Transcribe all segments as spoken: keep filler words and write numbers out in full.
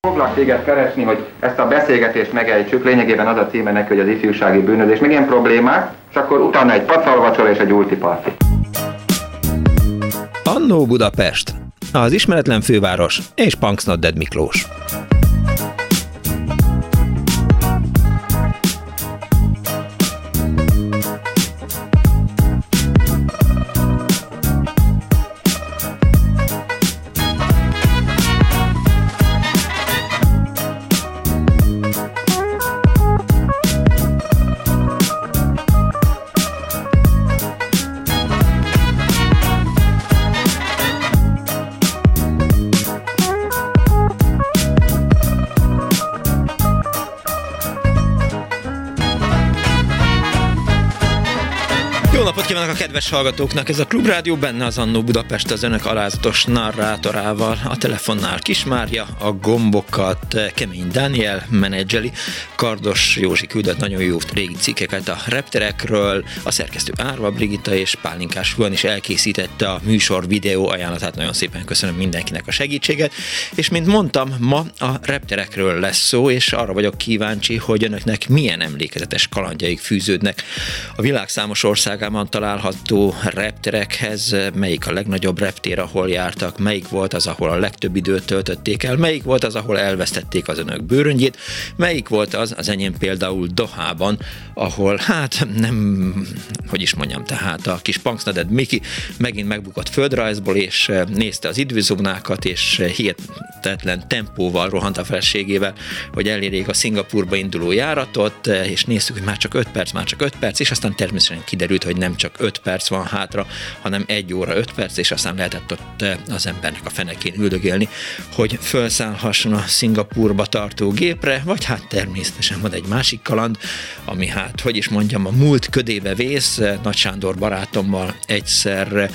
Foglak téged keresni, hogy ezt a beszélgetést megejtsük, lényegében az a címe neki, hogy az ifjúsági bűnözés, meg ilyen problémák, és akkor utána egy pacalvacsora és egy ultiparti. Annó Budapest, az ismeretlen főváros és Punksnodded Miklós. Kívánok a kedves hallgatóknak, ez a Klubrádió, benne az Annó Budapest az önök alázatos narrátorával, a telefonnál Kismária, a gombokat Kemény Dániel menedzseli, Kardos Józsi küldött nagyon jó régi cikkeket a repterekről, a szerkesztő Árva Brigitta és Pálinkás Juhan is elkészítette a műsor videó ajánlatát, nagyon szépen köszönöm mindenkinek a segítséget, és mint mondtam, ma a repterekről lesz szó, és arra vagyok kíváncsi, hogy önöknek milyen emlékezetes kalandjaik fűződnek a világ számos országában található repterekhez, melyik a legnagyobb reptér, ahol jártak, melyik volt az, ahol a legtöbb időt töltötték el, melyik volt az, ahol elvesztették az önök bőröngyét, melyik volt az, az enyém például Dohában, ahol hát nem, hogy is mondjam, tehát a kis Punksnodded Miki megint megbukott földrajzból, és nézte az időzónákat, és hihetetlen tempóval rohant a feleségével, hogy elérjék a Szingapúrba induló járatot, és néztük, hogy már csak öt perc, már csak öt perc, és aztán természetesen kiderült, hogy nem csak öt perc van hátra, hanem egy óra öt perc, és aztán lehetett ott az embernek a fenekén üldögélni, hogy felszállhasson a Szingapúrba tartó gépre, vagy hát természetesen van egy másik kaland, ami hát, hogy is mondjam, a múlt ködébe vész. Nagy Sándor barátommal egyszer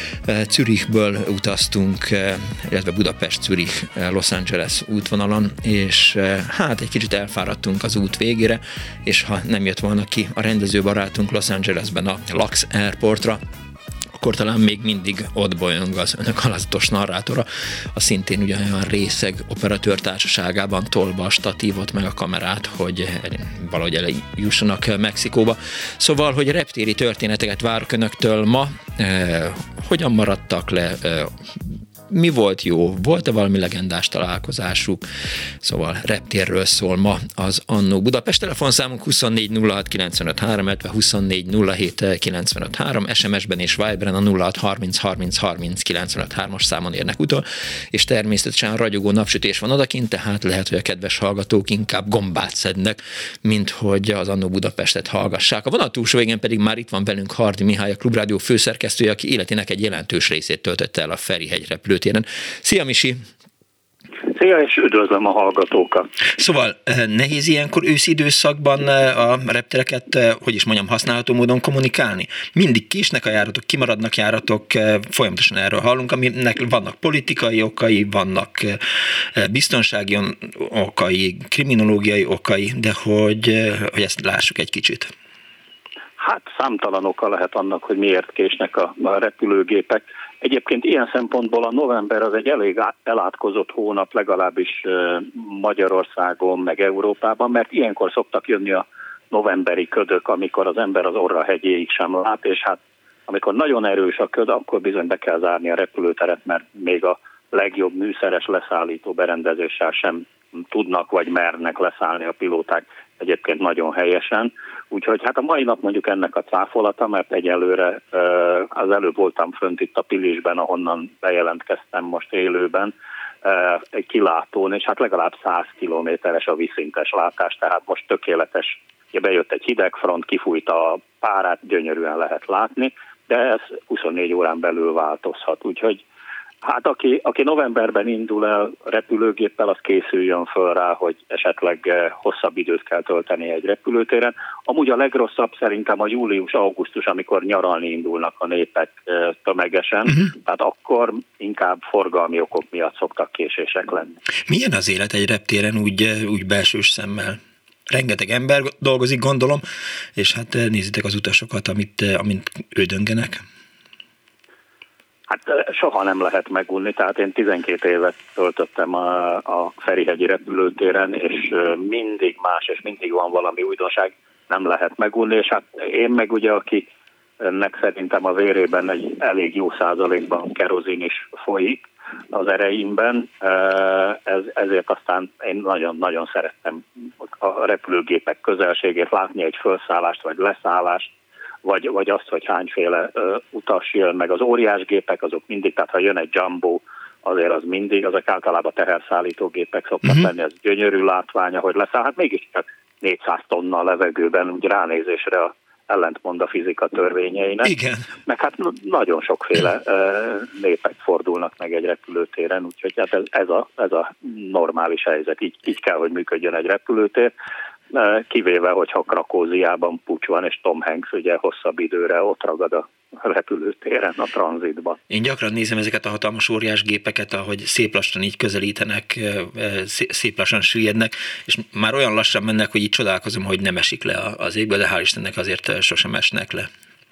Zürichből utaztunk, illetve Budapest-Zürich Los Angeles útvonalon, és hát egy kicsit elfáradtunk az út végére, és ha nem jött volna ki a rendezőbarátunk Los Angelesben a Lux Airportra, akkor talán még mindig ott bolyong az önök alázatos narrátora, a szintén ugyanolyan részeg operatőr társaságában tolva a statívot meg a kamerát, hogy valahogy eljussanak Mexikóba. Szóval, hogy reptéri történeteket várok önöktől ma, eh, hogyan maradtak le, eh, mi volt jó, volt-e valami legendás találkozásuk, szóval reptérről szól ma az Annó Budapest. Telefonszámunk huszonnégy nulla hat kilencvenöt három, illetve huszonnégy nulla hét kilencvenöt három, es em es-ben és Viberen a nulla hat harminc harminc harminc kilencvenöt hármas számon érnek utol, és természetesen ragyogó napsütés van odakint, tehát lehet, hogy a kedves hallgatók inkább gombát szednek, mint hogy az Annó Budapestet hallgassák. A vonal túlsó végén pedig már itt van velünk Hardy Mihály, a Klubrádió főszerkesztője, aki életének egy jelentős részét töltötte el a Ferihegy repülőtéren. Szia, Misi! Szia, és üdvözlöm a hallgatókat! Szóval nehéz ilyenkor őszi időszakban a reptereket, hogy is mondjam, használható módon kommunikálni? Mindig késnek a járatok, kimaradnak járatok, folyamatosan erről hallunk, aminek vannak politikai okai, vannak biztonsági okai, kriminológiai okai, de hogy, hogy ezt lássuk egy kicsit. Hát számtalan oka lehet annak, hogy miért késnek a, a repülőgépek. Egyébként ilyen szempontból a november az egy elég elátkozott hónap, legalábbis Magyarországon, meg Európában, mert ilyenkor szoktak jönni a novemberi ködök, amikor az ember az orra hegyéig sem lát, és hát amikor nagyon erős a köd, akkor bizony be kell zárni a repülőteret, mert még a legjobb műszeres leszállító berendezéssel sem tudnak vagy mernek leszállni a pilóták, egyébként nagyon helyesen. Úgyhogy hát a mai nap mondjuk ennek a cáfolata, mert egyelőre az előbb voltam fönt itt a Pilisben, ahonnan bejelentkeztem most élőben, egy kilátón, és hát legalább száz kilométeres a vízszintes látás, tehát most tökéletes. Ugye bejött egy hidegfront, kifújta a párát, gyönyörűen lehet látni, de ez huszonnégy órán belül változhat, úgyhogy hát aki, aki novemberben indul el repülőgéppel, az készüljön föl rá, hogy esetleg hosszabb időt kell tölteni egy repülőtéren. Amúgy a legrosszabb szerintem a július-augusztus, amikor nyaralni indulnak a népek tömegesen, uh-huh. tehát akkor inkább forgalmi okok miatt szoktak késések lenni. Milyen az élet egy reptéren úgy, úgy belsős szemmel? Rengeteg ember dolgozik, gondolom, és hát nézitek az utasokat, amit, amit ődöngenek. Hát soha nem lehet megunni, tehát én tizenkét évet töltöttem a, a Ferihegyi repülőtéren, és mindig más, és mindig van valami újdonság, nem lehet megunni, és hát én meg ugye, akinek szerintem a vérében egy elég jó százalékban kerozin is folyik az ereimben, ez, ezért aztán én nagyon-nagyon szerettem a repülőgépek közelségét, látni egy felszállást vagy leszállást, Vagy, vagy azt, hogy hányféle uh, utas jön, meg az óriás gépek, azok mindig, tehát ha jön egy jumbo, azért az mindig, azok általában teherszállító gépek szoktak uh-huh. lenni, ez gyönyörű látványa, hogy leszáll, hát mégiscsak négyszáz tonna a levegőben, úgy ránézésre a, ellentmond a fizika törvényeinek. Igen. Meg hát nagyon sokféle uh, népek fordulnak meg egy repülőtéren, úgyhogy hát ez, ez, a, ez a normális helyzet, így, így kell, hogy működjön egy repülőtér. Kivéve, hogyha Krakóziában pucs van, és Tom Hanks ugye hosszabb időre ott ragad a repülőtéren, a tranzitban. Én gyakran nézem ezeket a hatalmas óriás gépeket, ahogy szép lassan így közelítenek, szép lassan süllyednek, és már olyan lassan mennek, hogy így csodálkozom, hogy nem esik le az égből, de hál' Istennek azért sosem esnek le.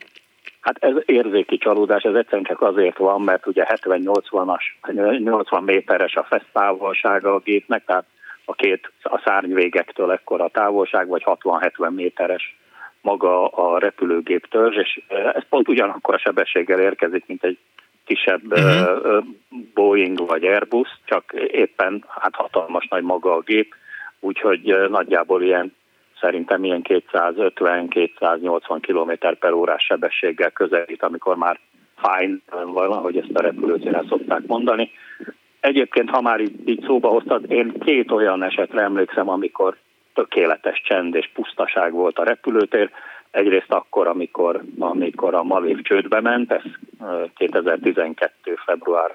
Hát ez érzéki csalódás, ez egyszerűen csak azért van, mert ugye hetven-nyolcvanas, nyolcvan méteres a fesztávolsága a gépnek, tehát a két a szárnyvégektől ekkora távolság, vagy hatvan-hetven méteres maga a repülőgép törzs, és ez pont ugyanakkor a sebességgel érkezik, mint egy kisebb uh-huh. Boeing vagy Airbus, csak éppen hát hatalmas nagy maga a gép, úgyhogy nagyjából ilyen, szerintem ilyen kétszázötven-kétszáznyolcvan kilométer per órás sebességgel közelít, amikor már fine van, ahogy ezt a repülőtéren szokták mondani. Egyébként, ha már így, így szóba hoztad, én két olyan esetre emlékszem, amikor tökéletes csend és pusztaság volt a repülőtér. Egyrészt akkor, amikor, amikor a Malév csődbe ment, ez kétezer-tizenkettő február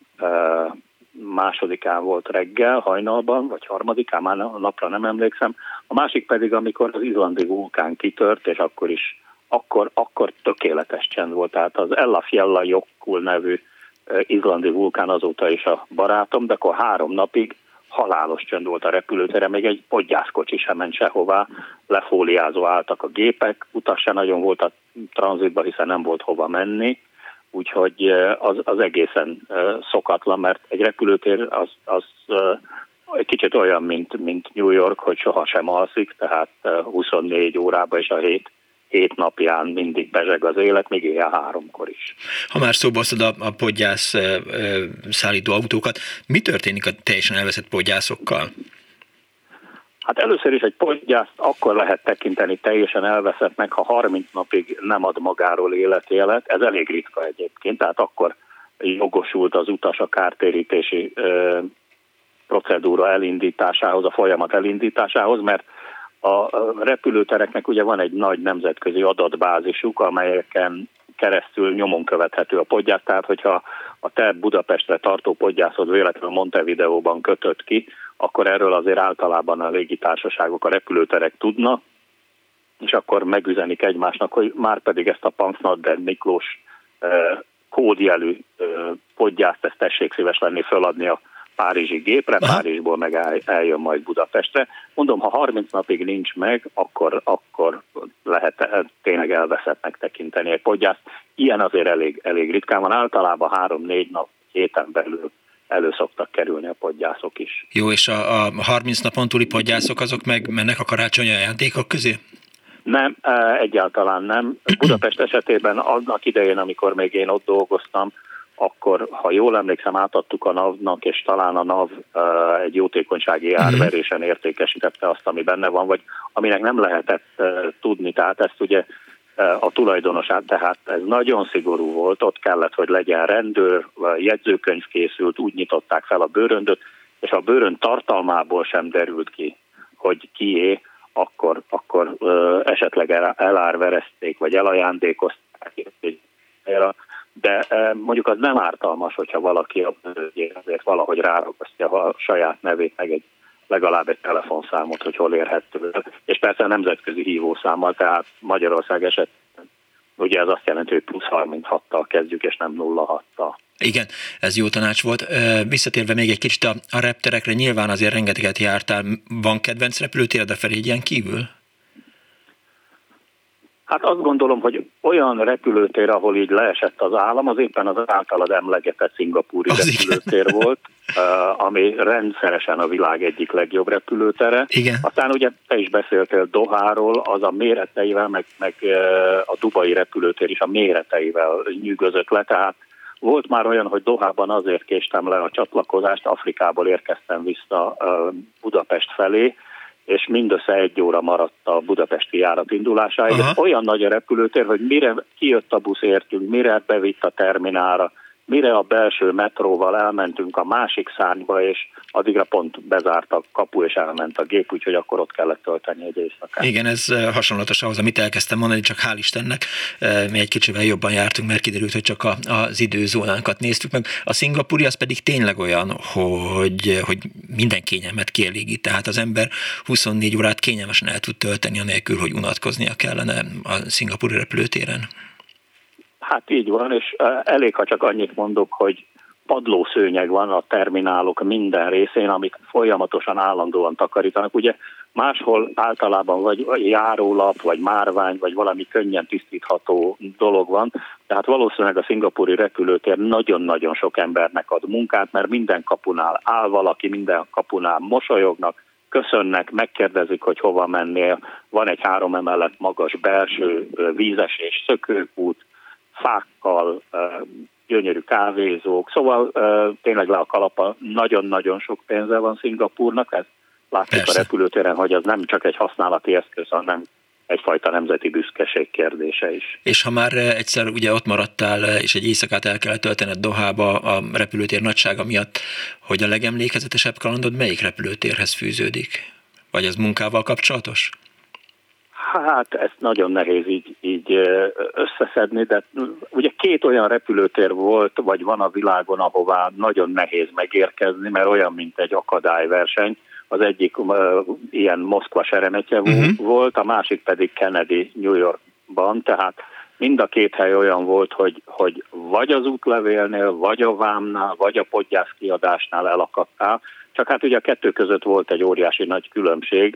másodikán volt reggel, hajnalban, vagy harmadikán, már a napra nem emlékszem. A másik pedig, amikor az izlandi vulkán kitört, és akkor is, akkor, akkor tökéletes csend volt. Tehát az Eyjafjallajökull nevű izlandi vulkán azóta is a barátom, de akkor három napig halálos csönd volt a repülőtére, még egy podgyászkocsi sem ment sehová, lefóliázó álltak a gépek, utas se nagyon volt a tranzitba, hiszen nem volt hova menni, úgyhogy az, az egészen szokatlan, mert egy repülőtér az, az egy kicsit olyan, mint, mint New York, hogy sohasem alszik, tehát huszonnégy órában és a hét hét napján mindig bezseg az élet, még éjjel háromkor is. Ha már szóba hoztad a, a podgyász e, e, szállító autókat, mi történik a teljesen elveszett podgyászokkal? Hát először is egy podgyászt akkor lehet tekinteni teljesen elveszettnek, ha harminc napig nem ad magáról életjelet, ez elég ritka egyébként, tehát akkor jogosult az utas a kártérítési e, procedúra elindításához, a folyamat elindításához, mert a repülőtereknek ugye van egy nagy nemzetközi adatbázisuk, amelyeken keresztül nyomon követhető a podgyász, tehát hogyha a te Budapestre tartó podgyászod véletlenül Montevideóban kötött ki, akkor erről azért általában a légitársaságok, a repülőterek tudnak, és akkor megüzenik egymásnak, hogy már pedig ezt a Pansnadder Miklós eh, kódjelű eh, podgyászt, ezt tessék szíves lenni föladni a párizsi gépre, aha. Párizsból meg el, eljön majd Budapestre. Mondom, ha harminc napig nincs meg, akkor, akkor lehet tényleg elveszettnek tekinteni egy podgyászt. Ilyen azért elég, elég ritkán van, általában három-négy nap, héten belül elő szoktak kerülni a podgyászok is. Jó, és a, a harminc napon túli podgyászok azok meg mennek a karácsonyi ajándékok közé? Nem, egyáltalán nem. Budapest esetében annak idején, amikor még én ott dolgoztam, akkor, ha jól emlékszem, átadtuk a NAV-nak, és talán a NAV uh, egy jótékonysági árverésen értékesítette azt, ami benne van, vagy aminek nem lehetett uh, tudni, tehát ezt ugye uh, a tulajdonosát, tehát ez nagyon szigorú volt, ott kellett, hogy legyen rendőr, jegyzőkönyv készült, úgy nyitották fel a bőröndöt, és a bőrönd tartalmából sem derült ki, hogy kié, akkor, akkor uh, esetleg elárverezték, vagy elajándékozták, de mondjuk az nem ártalmas, hogyha valaki a bőröndjén azért valahogy ráragasztja a saját nevét, meg egy, legalább egy telefonszámot, hogy hol érhető. És persze a nemzetközi hívószámmal, tehát Magyarország esetben ugye ez azt jelenti, hogy plusz harminchattal kezdjük, és nem nulla hattal. Igen, ez jó tanács volt. Visszatérve még egy kicsit a, a repterekre, nyilván azért rengeteget jártál. Van kedvenc repülőtéred a Ferihegyen kívül? Hát azt gondolom, hogy olyan repülőtér, ahol így leesett az állam, az éppen az általad emlegetett szingapúri az repülőtér igen. volt, ami rendszeresen a világ egyik legjobb repülőtere. Igen. Aztán ugye te is beszéltél Doháról, az a méreteivel, meg, meg a dubai repülőtér is a méreteivel nyűgözött le, tehát volt már olyan, hogy Dohában azért késtem le a csatlakozást, Afrikából érkeztem vissza Budapest felé, és mindössze egy óra maradt a budapesti járat indulásáig. Olyan nagy a repülőtér, hogy mire kijött a busz értünk, mire bevitt a terminálra, mire a belső metróval elmentünk a másik szárnyba, és addigra pont bezárt a kapu, és elment a gép, úgyhogy akkor ott kellett tölteni egy éjszakát. Igen, ez hasonlatos ahhoz, amit elkezdtem mondani, csak hál' Istennek mi egy kicsivel jobban jártunk, mert kiderült, hogy csak a, az időzónánkat néztük meg. A szingapúri az pedig tényleg olyan, hogy, hogy minden kényelmet kielégít, tehát az ember huszonnégy órát kényelmesen el tud tölteni, anélkül, hogy unatkoznia kellene a szingapúri repülőtéren. Hát így van, és elég, ha csak annyit mondok, hogy padlószőnyeg van a terminálok minden részén, amik folyamatosan állandóan takarítanak. Ugye máshol általában vagy járólap, vagy márvány, vagy valami könnyen tisztítható dolog van, tehát valószínűleg a szingapúri repülőtér nagyon-nagyon sok embernek ad munkát, mert minden kapunál áll valaki, minden kapunál mosolyognak, köszönnek, megkérdezik, hogy hova mennél. Van egy három emelet magas belső vízesés, szökőkút, fákkal, gyönyörű kávézók, szóval tényleg le a kalapa, nagyon-nagyon sok pénze van Szingapúrnak, ez látszik Persze. a repülőtéren, hogy az nem csak egy használati eszköz, hanem egyfajta nemzeti büszkeség kérdése is. És ha már egyszer ugye ott maradtál, és egy éjszakát el kellett töltened Dohába a repülőtér nagysága miatt, hogy a legemlékezetesebb kalandod melyik repülőtérhez fűződik? Vagy ez munkával kapcsolatos? Hát ezt nagyon nehéz így, így összeszedni, de ugye két olyan repülőtér volt, vagy van a világon, ahová nagyon nehéz megérkezni, mert olyan, mint egy akadályverseny. Az egyik uh, ilyen Moszkva Seremetyevo uh-huh. volt, a másik pedig Kennedy New Yorkban, tehát mind a két hely olyan volt, hogy, hogy vagy az útlevélnél, vagy a vámnál, vagy a podgyászkiadásnál elakadtál, csak hát ugye a kettő között volt egy óriási nagy különbség.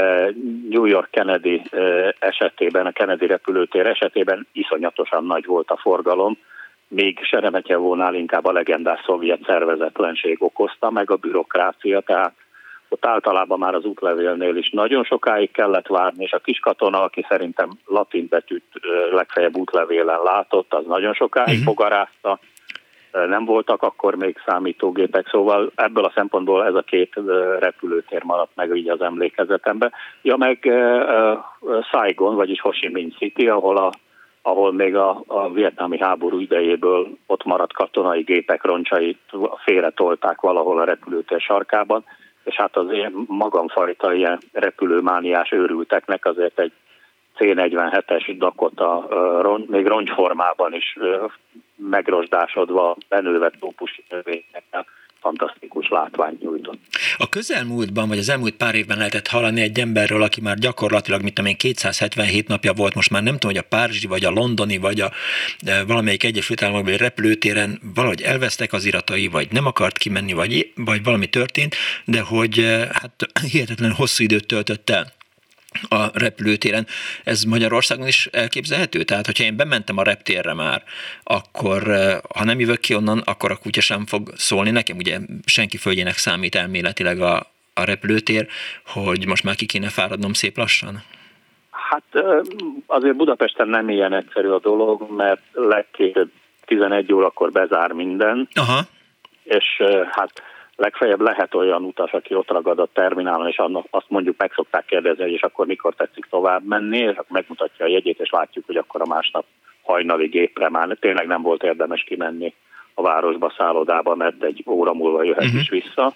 New York Kennedy esetében, a Kennedy repülőtér esetében iszonyatosan nagy volt a forgalom, még Seremetyevónál inkább a legendás szovjet szervezetlenség okozta, meg a bürokrácia, tehát ott általában már az útlevélnél is nagyon sokáig kellett várni, és a kis katona, aki szerintem latin betűt legfeljebb útlevélen látott, az nagyon sokáig uh-huh. bogarázta. Nem voltak akkor még számítógépek, szóval ebből a szempontból ez a két repülőtér maradt meg így az emlékezetemben. Ja, meg uh, Saigon, vagyis Ho Chi Minh City, ahol, a, ahol még a, a vietnámi háború idejéből ott maradt katonai gépek roncsait félretolták valahol a repülőtér sarkában, és hát az ilyen magamfajta ilyen repülőmániás őrülteknek azért egy cé negyvenhetes Dakota roncs, még roncsformában is megrosdásodva, benőve trópusi növényekkel fantasztikus látványt nyújtott. A közelmúltban, vagy az elmúlt pár évben lehetett hallani egy emberről, aki már gyakorlatilag, mint amilyen kétszázhetvenhét napja volt, most már nem tudom, hogy a párizsi, vagy a londoni, vagy a valamelyik Egyesült Államokbeli repülőtéren valahogy elvesztek az iratai, vagy nem akart kimenni, vagy, vagy valami történt, de hogy hát hihetetlen hosszú időt töltött el a repülőtéren. Ez Magyarországon is elképzelhető? Tehát, hogyha én bementem a reptérre már, akkor ha nem jövök ki onnan, akkor a kutya sem fog szólni nekem. Ugye senki földjének számít elméletileg a, a repülőtér, hogy most már ki kéne fáradnom szép lassan? Hát azért Budapesten nem ilyen egyszerű a dolog, mert legkésőbb tizenegy órakor bezár minden. Aha. És hát legfeljebb lehet olyan utas, aki ott ragad a terminálon, és annak, azt mondjuk meg szokták kérdezni, és akkor mikor tetszik tovább menni, és akkor megmutatja a jegyét, és látjuk, hogy akkor a másnap hajnali gépre már tényleg nem volt érdemes kimenni a városba, szállodába, mert egy óra múlva jöhet uh-huh. is vissza.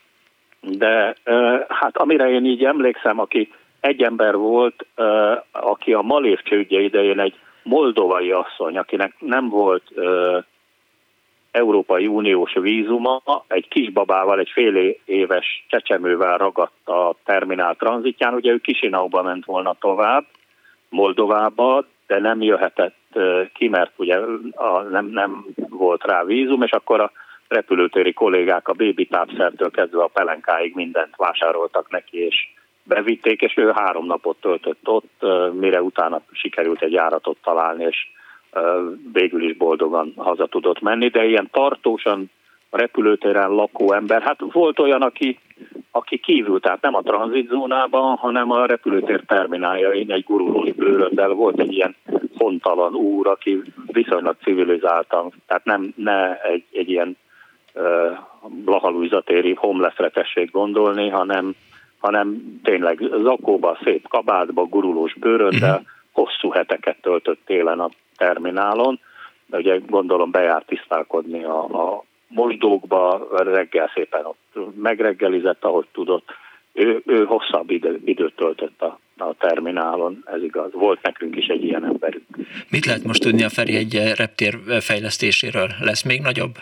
De hát amire én így emlékszem, aki egy ember volt, aki a Malév csődje idején egy moldovai asszony, akinek nem volt Európai Uniós vízuma, egy kisbabával, egy fél éves csecsemővel ragadt a terminál tranzitján. Ugye ő Kisinauba ment volna tovább, Moldovába, de nem jöhetett ki, mert ugye a, nem, nem volt rá vízum, és akkor a repülőtéri kollégák a bébi tápszertől kezdve a pelenkáig mindent vásároltak neki, és bevitték, és ő három napot töltött ott, mire utána sikerült egy járatot találni, és végül is boldogan haza tudott menni, de ilyen tartósan a repülőtéren lakó ember, hát volt olyan, aki, aki kívül, tehát nem a tranzitzónában, hanem a repülőtér termináljain egy gurulói bőröndel volt egy ilyen hontalan úr, aki viszonylag civilizáltan, tehát nem ne egy, egy ilyen uh, Blaha-Lujza-téri homelessre tessék gondolni, hanem, hanem tényleg zakóba, szép kabátba, gurulós bőröndel, hosszú heteket töltött télen a terminálon, de ugye gondolom bejárt tisztálkodni a, a mosdókba, reggel szépen ott megreggelizett, ahogy tudott. Ő, ő hosszabb idő, időt töltött a, a terminálon, ez igaz. Volt nekünk is egy ilyen emberünk. Mit lehet most tudni a Feri egy reptér fejlesztéséről? Lesz még nagyobb?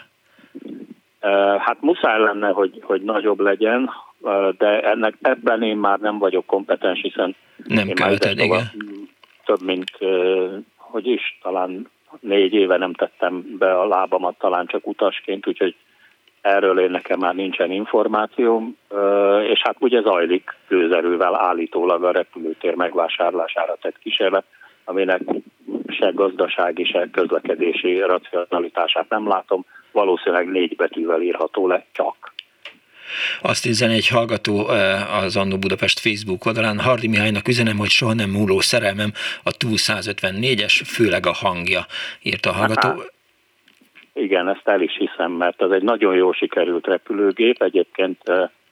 Hát muszáj lenne, hogy, hogy nagyobb legyen, de ennek ebben én már nem vagyok kompetens, hiszen nem én követed, már igen. több mint, hogy is, talán négy éve nem tettem be a lábamat, talán csak utasként, úgyhogy erről én nekem már nincsen információm, és hát ugye zajlik gőzerővel állítólag a repülőtér megvásárlására tett kísérlet, aminek se gazdasági, se közlekedési racionalitását nem látom, valószínűleg négy betűvel írható le, csak. Azt üzeni egy hallgató az Annó Budapest Facebook oldalán, Hardy Mihálynak üzenem, hogy soha nem múló szerelmem a TUI százötvennégyes, főleg a hangja, írta a hallgató. Hát, igen, ezt el is hiszem, mert ez egy nagyon jól sikerült repülőgép, egyébként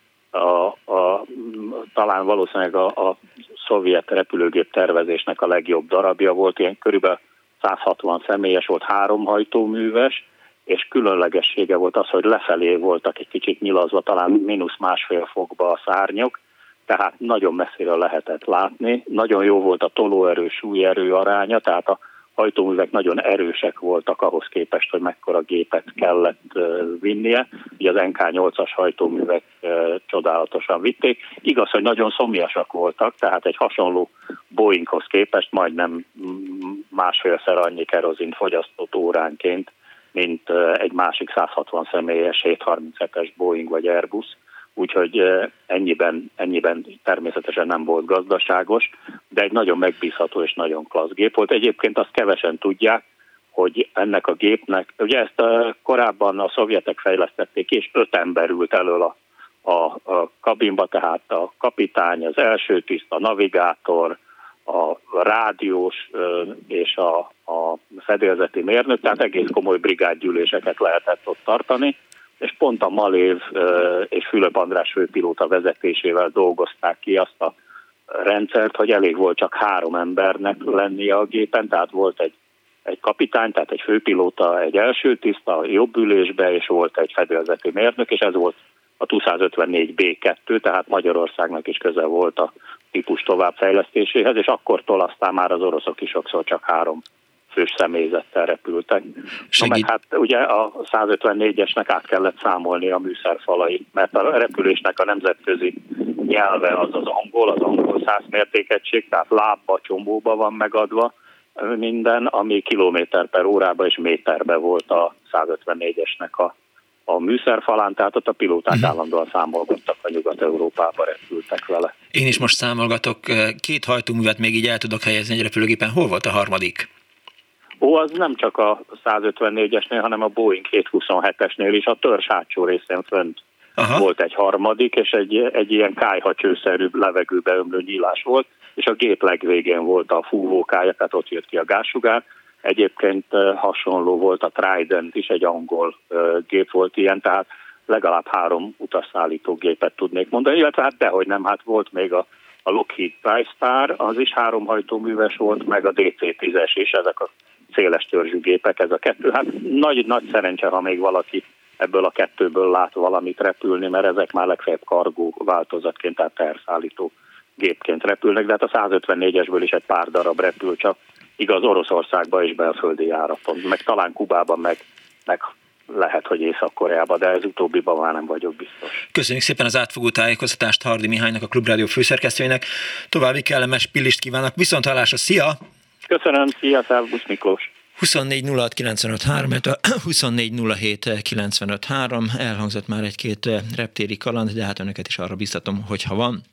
a, a, talán valószínűleg a, a szovjet repülőgép tervezésnek a legjobb darabja volt, ilyen körülbelül száz hatvan személyes volt, három hajtóműves, és különlegessége volt az, hogy lefelé voltak egy kicsit nyilazva, talán mínusz másfél fokba a szárnyok, tehát nagyon messziről lehetett látni. Nagyon jó volt a tolóerő, súlyerő aránya, tehát a hajtóművek nagyon erősek voltak ahhoz képest, hogy mekkora gépet kellett vinnie. Ugye az en ká nyolcas hajtóművek csodálatosan vitték. Igaz, hogy nagyon szomjasak voltak, tehát egy hasonló Boeinghoz képest majdnem másfélszer annyi kerozint fogyasztott óránként, mint egy másik száz hatvan személyes hétszázharminchetes Boeing vagy Airbus, úgyhogy ennyiben, ennyiben természetesen nem volt gazdaságos, de egy nagyon megbízható és nagyon klassz gép volt. Egyébként azt kevesen tudják, hogy ennek a gépnek, ugye ezt a, korábban a szovjetek fejlesztették, és öt ember ült elől a, a, a kabinba, tehát a kapitány, az első tiszt, a navigátor, a rádiós és a, a fedélzeti mérnök, tehát egész komoly brigádgyűléseket lehetett ott tartani, és pont a Malév és Fülöp András főpilóta vezetésével dolgozták ki azt a rendszert, hogy elég volt csak három embernek lennie a gépen, tehát volt egy, egy kapitány, tehát egy főpilóta, egy első tiszt a jobb ülésbe, és volt egy fedélzeti mérnök, és ez volt a TUI százötvennégy bé kettő, tehát Magyarországnak is köze volt a típus továbbfejlesztéséhez, és akkortól aztán már az oroszok is sokszor csak három fős személyzettel repültek. No, meg hát ugye a százötvennégyesnek át kellett számolni a műszerfalait, mert a repülésnek a nemzetközi nyelve az az angol, az angol száz mértékegység, tehát lábba, csombóba van megadva minden, ami kilométer per órában és méterben volt a százötvennégyesnek a a műszerfalán, tehát ott a pilóták uh-huh. állandóan számolgattak, a Nyugat-Európába repültek vele. Én is most számolgatok, két hajtóművet még így el tudok helyezni egy repülőgépen. Hol volt a harmadik? Ó, az nem csak a százötvennégyesnél, hanem a Boeing hétszázhuszonhetesnél is a törzs hátsó részén fönt Aha. volt egy harmadik, és egy, egy ilyen kályhacsőszerű levegőbe ömlő nyílás volt, és a gép legvégén volt a fúvókája, tehát ott jött ki a gázsugár. Egyébként hasonló volt a Trident is, egy angol gép volt ilyen, tehát legalább három utasszállító gépet tudnék mondani, illetve hát dehogy nem, hát volt még a, a Lockheed TriStar, az is három hajtóműves volt, meg a dé cé tízes is, ezek a széles törzsű gépek, ez a kettő. Hát nagy, nagy szerencse, ha még valaki ebből a kettőből lát valamit repülni, mert ezek már legfeljebb kargó változatként, tehát terszállító gépként repülnek, de hát a százötvennégyesből is egy pár darab repül, csak igaz Oroszországban és belföldi járaton, meg talán Kubában, meg, meg lehet, hogy Észak-Koreában, de ez utóbbiban már nem vagyok biztos. Köszönjük szépen az átfogó tájékoztatást Hardy Mihálynak, a Klubrádió főszerkesztőjének. További kellemes pillist kívánok. Viszonthallásra, szia! Köszönöm, szia, szervusz Miklós! huszonnégy nulla hat kilencvenöt három, huszonnégy nulla hét kilencvenöt három, elhangzott már egy-két reptéri kaland, de hát önöket is arra biztatom, hogyha van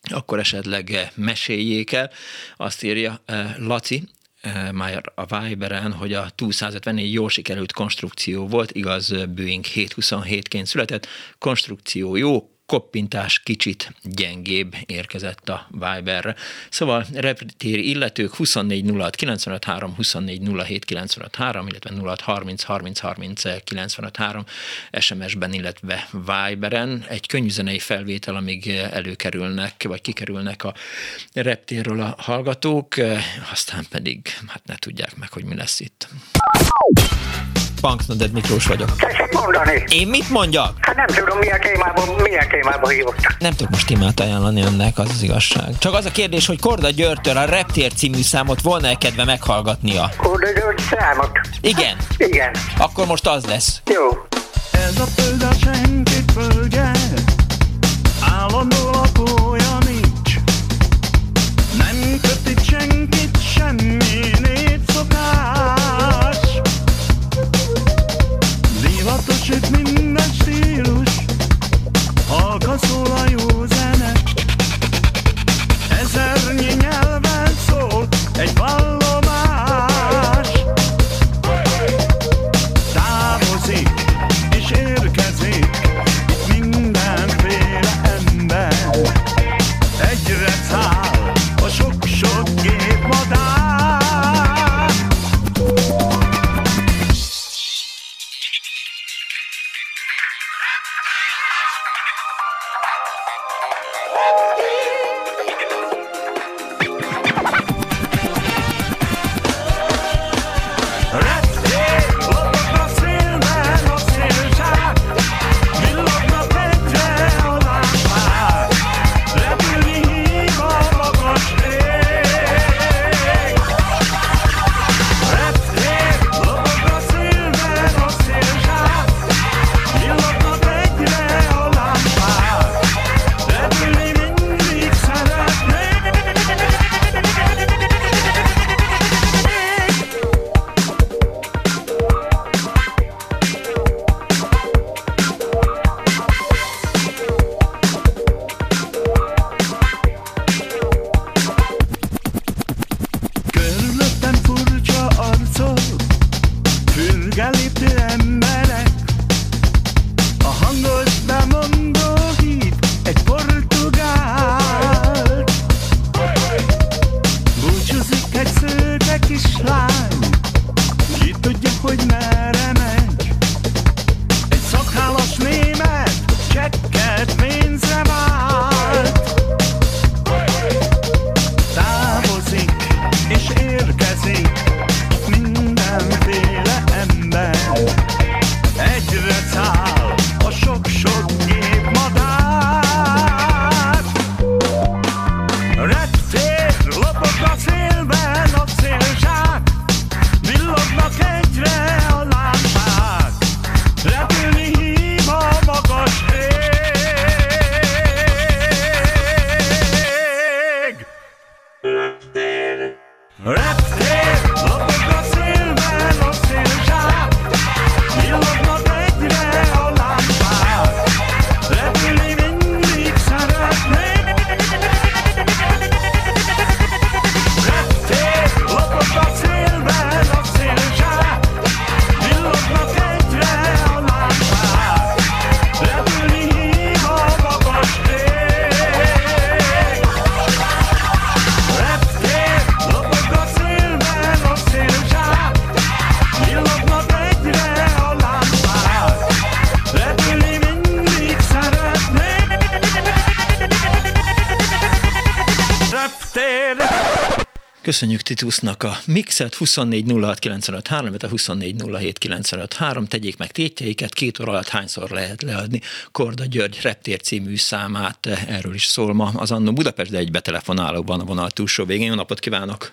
akkor esetleg meséljék el. Azt írja Laci, már a Viberen, hogy a Tú százötvennégy jól sikerült konstrukció volt, igaz, Boeing hétszázhuszonhétként született, konstrukció jó, koppintás kicsit gyengébb, érkezett a Viberre. Szóval reptéri illetők huszonnégy nulla hat kilencvenöt három, huszonnégy nulla hét kilencvenöt három, illetve nulla hat harminc harminc harminc kilencvenöt három es em es-ben, illetve Viberen. Egy könnyűzenei felvétel, amíg előkerülnek, vagy kikerülnek a reptérről a hallgatók, aztán pedig hát ne tudják meg, hogy mi lesz itt. Punksnoded Miklós vagyok. Tessék mondani. Én mit mondjak? Hát nem tudom, milyen témában, milyen témában hívott. Nem tudok most témát ajánlani önnek, az az igazság. Csak az a kérdés, hogy Korda Györgytől a Reptér című számot volna-e kedve meghallgatnia? Korda György számot? Igen. Igen. Akkor most az lesz. Jó. Ez a föld a senkit földje, állandó lakója nincs. Nem kötik senkit semmi népszokás. Divatos itt minden stílus, halkan szól a jó zene. Ezernyi nyelven szól egy vallomás. Távozik és érkezik itt mindenféle ember. Egyre száll a sok-sok gépmadár. Köszönjük Titusnak a mixet, huszonnégy nulla hat kilencvenöt három, illetve huszonnégy nulla hét kilencvenöt három, tegyék meg tétjeiket, két óra alatt hányszor lehet leadni Korda György Reptér című számát, erről is szól ma az Annó Budapest, de egy betelefonálóban a vonal túlsó végén. Jó napot kívánok!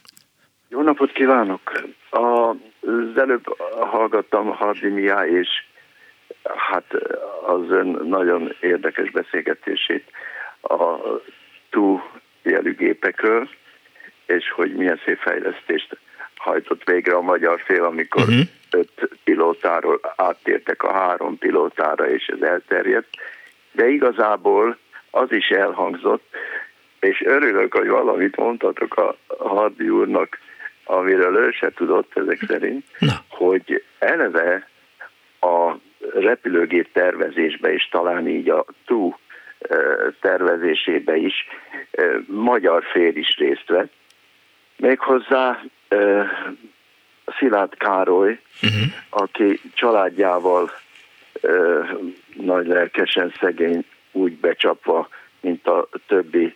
Jó napot kívánok! Az előbb hallgattam Hardy Miá, és hát az ön nagyon érdekes beszélgetését a Tú jelű gépekről, és hogy milyen szép fejlesztést hajtott végre a magyar fél, amikor uh-huh. öt pilótáról áttértek a három pilótára, és ez elterjedt. De igazából az is elhangzott, és örülök, hogy valamit mondhatok a Hardy úrnak, amiről ő se tudott ezek szerint, Na. hogy eleve a repülőgép tervezésbe és talán így a tú tervezésébe is magyar fél is részt vett. Méghozzá Szilágy Károly, uh-huh. aki családjával nagy lelkesen szegény úgy becsapva, mint a többi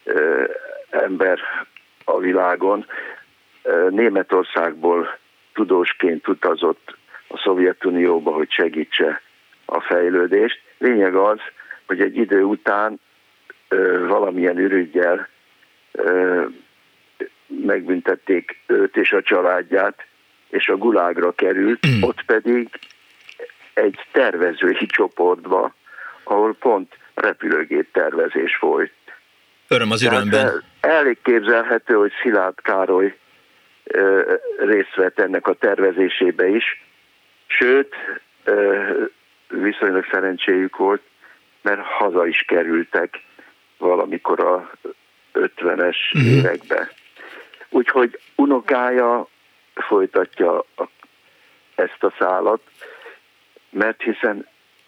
ember a világon, Németországból tudósként utazott a Szovjetunióba, hogy segítse a fejlődést. Lényeg az, hogy egy idő után ö, valamilyen ürüggyel ö, megbüntették őt és a családját, és a gulágra került, mm. ott pedig egy tervezői csoportba, ahol pont repülőgép tervezés folyt. Öröm az örömben. Elég képzelhető, hogy Szilágy Károly ö, részt vett ennek a tervezésébe is, sőt, ö, viszonylag szerencséjük volt, mert haza is kerültek valamikor a ötvenes mm. években. Úgyhogy unokája folytatja a, ezt a szálat, mert hiszen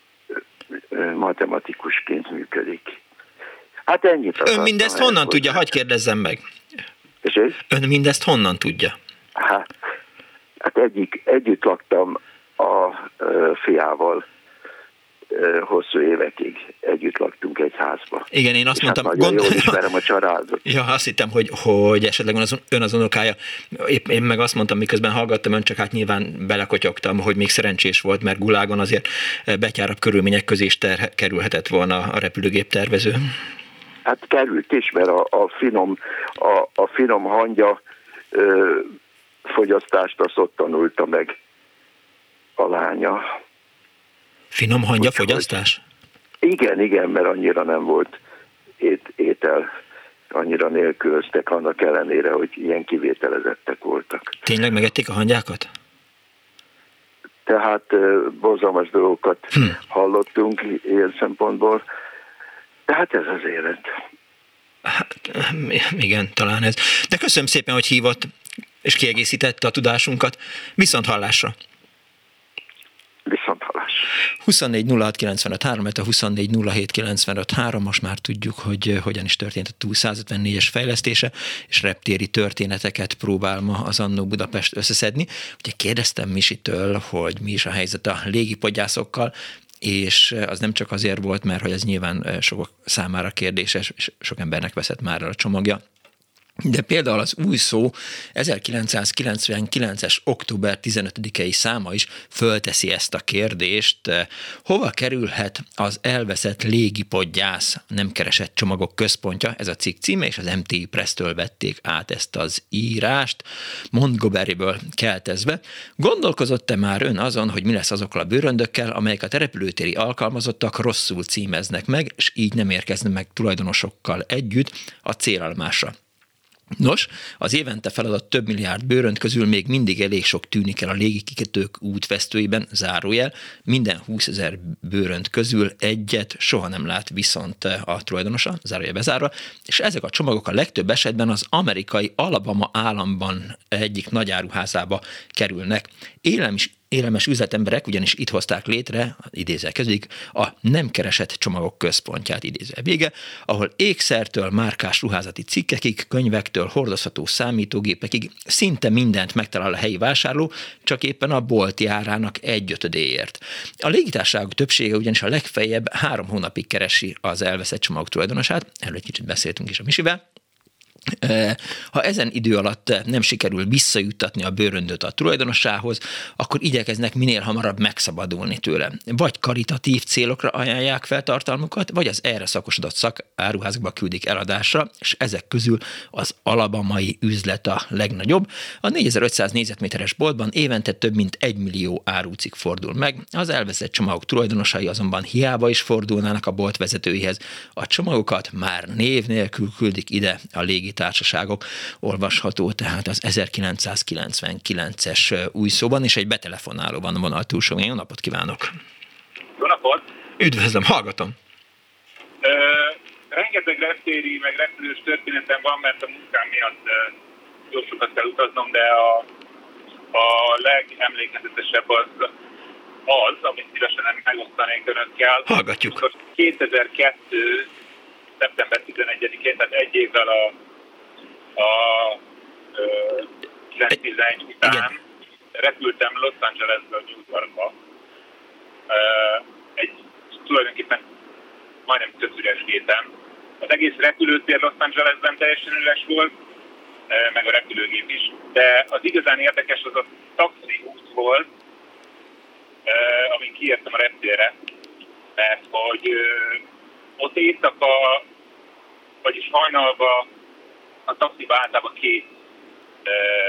matematikusként működik. Hát ennyit. Ön mindezt honnan hozzá. tudja? Hadd kérdezzem meg. És ez? Ön mindezt honnan tudja? Hát, hát egyik, együtt laktam a uh, fiával. Hosszú évekig együtt laktunk egy házba. Igen, én azt és mondtam... Hát nagyon gond... jól ismerem a családot. Ja, azt hittem, hogy, hogy esetleg van az, ön az unokája. Épp, én meg azt mondtam, miközben hallgattam ön, csak hát nyilván belekotyogtam, hogy még szerencsés volt, mert Gulágon azért betyárabb körülmények közé is ter- kerülhetett volna a repülőgép tervező. Hát került is, mert a, a, finom, a, a finom hangya ö, fogyasztást azt ott tanulta meg a lánya. Finom hangya fogyasztás? Igen, igen, mert annyira nem volt ét, étel, annyira nélkülöztek, annak ellenére, hogy ilyen kivételezettek voltak. Tényleg megették a hangyákat? Tehát borzalmas dolgokat hm. hallottunk ilyen szempontból, tehát ez az élet. Hát, igen, talán ez. De köszönöm szépen, hogy hívott, és kiegészítette a tudásunkat. Viszont hallásra! Viszont hallás. huszonnégy nulla hat kilencvenöt három, a huszonnégy nulla hét kilencvenöt három, most már tudjuk, hogy hogyan is történt a tú százötvennégyes fejlesztése, és reptéri történeteket próbál ma az Annó Budapest összeszedni. Ugye kérdeztem Misitől, hogy mi is a helyzet a légipodgyászokkal, és az nem csak azért volt, mert hogy ez nyilván sokak számára kérdéses, és sok embernek veszett már el a csomagja, de például az új szó ezerkilencszázkilencvenkilences október tizenötödikei száma is fölteszi ezt a kérdést. Hova kerülhet az elveszett légipodgyász nem keresett csomagok központja? Ez a cikk címe, és az em té i Press-től vették át ezt az írást. Montgomeryből keltezve. Gondolkozott-e már ön azon, hogy mi lesz azokkal a bőröndökkel, amelyeket a repülőtéri alkalmazottak rosszul címeznek meg, és így nem érkeznek meg tulajdonosokkal együtt a célállomásra? Nos, az évente feladott több milliárd bőrönd közül még mindig elég sok tűnik el a légikikötők útvesztőiben, zárójel, minden húszezer bőrönd közül egyet soha nem lát viszont a tulajdonosa, zárójel bezárva, és ezek a csomagok a legtöbb esetben az amerikai Alabama államban egyik nagyáruházába kerülnek. Élelmis Élelmes üzletemberek ugyanis itt hozták létre, idézve kezdődik, a nem keresett csomagok központját, idézve vége, ahol ékszertől márkás ruházati cikkekig, könyvektől, hordozható számítógépekig szinte mindent megtalál a helyi vásárló, csak éppen a bolti árának egyötödéért. A légitársaságok többsége ugyanis a legfeljebb három hónapig keresi az elveszett csomagok tulajdonosát, erről egy kicsit beszéltünk is a Misivel. Ha ezen idő alatt nem sikerül visszajuttatni a bőröndöt a tulajdonosához, akkor igyekeznek minél hamarabb megszabadulni tőle. Vagy karitatív célokra ajánlják fel tartalmukat, vagy az erre szakosodott szakáruházakba küldik eladásra, és ezek közül az alabamai üzlet a legnagyobb. A négyezer-ötszáz négyzetméteres boltban évente több mint egy millió árucikk fordul meg, az elveszett csomagok tulajdonosai azonban hiába is fordulnának a bolt vezetőihez. A csomagokat már név nélkül küldik ide a légi társaságok, olvasható tehát az ezerkilencszázkilencvenkilences új szóban, és egy betelefonáló van a vonal túlsó. Jó napot kívánok! Jó napot! Üdvözlöm, hallgatom! Ö, rengeteg reptéri, meg repülős történetem van, mert a munkám miatt jó sokat kell utaznom, de a, a legemlékezetesebb az, az, amit szívesen megosztanék önökkel. Hallgatjuk. kétezer-kettő. szeptember tizenegyedikén, tehát egy évvel a, a kilenc tizenegy után igen. repültem Los Angelesből New Yorkba. Egy tulajdonképpen majdnem közüres gépen. Az egész repülőtér Los Angelesben teljesen üres volt, meg a repülőgép is, de az igazán érdekes az a taxi út volt, amin kiértem a reptérre, mert hogy ott éjszaka, vagyis hajnalban a taxiban általában két e,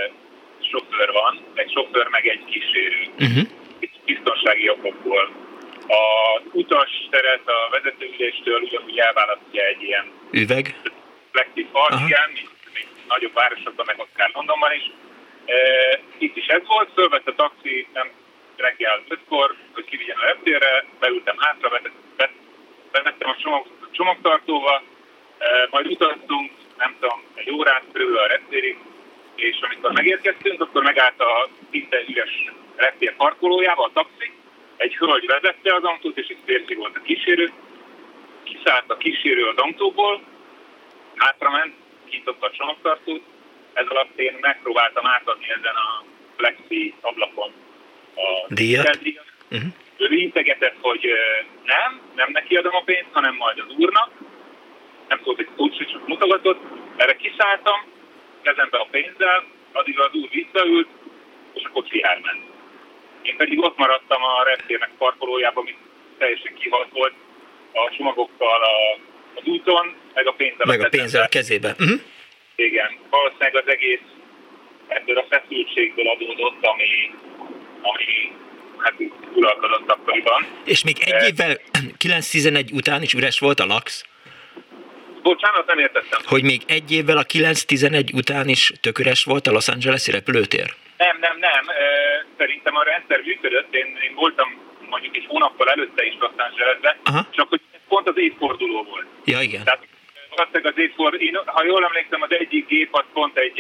sofőr van, egy sofőr meg egy kísérő. Uh-huh. Biztonsági okokból. Az utas teret a vezetőüléstől ugyanúgy elválasztja egy ilyen üveg, flexi fal, igen, mint, mint nagyobb városokban, meg akár Londonban is. E, itt is ez volt, fölvett a taxi, nem reggel ötkor, hogy kivigyen a reptérre, beültem hátra, vetett, bevettem a csomag, csomagtartóba, e, majd utaztunk, nem tudom, egy órát körül a reptérig, és amikor megérkeztünk, akkor megállt a szinte üres reptér parkolójába a taxi, egy hölgy vezette az autót, és itt férfi volt a kísérő, kiszállt a kísérő az autóból, hátrament, kinyitotta a csomagtartót, ez alatt én megpróbáltam átadni ezen a flexi ablakon a díjat. Uh-huh. Ő integetett, hogy nem, nem neki adom a pénzt, hanem majd az úrnak. Nem szólt egy szót, csak mutogatott. Erre kiszálltam, kezembe a pénzzel, addig az úr visszaült, és a kocsi elment. Én pedig ott maradtam a reptérnek parkolójában, amit teljesen kihalt volt a csomagokkal a, az úton, meg a pénzzel meg a, a pénzzel a kezébe. Uh-huh. Igen, valószínűleg az egész ebből a feszültségből adódott, ami, ami hát uralkodott akkoriban. És még egy évvel kilenc tizenegy után is üres volt a Lux? Bocsánat, nem értettem. Hogy még egy évvel a kilenc tizenegy után is tök üres volt a Los Angeles-i repülőtér? Nem, nem, nem. Szerintem a rendszer működött. Én, én voltam mondjuk egy hónappal előtte is Los Angelesben, csak hogy pont az évforduló volt. Ja, igen. Tehát valószínűleg az évforduló, én, ha jól emlékszem, az egyik gép az pont egy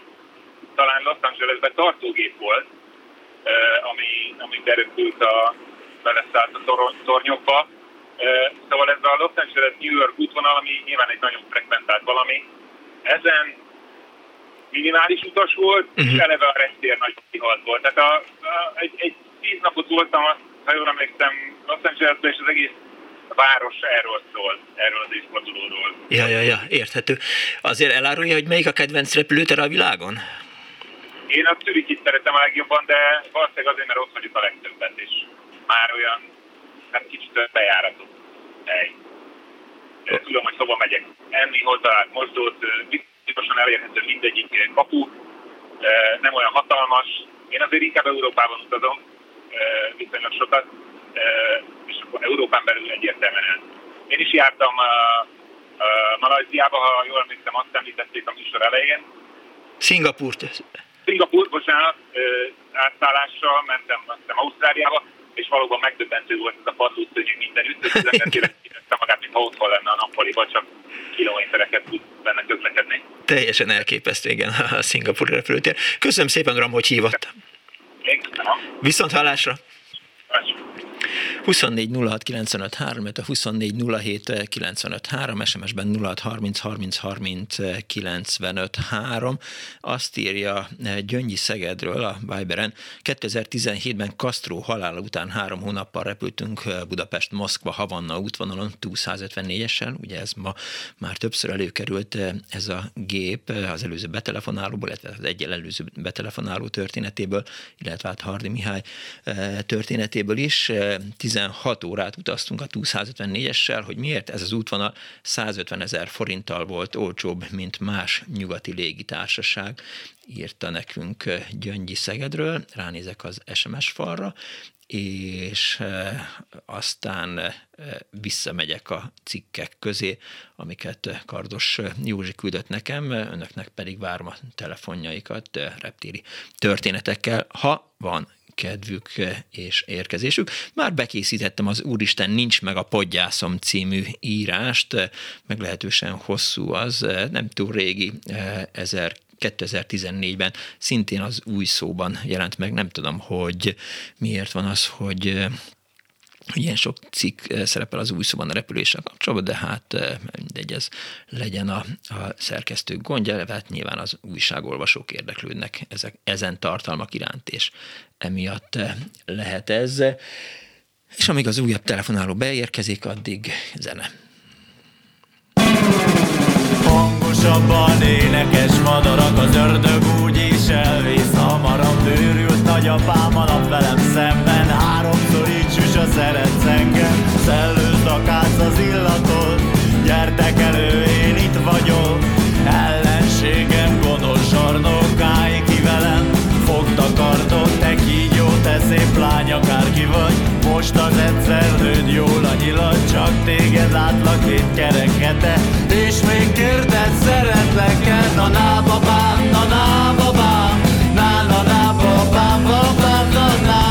talán Los Angelesben tartógép volt, ami, ami beröpült a beleszállt a tor- tornyokba. Szóval ez a Los Angeles-New York útvonal, ami nyilván egy nagyon frekventált valami. Ezen minimális utas volt, uh-huh. és eleve a reptér nagyon kihalt volt. Tehát a, a, egy, egy tíz napot voltam, ha jól emlékszem, Los Angelesben, és az egész város erről szól, erről az évfordulóról. Ja, ja, ja, érthető. Azért elárulja, hogy melyik a kedvenc repülőtér a világon? Én a Zürichit szeretem a legjobban, de valószínűleg azért, mert ott vagyok a legtöbbet, és már olyan, hát kicsit bejáratott hely. Tudom, hogy hova megyek enni, hol talált mosdót, biztosan elérhető mindegyik kapu, nem olyan hatalmas. Én azért inkább Európában utazom, viszonylag sokat, és akkor Európán belül egyértelműen el. Én is jártam Malajziába, ha jól emlékszem, azt említették a műsor elején. Szingapúrt. Szingapúr, bocsánat, átszállással mentem, mentem Ausztráliába, és valóban megdöbbentő volt ez a padlószőnyeg mindenütt, és az ember érezte magát, mintha otthon lenne a nappaliba, csak kilométereket tud benne közlekedni. Teljesen elképesztő, igen, a szingapúri repülőtér. Köszönöm szépen, uram, hogy hívott. Én köszönöm. Viszont hallásra. Köszönöm. huszonnégy nulla hat kilencvenöt három, a huszonnégy nulla hét kilencvenöt három, es em es-ben nulla hat harminc harminc harminc kilencvenöt három. Azt írja Gyöngyi Szegedről a Viberen. kétezer-tizenhétben Castro halála után három hónappal repültünk Budapest-Moszkva Havanna útvonalon kétszázötvennégyessel, ugye ez ma már többször előkerült ez a gép az előző betelefonálóból, illetve az egyel előző betelefonáló történetéből, illetve hát Hardy Mihály történetéből is. tizenhat órát utaztunk a kétszázötvennégyessel, hogy miért ez az útvonal százötvenezer forinttal volt olcsóbb, mint más nyugati légitársaság, írta nekünk Gyöngyi Szegedről, ránézek az es em es falra, és aztán visszamegyek a cikkek közé, amiket Kardos Józsi küldött nekem, önöknek pedig várom a telefonjaikat reptéri történetekkel, ha van kedvük és érkezésük. Már bekészítettem az Úristen nincs meg a podgyászom című írást, meglehetősen hosszú az, nem túl régi, kétezer-tizennégyben szintén az Új Szóban jelent meg. Nem tudom, hogy miért van az, hogy ilyen sok cikk szerepel az Új Szóban a repüléssel kapcsolatban, de hát mindegy, ez legyen a, a szerkesztők gondja, hát nyilván az újságolvasók érdeklődnek ezek, ezen tartalmak iránt, és emiatt lehet ez. És amíg az újabb telefonáló beérkezik, addig zene. Hangosabban énekes madarak, az ördög úgy is elvész hamarabb. Őrült nagyapám a nap velem szemben, háromszor így süs a szeretsz engem. Szellőzd a káz az illatot, gyertek elő, én itt vagyok. Ellenségem gonosz zsarnok, állj ki velem, fogd a kardot, te kígyó, te szép lány, akárki vagy. Most az egyszer lőd jól a nyilat, csak téged látlak két kerek hete, és még kérdez, szeretlek-e? Na na babám, na na babám, na na na babám, babám, na na.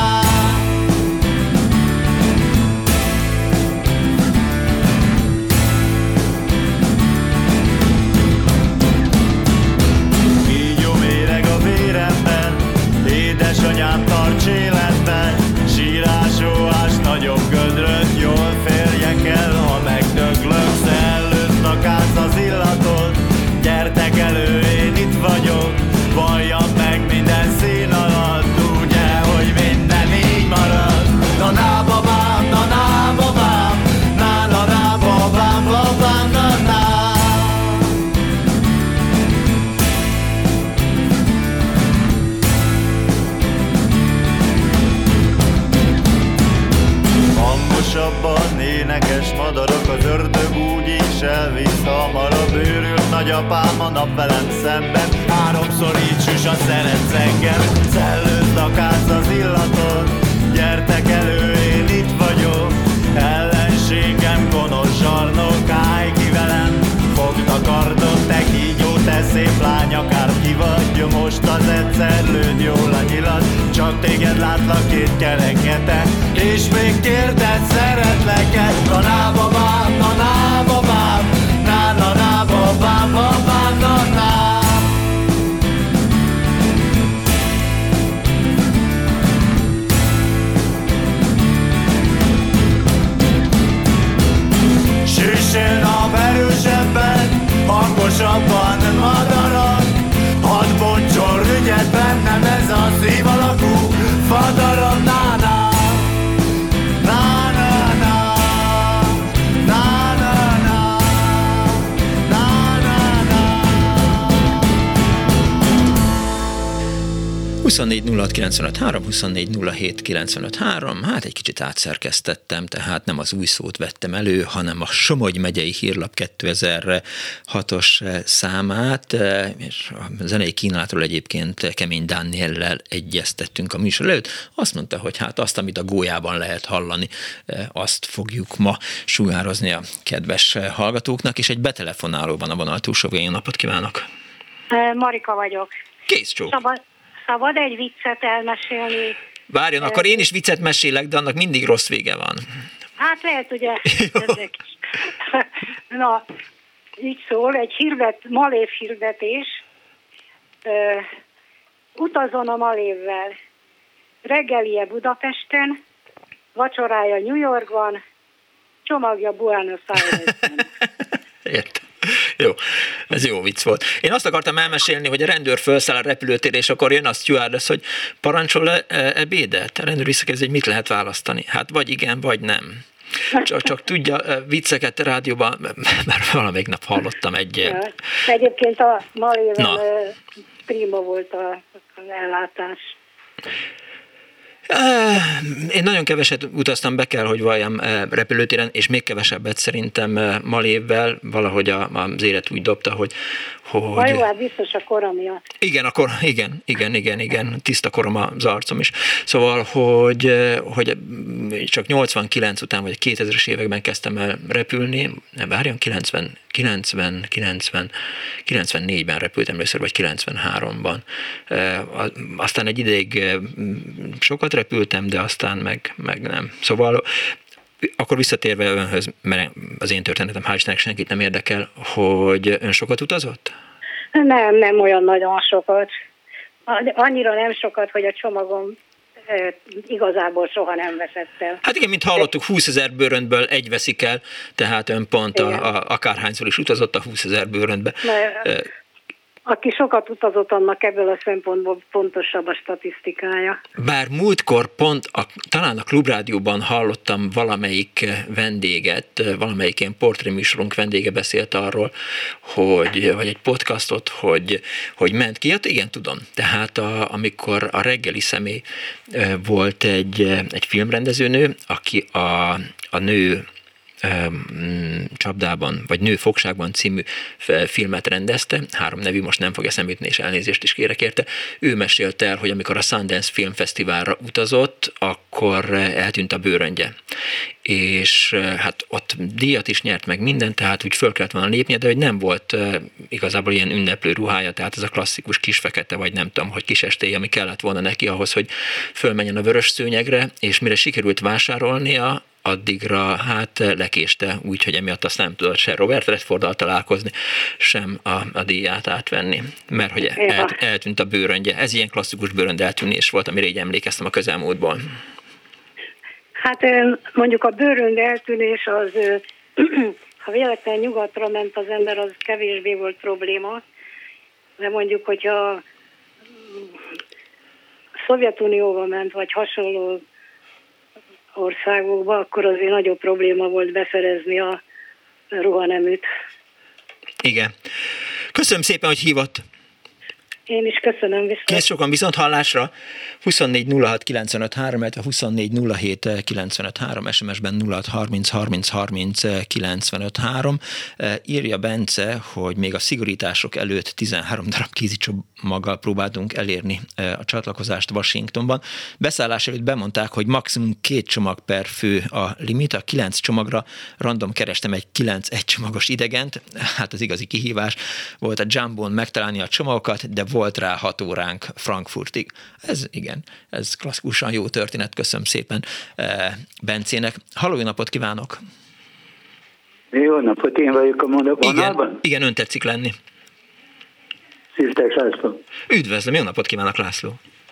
Kígyó méreg a véremben, édesanyám tarts életben, sírás, óvás, nagyobb gödröt, jól férjek el, ha megdöglök. Szellőzd a káz az illatot, gyertek elő, én itt vagyok, valljam meg minden szín alatt, ugye, hogy minden így marad. Na na babám, na na babám, na na na babám, babám, na na. Hangosabban énekes madarak, az ördög úgy is elvisz hamarabb. Őrült nagyapám a nap velem szemben, háromszor így süs a szeretsz engem. Szellőzd a káz az illatot, gyertek elő, én itt vagyok. Ellenségem gonosz zsarnok, állj ki velem, fogd a kardot, te kígyó, te szép lány, akárki vagy. Most az egyszer lőd jól a nyilat, csak téged látlak két kerek hete, és még kérdez, szeretlek-e? Na na babám, na na babám, na na na babám, babám, na na. Süssél nap erősebben, hangosabban madarak, hadd bontson rügyet bennem ez a szív alakú fadaram, na na. Na na na, na na na, na na na. huszonnégy nulla hat kilencvenöt három, huszonnégy nulla hét kilencvenöt három, hát egy kicsit átszerkesztettem, tehát nem az Új Szót vettem elő, hanem a Somogy megyei hírlap kétezer-hatos számát, és a zenei kínálatról egyébként Kemény Dániellel egyeztettünk a műsor előtt. Azt mondta, hogy hát azt, amit a gólyában lehet hallani, azt fogjuk ma sugározni a kedves hallgatóknak, és egy betelefonáló van a vonal túlsó végén. Napot kívánok! Marika vagyok. Kész csók! Szabad, szabad egy viccet elmesélni? Várjon, e... akkor én is viccet mesélek, de annak mindig rossz vége van. Hát lehet, ugye, ezek is. Na, így szól, egy hirdet, malév hirdetés. Uh, utazon a malévvel. Reggelije Budapesten, vacsorája New Yorkban, csomagja Buenos Airesben. Értem. Jó, ez jó vicc volt. Én azt akartam elmesélni, hogy a rendőr felszáll a repülőtérre, és akkor jön a stewardess, hogy parancsol ebédet? A rendőr visszakérdezi, hogy mit lehet választani. Hát vagy igen, vagy nem. Csak, csak tudja vicceket rádióban, mert valamelyik nap hallottam egy... Ja, egyébként a maléven prima volt az ellátás. Én nagyon keveset utaztam, be kell, hogy valljam repülőtéren, és még kevesebbet szerintem Malévvel, valahogy az élet úgy dobta, hogy... hogy... Jó, hát biztos a kora miatt. Igen, akkor, igen, igen, igen, igen, tiszta korom az arcom is. Szóval, hogy, hogy csak nyolcvankilenc után, vagy kétezres években kezdtem el repülni, nem várjam, kilencven, kilencven, kilencven, kilencvennégyben repültem először, vagy kilencvenháromban. Aztán egy ideig sokat repültem, de aztán meg, meg nem. Szóval akkor visszatérve önhöz, mert az én történetem hál' Istennek senkit nem érdekel, hogy ön sokat utazott? Nem, nem olyan nagyon sokat. Annyira nem sokat, hogy a csomagom e, igazából soha nem veszett el. Hát igen, mint hallottuk, húszezer bőröntből egy veszik el, tehát ön pont a, a, akárhányszor is utazott a húszezer bőröntbe. Na, aki sokat utazott, annak ebből a szempontból pontosabb a statisztikája. Bár múltkor pont, a, talán a Klubrádióban hallottam valamelyik vendéget, valamelyik ilyen portréműsorunk vendége beszélt arról, hogy, vagy egy podcastot, hogy, hogy ment ki. Hát igen, tudom. Tehát a, amikor a Reggeli Személy volt egy, egy filmrendezőnő, aki a, a nő csapdában, vagy Nő fogságban című filmet rendezte, három nevű, most nem fog eszembe jutni, és elnézést is kérek érte. Ő mesélte el, hogy amikor a Sundance Filmfesztiválra utazott, akkor eltűnt a bőröntje. És hát ott díjat is nyert meg mindent, tehát úgy föl kellett volna lépnie, de hogy nem volt igazából ilyen ünneplő ruhája, tehát ez a klasszikus kis fekete, vagy nem tudom, hogy kis estély, ami kellett volna neki ahhoz, hogy fölmenjen a vörös szőnyegre, és mire sikerült vásárolnia, addigra hát lekéste, úgyhogy emiatt azt nem tudott se Robert Redforddal találkozni, sem a, a díját átvenni, mert hogy el, eltűnt a bőröntje. Ez ilyen klasszikus bőrönt eltűnés volt, amire így emlékeztem a közelmúltból. Hát mondjuk a bőrönt eltűnés az, ha véletlenül nyugatra ment az ember, az kevésbé volt probléma, de mondjuk, hogyha Szovjetunióba ment, vagy hasonló országokba, akkor azért nagyobb probléma volt beszerezni a ruhaneműt. Igen. Köszönöm szépen, hogy hívott. Én is köszönöm viszont. Kész sokan viszont hallásra. huszonnégy nulla hat kilencvenöt három, illetve huszonnégy nulla hét kilencvenöt három, es em es-ben nulla hat harminc harminc harminc kilencvenöt három. Írja Bence, hogy még a szigorítások előtt tizenhárom darab kézicsomaggal próbáltunk elérni a csatlakozást Washingtonban. Beszállás előtt bemondták, hogy maximum két csomag per fő a limit. A kilenc csomagra random kerestem egy kilenc egycsomagos idegent. Hát az igazi kihívás volt a Jumbo-n megtalálni a csomagokat, de volt rá hat óránk Frankfurtig. Ez igen, ez klasszikusan jó történet, köszönöm szépen Bencének. Halló, jó napot kívánok! Jó napot, én vagyok a vonalban. Igen, igen, ön tetszik lenni. Szirtek László. Üdvözlöm, jó napot kívánok, László!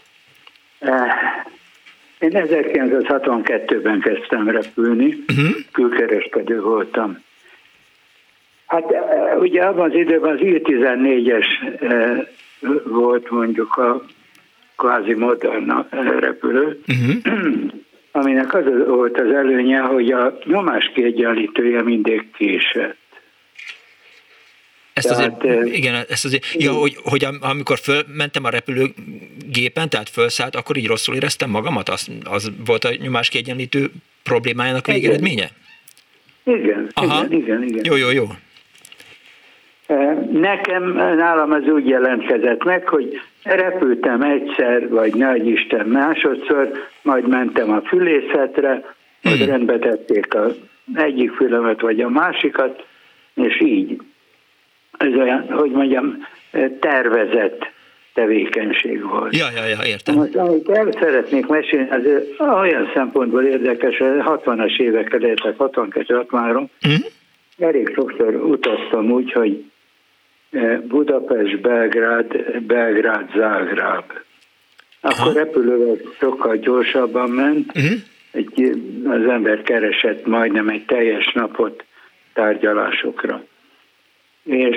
Én ezerkilencszázhatvankettőben kezdtem repülni, uh-huh. külkereskedő voltam. Hát ugye abban az időben az I tizennégyes volt mondjuk a kvázi modern repülő, uh-huh. aminek az volt az előnye, hogy a nyomás-kiegyenlítője mindig késett. Ezt azért, tehát, igen, ezt azért, ja, hogy, hogy amikor fölmentem a repülőgépen, tehát fölszállt, akkor így rosszul éreztem magamat? Az, az volt a nyomás-kiegyenlítő problémájának végeredménye? Igen, igen, igen, igen. Jó, jó, jó. Nekem, nálam ez úgy jelentkezett meg, hogy repültem egyszer, vagy nagy Isten másodszor, majd mentem a fülészetre, hogy hmm. rendbe tették az egyik fülemet, vagy a másikat, és így. Ez olyan, hogy mondjam, tervezett tevékenység volt. Ja, ja, ja, értem. Most, amit el szeretnék mesélni, az olyan szempontból érdekes, hogy hatvanas évek elértek, hatvankettő hatvanhárom, hmm. elég sokszor utaztam úgy, hogy Budapest, Belgrád, Belgrád, Zágráb. Akkor Aha. repülővel sokkal gyorsabban ment, uh-huh. egy, az ember keresett majdnem egy teljes napot tárgyalásokra. És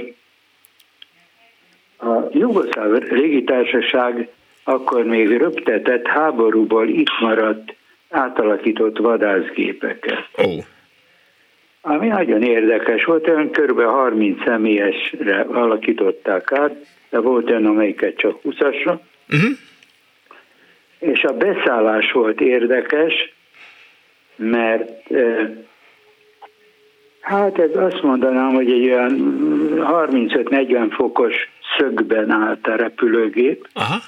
a jugoszláv légitársaság akkor még röptetett háborúból itt maradt, átalakított vadászgépeket. Oh. Ami nagyon érdekes volt, olyan kb. harminc személyesre alakították át, de volt olyan, amelyiket csak húszasra. Uh-huh. És a beszállás volt érdekes, mert hát ez azt mondanám, hogy egy olyan harmincöt-negyven fokos szögben állt a repülőgép. Aha.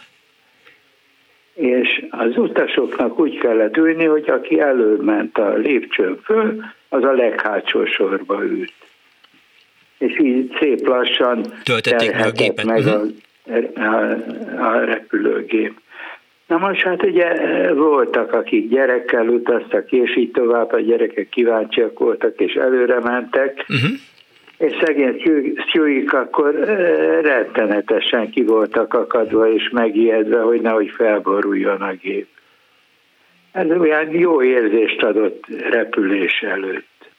És az utasoknak úgy kellett ülni, hogy aki előbb ment a lépcsőn föl, az a leghátsó sorba ült. És így szép lassan terhetett meg a, a, a repülőgép. Na most hát ugye voltak, akik gyerekkel utaztak, és így tovább, a gyerekek kíváncsiak voltak, és előre mentek, uh-huh. és szegény sztjuik akkor rettenetesen ki voltak akadva, és megijedve, hogy nehogy felboruljon a gép. Ez olyan jó érzést adott repülés előtt.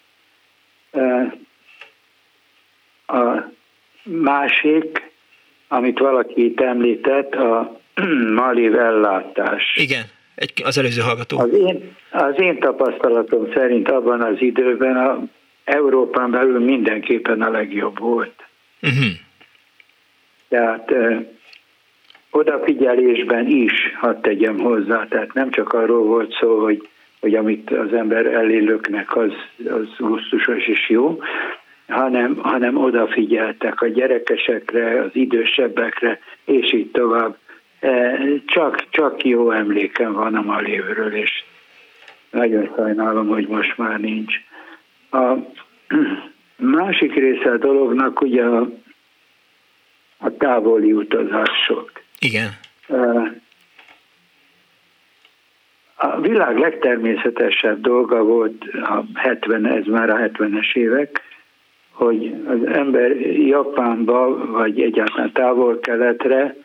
A másik, amit valaki itt említett, a Malév ellátás. Igen, egy, az előző hallgató. Az én, az én tapasztalatom szerint abban az időben a Európán belül mindenképpen a legjobb volt. Uh-huh. Tehát ö, odafigyelésben is, hadd tegyem hozzá, tehát nem csak arról volt szó, hogy, hogy amit az ember elé löknek, az, az gusztusos és jó, hanem, hanem odafigyeltek a gyerekesekre, az idősebbekre, és így tovább. Csak, csak jó emlékem van a Malévről, és nagyon sajnálom, hogy most már nincs. A másik része a dolognak ugye a, a távoli utazások. Igen. A világ legtermészetesebb dolga volt a hetven, ez már a hetvenes évek, hogy az ember Japánba, vagy egyáltalán távol-keletre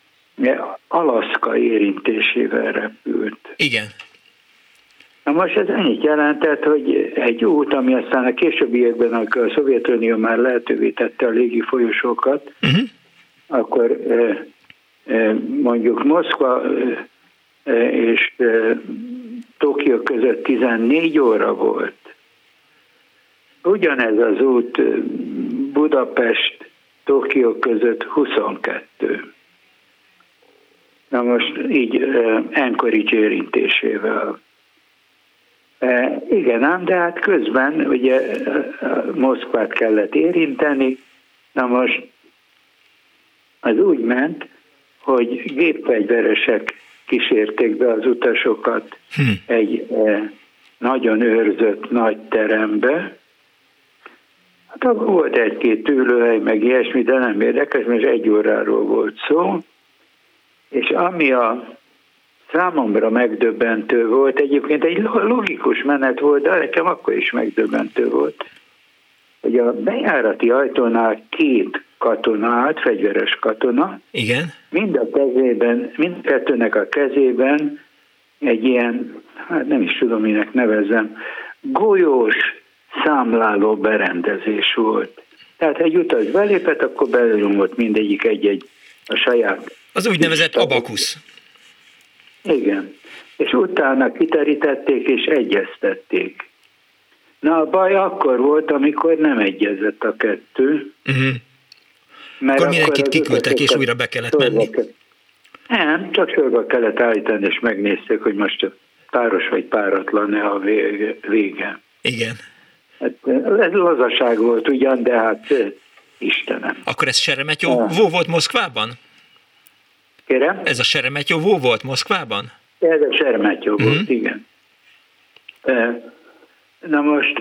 Alaszka érintésével repült. Igen. Na most ez ennyit jelentett, hogy egy út, ami aztán a későbbiekben, amikor a Szovjetunió már lehetővé tette a légi folyosókat, uh-huh. akkor mondjuk Moszkva és Tokió között tizennégy óra volt. Ugyanez az út Budapest, Tokió között huszonkettő. Na most így Anchorage érintésével. E, igen ám, de hát közben ugye Moszkvát kellett érinteni. Na most az úgy ment, hogy gépfegyveresek kísérték be az utasokat hm. egy e, nagyon őrzött nagy terembe. Hát volt egy-két ülőhely, meg ilyesmi, de nem érdekes, mert egy óráról volt szó. És ami a számomra megdöbbentő volt, egyébként egy logikus menet volt, de nekem akkor is megdöbbentő volt, hogy a bejárati ajtónál két katona állt, fegyveres katona. Igen. Mind a kezében, mindkettőnek a kezében egy ilyen, hát nem is tudom, minek nevezzem, golyós számláló berendezés volt. Tehát egy utas belépett, akkor belülungott mindegyik egy-egy a saját. Az úgynevezett abakusz. Igen. És utána kiterítették és egyeztették. Na a baj akkor volt, amikor nem egyezett a kettő. Uh-huh. Mert akkor mindenkit kiküldtek és újra be kellett menni. Ke- nem, csak sorba kellett állítani és megnézték, hogy most páros vagy páratlan-e a vége. Igen. Hát, ez lazaság volt ugyan, de hát Istenem. Akkor ez Seremetjevó volt Moszkvában? Kérem? Ez a Seremetjevó volt Moszkvában? Ez a Seremetjevó mm-hmm. volt, igen. Na most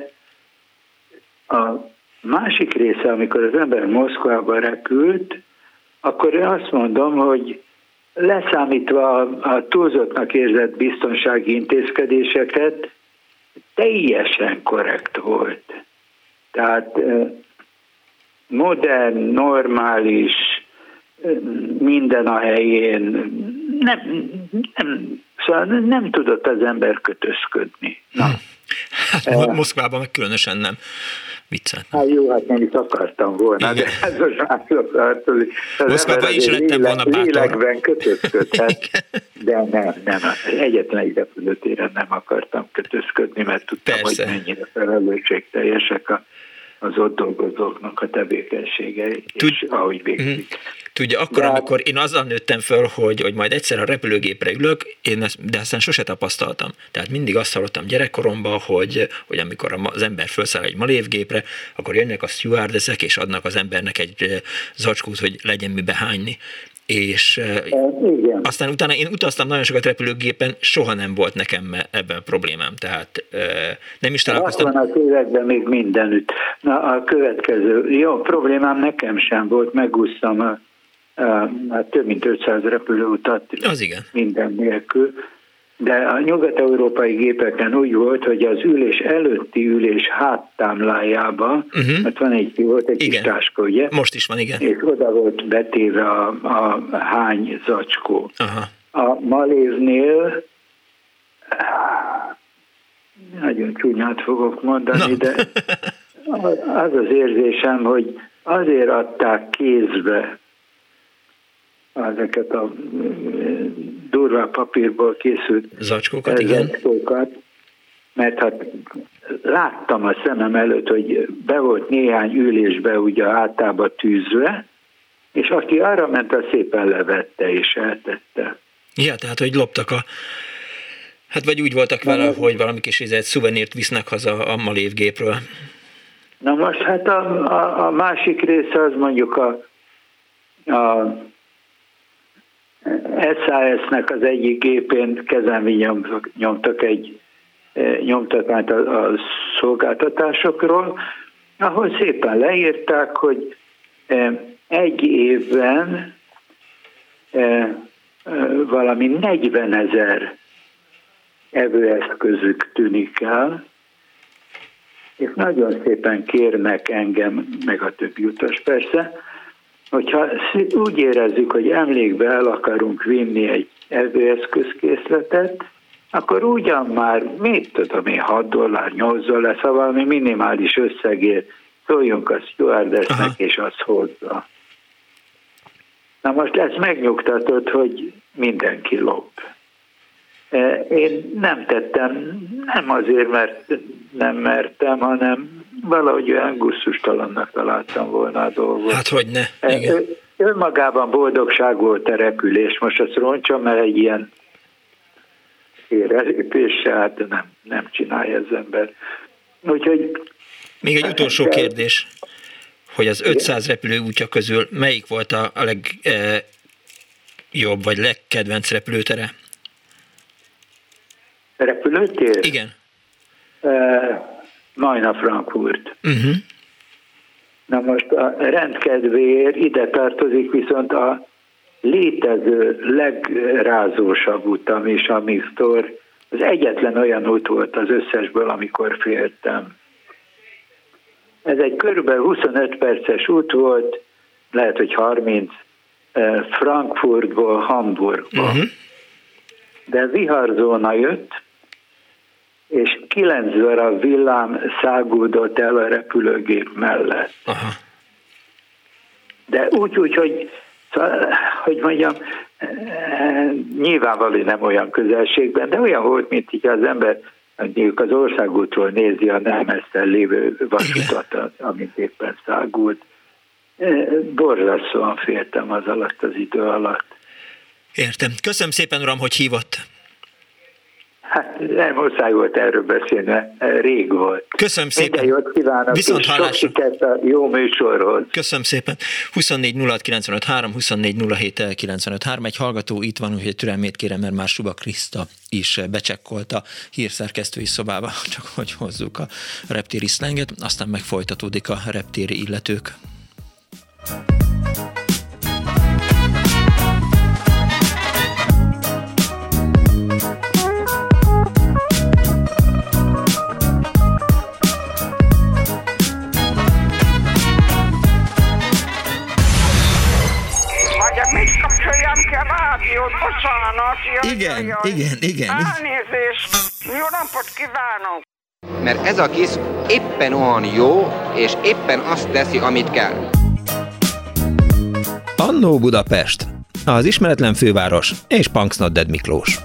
a másik része, amikor az ember Moszkvába repült, akkor én azt mondom, hogy leszámítva a, a túlzottnak érzett biztonsági intézkedéseket, teljesen korrekt volt. Tehát modern, normális, minden a helyén, nem, nem, szóval nem tudott az ember kötözködni. Na. Hát uh, Moszkvában meg különösen nem. Viccelt. Hát jó, hát nem is akartam volna, igen. De ez most mások tartozik. Moszkvában is lettem volna bátor. Lélekben kötözködhet, de nem, nem. Egyetlen egy repülőtéren nem akartam kötözködni, mert tudtam, persze, hogy mennyire felelősségteljesek a az ott dolgozóknak a tevékenysége, Tud... és ahogy végzik. Tudja, akkor, de... amikor én azzal nőttem föl, hogy, hogy majd egyszer a repülőgépre ülök, én ezt, de aztán sose tapasztaltam. Tehát mindig azt hallottam gyerekkoromban, hogy, hogy amikor az ember felszáll egy malévgépre, akkor jönnek a stewardessek, és adnak az embernek egy zacskót, hogy legyen mibe hányni. És igen. Aztán utána én utaztam nagyon sokat repülőgépen, soha nem volt nekem ebben problémám, tehát nem is találkoztam. hatvanas években még mindenütt. Na, a következő, jó, problémám nekem sem volt, megúsztam a, a, a több mint ötszáz repülőutat az igen. minden nélkül, de a nyugat-európai gépeken úgy volt, hogy az ülés előtti ülés háttámlájában, uh-huh. mert van egy, volt egy kis táska, ugye? Most is van, igen. És oda volt betéve a, a hány zacskó. Aha. A malévnél nagyon csúnyát fogok mondani, no. de az az érzésem, hogy azért adták kézbe ezeket a durvá papírból készült zacskókat, igen. zacskókat, mert hát láttam a szemem előtt, hogy be volt néhány ülésbe ugye hátába tűzve, és aki arra ment, az szépen levette és eltette. Ja, tehát, hogy loptak a... Hát vagy úgy voltak vele, na, hogy valami kis egy szuvenírt visznek haza a malévgépről. Na most hát a, a, a másik része az mondjuk a, a es á es-nek az egyik gépén kezembe nyomtak, nyomtak egy nyomtatványt a, a szolgáltatásokról, ahol szépen leírták, hogy egy évben valami negyvenezer evőeszközük tűnik el, és nagyon szépen kérnek engem, meg a többi utas persze, hogyha úgy érezzük, hogy emlékbe el akarunk vinni egy evőeszközkészletet, akkor ugyan már, mit tudom én, hat dollár, nyolc dollár, szóval valami minimális összegért szóljunk a stewardessnek, és az hozza. Na most ez megnyugtatott, hogy mindenki lop. Én nem tettem, nem azért, mert nem mertem, hanem valahogy olyan gusztustalannak találtam volna a dolgot. Hát hogy ne, igen. Önmagában boldogság volt a repülés, most azt roncsam, mert egy ilyen érelépéssel hát nem, nem csinálja az ember. Úgyhogy... Még egy utolsó de... kérdés, hogy az ötszáz repülőútja közül melyik volt a, a legjobb, vagy legkedvenc repülőtere? Repülőtér? Igen. Uh, Majna Frankfurt. Uh-huh. Na most a rendkedvéért ide tartozik viszont a létező legrázósabb utam is, a Mistor. Az egyetlen olyan út volt az összesből, amikor féltem. Ez egy körülbelül huszonöt perces út volt, lehet, hogy harminc, Frankfurtból Hamburgba. Uh-huh. De viharzóna jött, és kilenc darab villám száguldott el a repülőgép mellett. Aha. De úgy, úgy, hogy, hogy mondjam, nyilvánvalóan nem olyan közelségben, de olyan volt, mint így az ember mondjuk az országútról nézi a nem messzen lévő vasutat, amit éppen szágult. Borzasztóan féltem az alatt az idő alatt. Értem. Köszönöm szépen, uram, hogy hívott. Hát nem muszáj volt erről beszélni, rég volt. Köszönöm szépen. Minden jót kívánok, viszont és hallásra. Sok sikert a jó műsorhoz. Köszönöm szépen. huszonnégy nulla hat kilencvenöt három, huszonnégy nulla hét kilencvenöt három. Egy hallgató itt van, úgyhogy türelmét kérem, mert már Suba Kriszta is becsekkolt a hírszerkesztői szobába, csak hogy hozzuk a reptéri szlenget, aztán meg folytatódik a reptéri illetők. Bocsánat, jaj, igen, jaj. igen, igen. Elnézést, jó napot kívánok! Mert ez a kis éppen olyan jó, és éppen azt teszi, amit kell. Annó Budapest, az ismeretlen főváros és Punksnodded Miklós.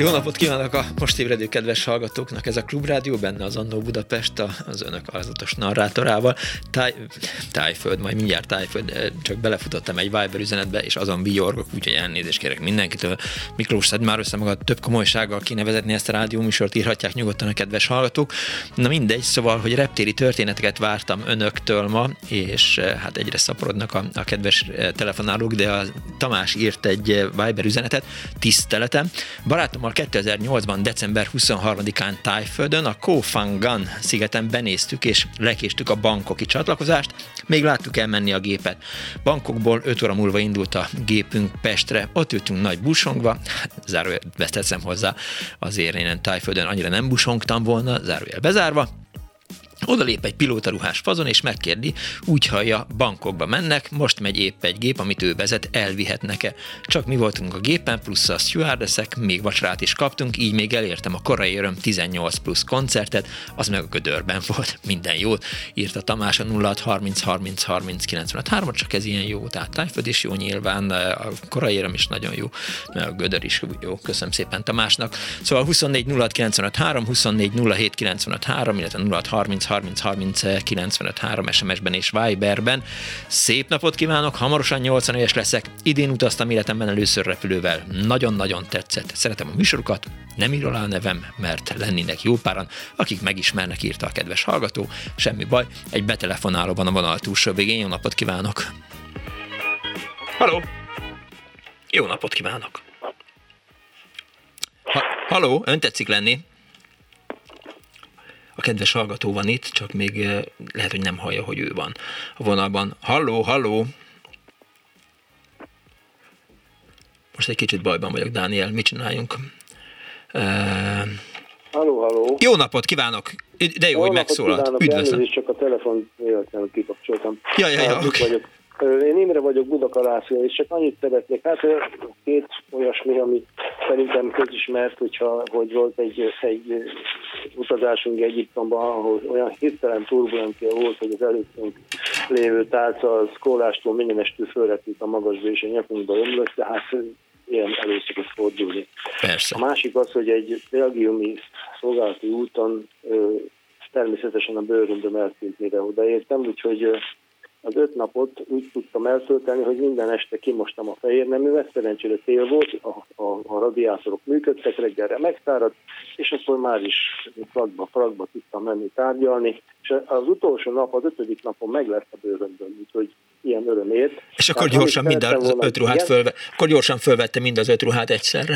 Jó napot kívánok a most ébredő kedves hallgatóknak, ez a Klubrádió, benne az Annó Budapest az önök alázatos narrátorával. Táj, tájföld, majd mindjárt Tájföld, csak belefutottam egy Viber üzenetbe, és azon vigyorgok, úgyhogy elnézést kérek mindenkitől. Miklós, szedd már össze magad, több komolysággal kéne vezetni ezt a rádióműsort, írhatják nyugodtan a kedves hallgatók. Na mindegy, szóval, hogy reptéri történeteket vártam önöktől ma, és hát egyre szaporodnak a, a kedves telefonálók, de a Tamás írt egy Viber üzenetet, tiszteletem. Barátommal kétezer-nyolcban december huszonharmadikán Tájföldön a Koh Phangan szigeten benéztük és lekéstük a bangkoki csatlakozást, még láttuk elmenni a gépet. Bangkokból öt óra múlva indult a gépünk Pestre, ott ültünk nagy busongva, zárójel teszem hozzá, azért én Tájföldön annyira nem busongtam volna, zárójel bezárva. Oda lép egy pilótaruhás fazon, és megkérdi, úgy hallja, Bangkokba mennek, most megy épp egy gép, amit ő vezet, elvihetnek-e. Csak mi voltunk a gépen, plusz a stewardessek, még vacsorát is kaptunk, így még elértem a korai öröm tizennyolc plusz koncertet, az meg a Gödörben volt. Minden jót, írta Tamás a nulla hat harminc harminc harminc kilencvenöt három, csak ez ilyen jó, tehát Tájföld is jó nyilván, a korai öröm is nagyon jó, meg a Gödör is jó, köszönöm szépen Tamásnak. Szóval huszonnégy nulla hat kilencvenöt három, huszonnégy nulla hét kilencvenöt három, illetve nulla hat harminc harminc harminc kilencvenöt három es em es-ben és Viberben. Szép napot kívánok, hamarosan nyolcvan éves leszek. Idén utaztam életemben először repülővel. Nagyon-nagyon tetszett. Szeretem a műsorokat, nem ír alá a nevem, mert lennének jó páran, akik megismernek, írta a kedves hallgató. Semmi baj, egy betelefonáló van a vonal túlsó végén. Jó napot kívánok! Halló! Jó napot kívánok! Ha- Halló, ön tetszik lenni? A kedves hallgató van itt, csak még lehet, hogy nem hallja, hogy ő van a vonalban. Halló, halló! Most egy kicsit bajban vagyok, Dániel, mit csináljunk? Uh... Halló, halló! Jó napot kívánok! De jó, jó hogy megszólalt. Üdvözlöm! Elnézést, csak a telefon véletlenül kikapcsoltam. Ja, ja, ja, okay. vagyok. Én Imre vagyok, Budakalászról, és csak annyit szeretnék, hát két olyasmi, ami szerintem közismert, hogyha, hogy volt egy, egy utazásunk Egyiptomban, ahol olyan hirtelen turbulencia volt, hogy az előttünk lévő tálca az kólástól mindenestől fölrepült a magasba, és a nyakunkba ömlött, tehát ilyen elő szokott fordulni. Persze. A másik az, hogy egy belgiumi szolgálati úton természetesen a bőröndöm eltűntmére odaértem, úgyhogy az öt napot úgy tudtam eltölteni, hogy minden este kimostam a fehérneművet, szerencsére tél volt, a, a, a radiátorok működtek, reggelre megszáradt, és akkor már is frakba, frakba tudtam menni tárgyalni, és az utolsó nap, az ötödik napon meg lett a bőröndöm, úgyhogy ilyen örömért. És akkor tehát, gyorsan mind az volna, öt ruhát fölve, akkor gyorsan fölvette mind az öt ruhát egyszerre?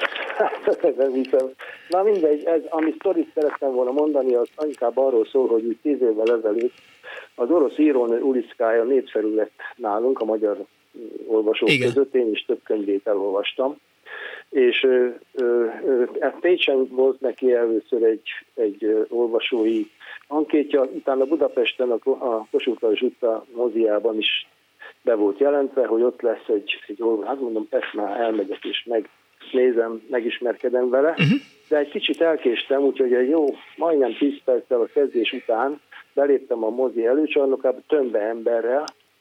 Nem hiszem. Na mindegy, ez, ami sztorit szerettem volna mondani, az inkább arról szól, hogy úgy tíz évvel ezelőtt az orosz írónő Ulickája népszerű lett nálunk, a magyar olvasók Igen. között, én is több könyvét elolvastam, és ö, ö, ö, Pécsen volt neki először egy, egy olvasói ankétja, utána Budapesten a, a Kossuth Lajos utca moziában is be volt jelentve, hogy ott lesz egy, egy olvasó, hát mondom, ezt már elmegyek és megnézem, megismerkedem vele, uh-huh. de egy kicsit elkéstem, úgyhogy egy jó, majdnem tíz perccel a kezdés után beléptem a mozi előcsarnokába tömbe emberrel,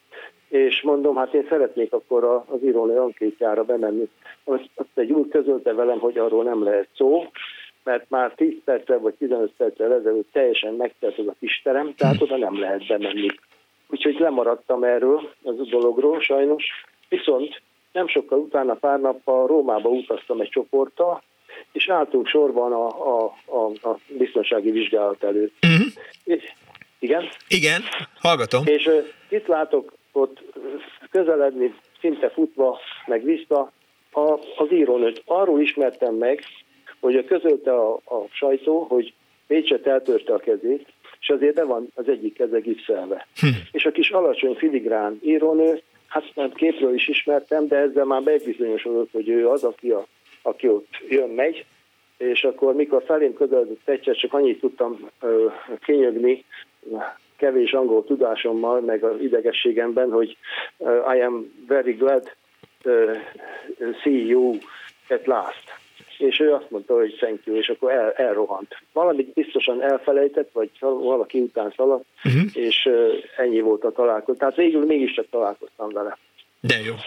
és mondom, hát én szeretnék akkor az írónő ankétjára bemenni. Azt egy úr közölte velem, hogy arról nem lehet szó, mert már tíz perccel vagy tizenöt perccel ezelőtt teljesen megtelt az a kis terem, tehát oda nem lehet bemenni. Úgyhogy lemaradtam erről, az a dologról sajnos. Viszont nem sokkal utána, pár nappal Rómába utaztam egy csoporttal, és álltunk sorban a, a, a, a biztonsági vizsgálat előtt. Uh-huh. És, igen? Igen, hallgatom. És uh, itt látok ott közeledni, szinte futva, meg vissza a, az írónőt. Arról ismertem meg, hogy közölte a, a sajtó, hogy Pécset eltörte a kezét, és azért be van az egyik keze gipszelve. Hm. És a kis alacsony filigrán írónő, hát nem képről is ismertem, de ezzel már megbizonyosodott, hogy ő az, aki, a, aki ott jön-megy, és akkor mikor felém közeledett egyszer, csak annyit tudtam ö, kinyögni, kevés angol tudásommal, meg az idegességemben, hogy uh, I am very glad uh, see you at last. És ő azt mondta, hogy thank you, és akkor el, elrohant. Valamit biztosan elfelejtett, vagy valaki után szaladt, uh-huh. és uh, ennyi volt a találkozó. Tehát végül mégiscsak találkoztam vele. De jó.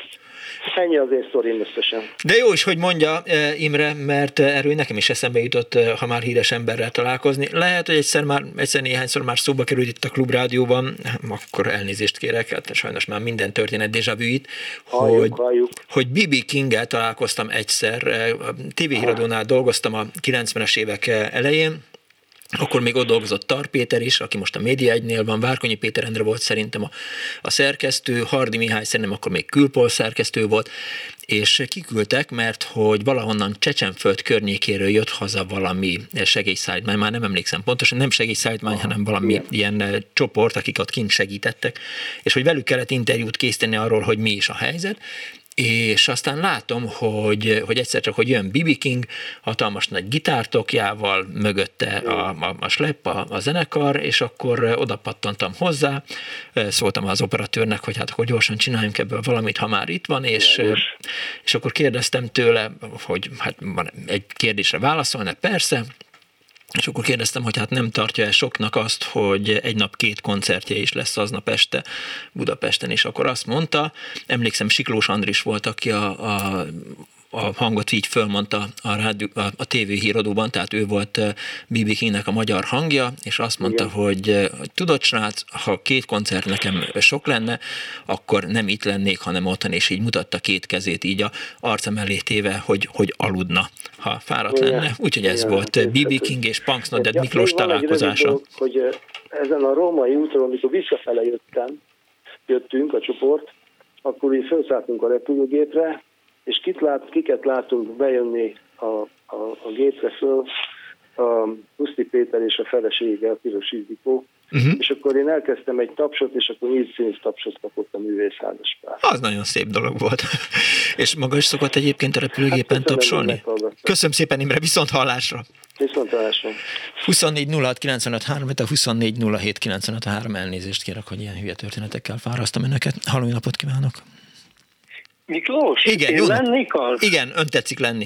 Ennyi azért sztorim összesen. De jó is, hogy mondja Imre, mert erről nekem is eszembe jutott, ha már híres emberrel találkozni. Lehet, hogy egyszer, már, egyszer néhányszor már szóba került itt a Klubrádióban, akkor elnézést kérek, hát sajnos már minden történet déjà vu itt, hogy, hogy bé bé King-gel találkoztam egyszer, tévéhíradónál dolgoztam a kilencvenes évek elején, akkor még ott dolgozott Tar Péter is, aki most a Média egynél van, Várkonyi Péter Endre volt szerintem a, a szerkesztő, Hardy Mihály szerintem akkor még Külpol szerkesztő volt, és kiküldtek, mert hogy valahonnan Csecsenföld környékéről jött haza valami segélyszállítmány, már nem emlékszem pontosan, nem segélyszállítmány, ah, hanem valami ilyen, ilyen csoport, akik ott kint segítettek, és hogy velük kellett interjút készíteni arról, hogy mi is a helyzet, és aztán látom, hogy, hogy egyszer csak, hogy jön bé bé King, hatalmas nagy gitártokjával, mögötte a, a, a slepp, a, a zenekar, és akkor oda pattantam hozzá, szóltam az operatőrnek, hogy hát akkor gyorsan csináljunk ebből valamit, ha már itt van, és, és akkor kérdeztem tőle, hogy hát van egy kérdésre válaszolni, persze, és akkor kérdeztem, hogy hát nem tartja-e soknak azt, hogy egy nap két koncertje is lesz aznap este Budapesten, és akkor azt mondta, emlékszem, Siklós Andris volt, aki a, a, a hangot így fölmondta a, rádió, a, a tévéhíradóban, tehát ő volt bé bé Kingnek a magyar hangja, és azt mondta, igen, hogy tudod, srác, ha két koncert nekem sok lenne, akkor nem itt lennék, hanem otthon, és így mutatta két kezét így a arca mellé téve, hogy, hogy aludna, ha fáradt igen, lenne. Úgyhogy ez igen, volt bé bé King és Punks Not Dead Miklós találkozása. Dolog, hogy ezen a római úton, amikor visszafele jöttem, jöttünk a csoport, akkor így felszálltunk a repülőgépre, és kit lát, kiket látunk bejönni a, a, a gépre föl, a Puszti Péter és a felesége, a Piros Ildikó, uh-huh. és akkor én elkezdtem egy tapsot, és akkor nyílt színész tapsot kapott a művész házaspár. Az nagyon szép dolog volt. És maga is szokott egyébként a repülőgépen hát tapsolni? Köszönöm szépen, Imre, viszont hallásra! Viszont hallásra! huszonnégy nulla hat kilencvenöt három, a huszonnégy nulla hét kilencvenöt három, elnézést kérek, hogy ilyen hülye történetekkel fárasztam önöket. Halló, jó napot kívánok! Miklós? Igen, én jó, lennék az? Igen, ön tetszik lenni.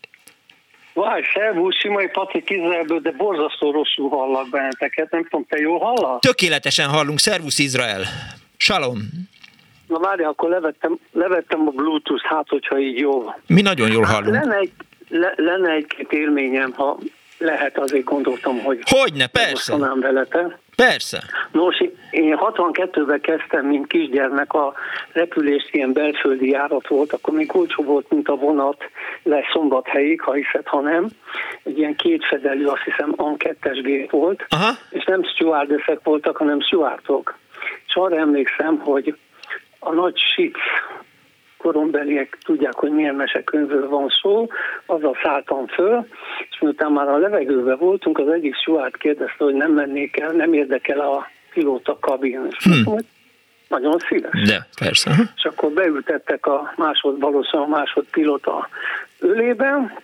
Vaj, szervusz, Simai Patrik Izraelből, de borzasztó rosszul hallak benneteket. Nem tudom, te jól hallasz? Tökéletesen hallunk. Szervusz, Izrael. Shalom. Na várjál, akkor levettem, levettem a Bluetooth, hát hogyha így jó. Mi nagyon jól hallunk. Hát lenne, egy, le, lenne egy-két élményem, ha lehet, azért gondoltam, hogy... Hogyne, persze. Veletek. Persze. Nos, én hatvankettőben kezdtem, mint kisgyermek a repülést, ilyen belföldi járat volt, akkor még olcsó volt, mint a vonat le Szombathelyig, ha hiszed, ha nem. Egy ilyen kétfedelű, azt hiszem, á kettes gép volt, aha. és nem stewardessek voltak, hanem stewardok. És arra emlékszem, hogy a nagy Sic korombeliek tudják, hogy milyen mesekönyvről van szó, azzal szálltam föl, és miután már a levegőben voltunk, az egyik steward kérdezte, hogy nem mennék el, nem érdekel a pilóta kabin. És hmm. mondtam, nagyon szíves. De, persze. És akkor beültettek a másod, valószínűleg a másod pilóta ölében,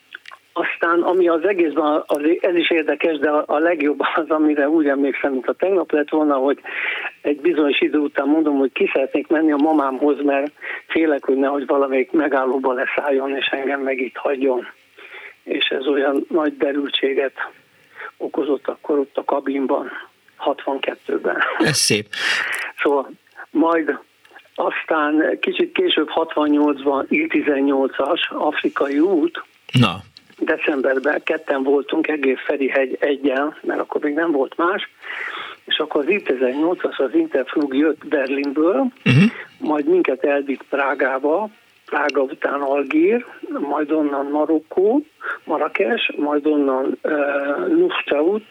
aztán, ami az egészben, az, ez is érdekes, de a, a legjobb az, amire úgy emlékszem, mint a tegnap lett volna, hogy egy bizonyos idő után mondom, hogy ki szeretnék menni a mamámhoz, mert félek, hogy nehogy valamelyik megállóba leszálljon, és engem meg itt hagyjon. És ez olyan nagy derültséget okozott akkor ott a kabinban, hatvankettőben. Ez szép. Szóval majd aztán kicsit később hatvannyolcban I tizennyolcas afrikai út, na. Decemberben ketten voltunk egész Ferihegy egyen, mert akkor még nem volt más, és akkor az I tizennyolcas, az Interflug jött Berlinből, uh-huh. majd minket elvitt Prágába, Prága után Algír, majd onnan Marokkó, Marrakes, majd onnan uh, Nufthaut,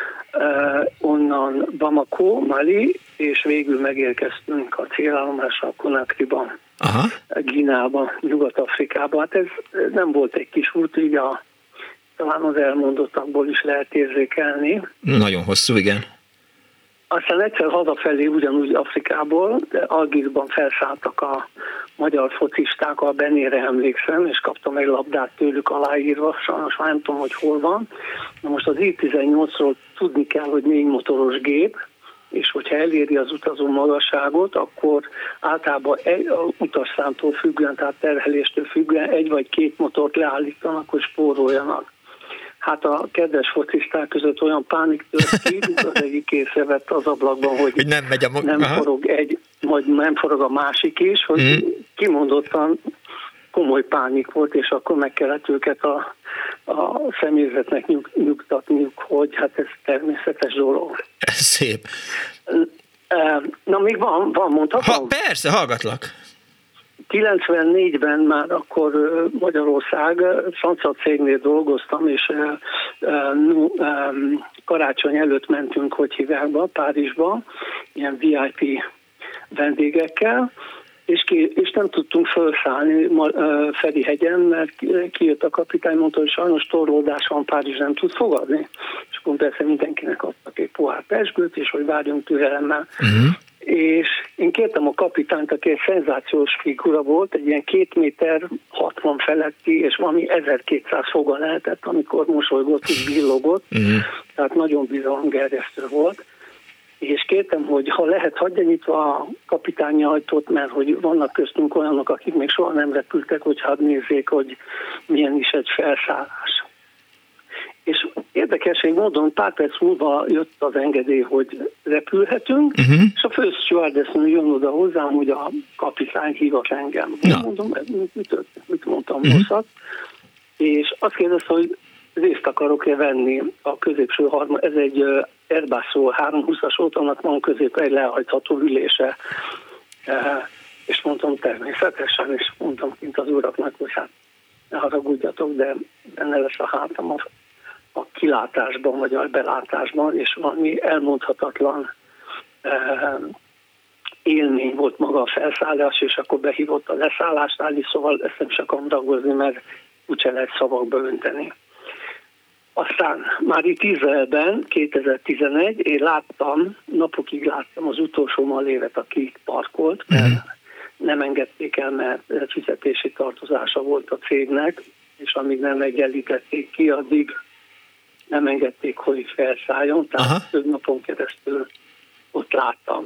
uh, onnan Bamako, Mali, és végül megérkeztünk a célállomásra Conakryban. Aha. Gínában, Nyugat-Afrikában. Hát ez nem volt egy kis út, így a, talán az elmondottakból is lehet érzékelni. Nagyon hosszú, igen. Aztán egyszer hazafelé ugyanúgy Afrikából, de Algírban felszálltak a magyar focisták, a Benére emlékszem, és kaptam egy labdát tőlük aláírva, sajnos már nem tudom, hogy hol van. Na most az I tizennyolcról tudni kell, hogy négy motoros gép, és hogyha eléri az utazó magasságot, akkor általában egy, a utasszámtól függően, tehát terheléstől függően egy vagy két motort leállítanak, hogy spóroljanak. Hát a kedves focisták között olyan pánik tört ki, az egyik észrevett az ablakban, hogy, hogy nem, megy a mag- nem forog egy, vagy nem forog a másik is, hogy mm. kimondottan komoly pánik volt, és akkor meg kellett őket a, a személyzetnek nyug, nyugtatniuk, hogy hát ez természetes dolog. Ez szép. Na, még van, van mondhatom? Ha, persze, hallgatlak. kilencvennégyben már akkor Magyarország, francia cégnél dolgoztam, és karácsony előtt mentünk, hogy hívják, Párizsba, ilyen vé i pé vendégekkel, és, ki, és nem tudtunk felszállni Ferihegyen, mert kijött a kapitány, mondta, hogy sajnos torlódás van, Párizs nem tud fogadni. És akkor persze mindenkinek adtak egy pohár pezsgőt, és hogy várjunk türelemmel. Uh-huh. És én kértem a kapitányt, aki egy szenzációs figura volt, egy ilyen két méter hatvan feletti, és valami ezerkétszáz foga lehetett, amikor mosolygott és billogott, uh-huh. tehát nagyon bizalomgerjesztő volt. És kértem, hogy ha lehet, hagyja nyitva a kapitányi ajtót, mert hogy vannak köztünk olyanok, akik még soha nem repültek, hogy hadd nézzék, hogy milyen is egy felszállás. És érdekesség módon pár perc múlva jött az engedély, hogy repülhetünk, uh-huh. és a fő stewardessznő jön oda hozzám, hogy a kapitány hívott engem. Ja. Mondom, mit, mit mondtam uh-huh. rosszat, és azt kérdezte, hogy részt akarok-e venni a középső harmad, ez egy Airbus háromszázhúszas volt, annak van középen egy lehajtható ülése, és mondtam természetesen, és mondtam kint az uraknak, hogy hát ne haragudjatok, de benne lesz a hátam a, a kilátásban, vagy a belátásban, és valami elmondhatatlan élmény volt maga a felszállás, és akkor behívott a leszállásnál is, szóval ezt nem is akarom ragozni, mert úgyse lehet szavakba önteni. Aztán már itt Izraelben kétezer-tizenegy, én láttam, napokig láttam az utolsó malévet, aki itt parkolt, mert uh-huh. nem engedték el, mert fizetési tartozása volt a cégnek, és amíg nem egyenlítették ki, addig nem engedték, hogy felszálljon, tehát uh-huh. több napon keresztül ott láttam.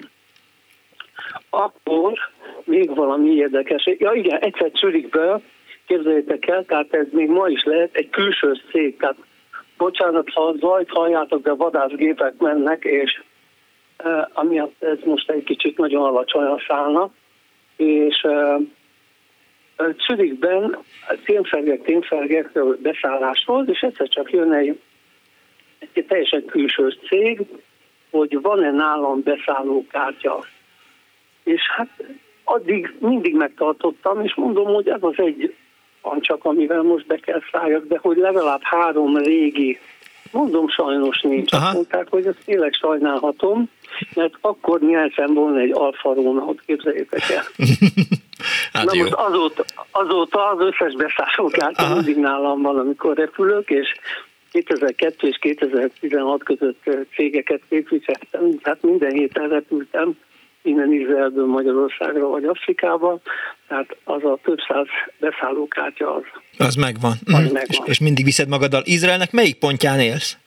Akkor még valami érdekes, ja igen, egyszer Zürichből, képzeljétek el, tehát ez még ma is lehet, egy külső cég, tehát bocsánat, ha a zajt halljátok, de vadászgépek mennek, és uh, amiatt ez most egy kicsit nagyon alacsonyan szállna, és uh, Zürichben témfergek, témfergek beszállás volt, és egyszer csak jön egy, egy teljesen külső cég, hogy van-e nálam beszállókártya. És hát addig mindig megtartottam, és mondom, hogy ez az egy van csak, amivel most be kell szálljak, de hogy legalább három régi, mondom, sajnos nincs. Aha. Azt mondták, hogy ezt tényleg sajnálhatom, mert akkor nyertem volna egy Alfa Romeo-t, képzeljétek el. Hát na jó. Most azóta, azóta az összes beszállókártya mindig nálam van, amikor repülök, és kétezer-kettő és kétezer-tizenhat között cégeket képviseltem, hát minden héten repültem, innen Izraelből Magyarországra vagy Afrikába, tehát az a több száz beszállókártya az. Az megvan. Az mm. megvan. És, és mindig viszed magaddal. Izraelnek melyik pontján élsz?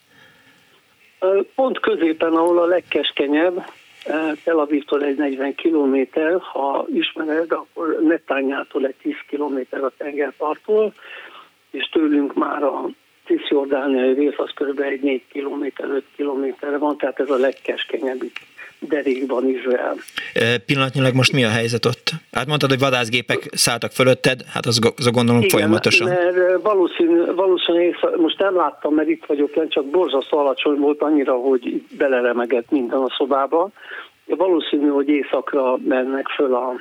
Pont középen, ahol a legkeskenyebb, Tel Avivtól egy negyven kilométer, ha ismered, akkor Netanyától egy tíz kilométer a tengerparttól, és tőlünk már a cisjordániai rész az kb. Egy négy kilométer, öt kilométerre van, tehát ez a legkeskenyebb itt derékban Izrael. E, pillanatnyilag most mi a helyzet ott? Hát mondtad, hogy vadászgépek szálltak fölötted, hát az, az gondolom igen, folyamatosan. Mert valószínű, valószínű, most nem láttam, mert itt vagyok, csak borzasztó alacsony volt annyira, hogy beleremegett minden a szobába. Valószínű, hogy északra mennek föl a,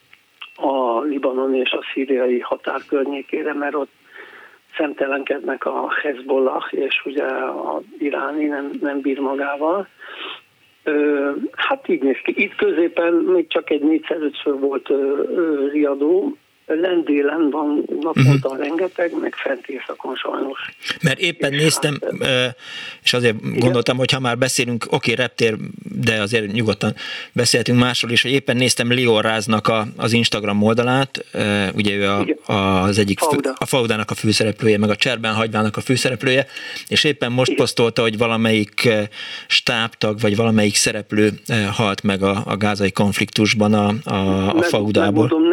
a Libanon és a szíriai határ környékére, mert ott szemtelenkednek a Hezbollah, és ugye az iráni nem, nem bír magával. Ö, hát így néz ki. Itt középen még csak egy négyszer-ötször volt ö, ö, riadó, lendélen van naponta uh-huh. rengeteg, meg fent északon sajnos. Mert éppen és néztem, hát, és azért igen? gondoltam, hogy ha már beszélünk, oké, reptér, de azért nyugodtan beszéltünk másról is, hogy éppen néztem Lior Ráznak a, az Instagram oldalát, ugye ő a, az egyik, Fauda. a Faudának a főszereplője, meg a Cserben Hagyvának a főszereplője, és éppen most igen. posztolta, hogy valamelyik stábtag, vagy valamelyik szereplő halt meg a, a gázai konfliktusban a, a, a Faudából. Megmondom,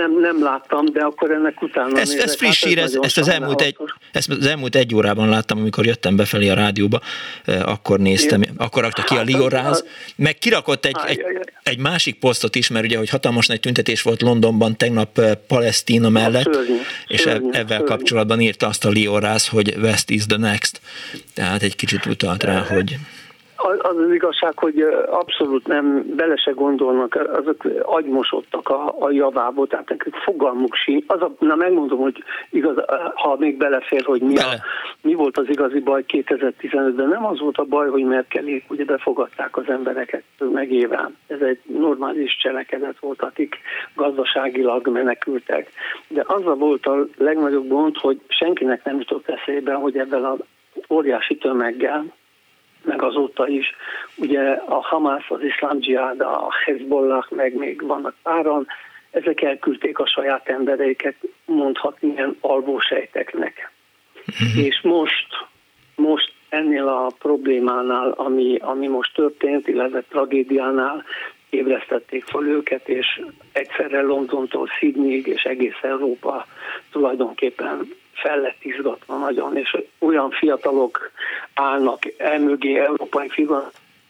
nem, nem láttam, de akkor ennek utána ez, ez friss hír, ez, ezt az elmúlt egy, ezt az elmúlt egy órában láttam, amikor jöttem befelé a rádióba, akkor néztem, én, akkor rakta ki a Lioráz, meg kirakott egy, egy, egy másik posztot is, mert ugye, hogy hatalmas nagy tüntetés volt Londonban tegnap Palesztina mellett, szörnyű, és szörnyű, ebben szörnyű. kapcsolatban írta azt a Lioráz, hogy West is the next, tehát egy kicsit utalt rá, hogy... Az az igazság, hogy abszolút nem, bele se gondolnak, azok agymosodtak a, a javából, tehát nekik fogalmuk sincs. Az a, na megmondom, hogy igaz, ha még belefér, hogy mi, a, mi volt az igazi baj kétezer-tizenötben, nem az volt a baj, hogy Merkelék ugye befogadták az embereket megéven. Ez egy normális cselekedet volt, akik gazdaságilag menekültek. De az a volt a legnagyobb gond, hogy senkinek nem jutott eszébe, hogy ebben az óriási tömeggel, meg azóta is, ugye a Hamász, az Iszlám Dzsihád, a Hezbollah, meg még vannak páran, ezek elküldték a saját embereiket, mondhatni ilyen alvósejteknek. Mm-hmm. És most, most ennél a problémánál, ami, ami most történt, illetve tragédiánál ébresztették fel őket, és egyszerre Londontól Sydneyig és egész Európa tulajdonképpen fel lett izgatva nagyon, és olyan fiatalok állnak elmögé, európai fiatalok,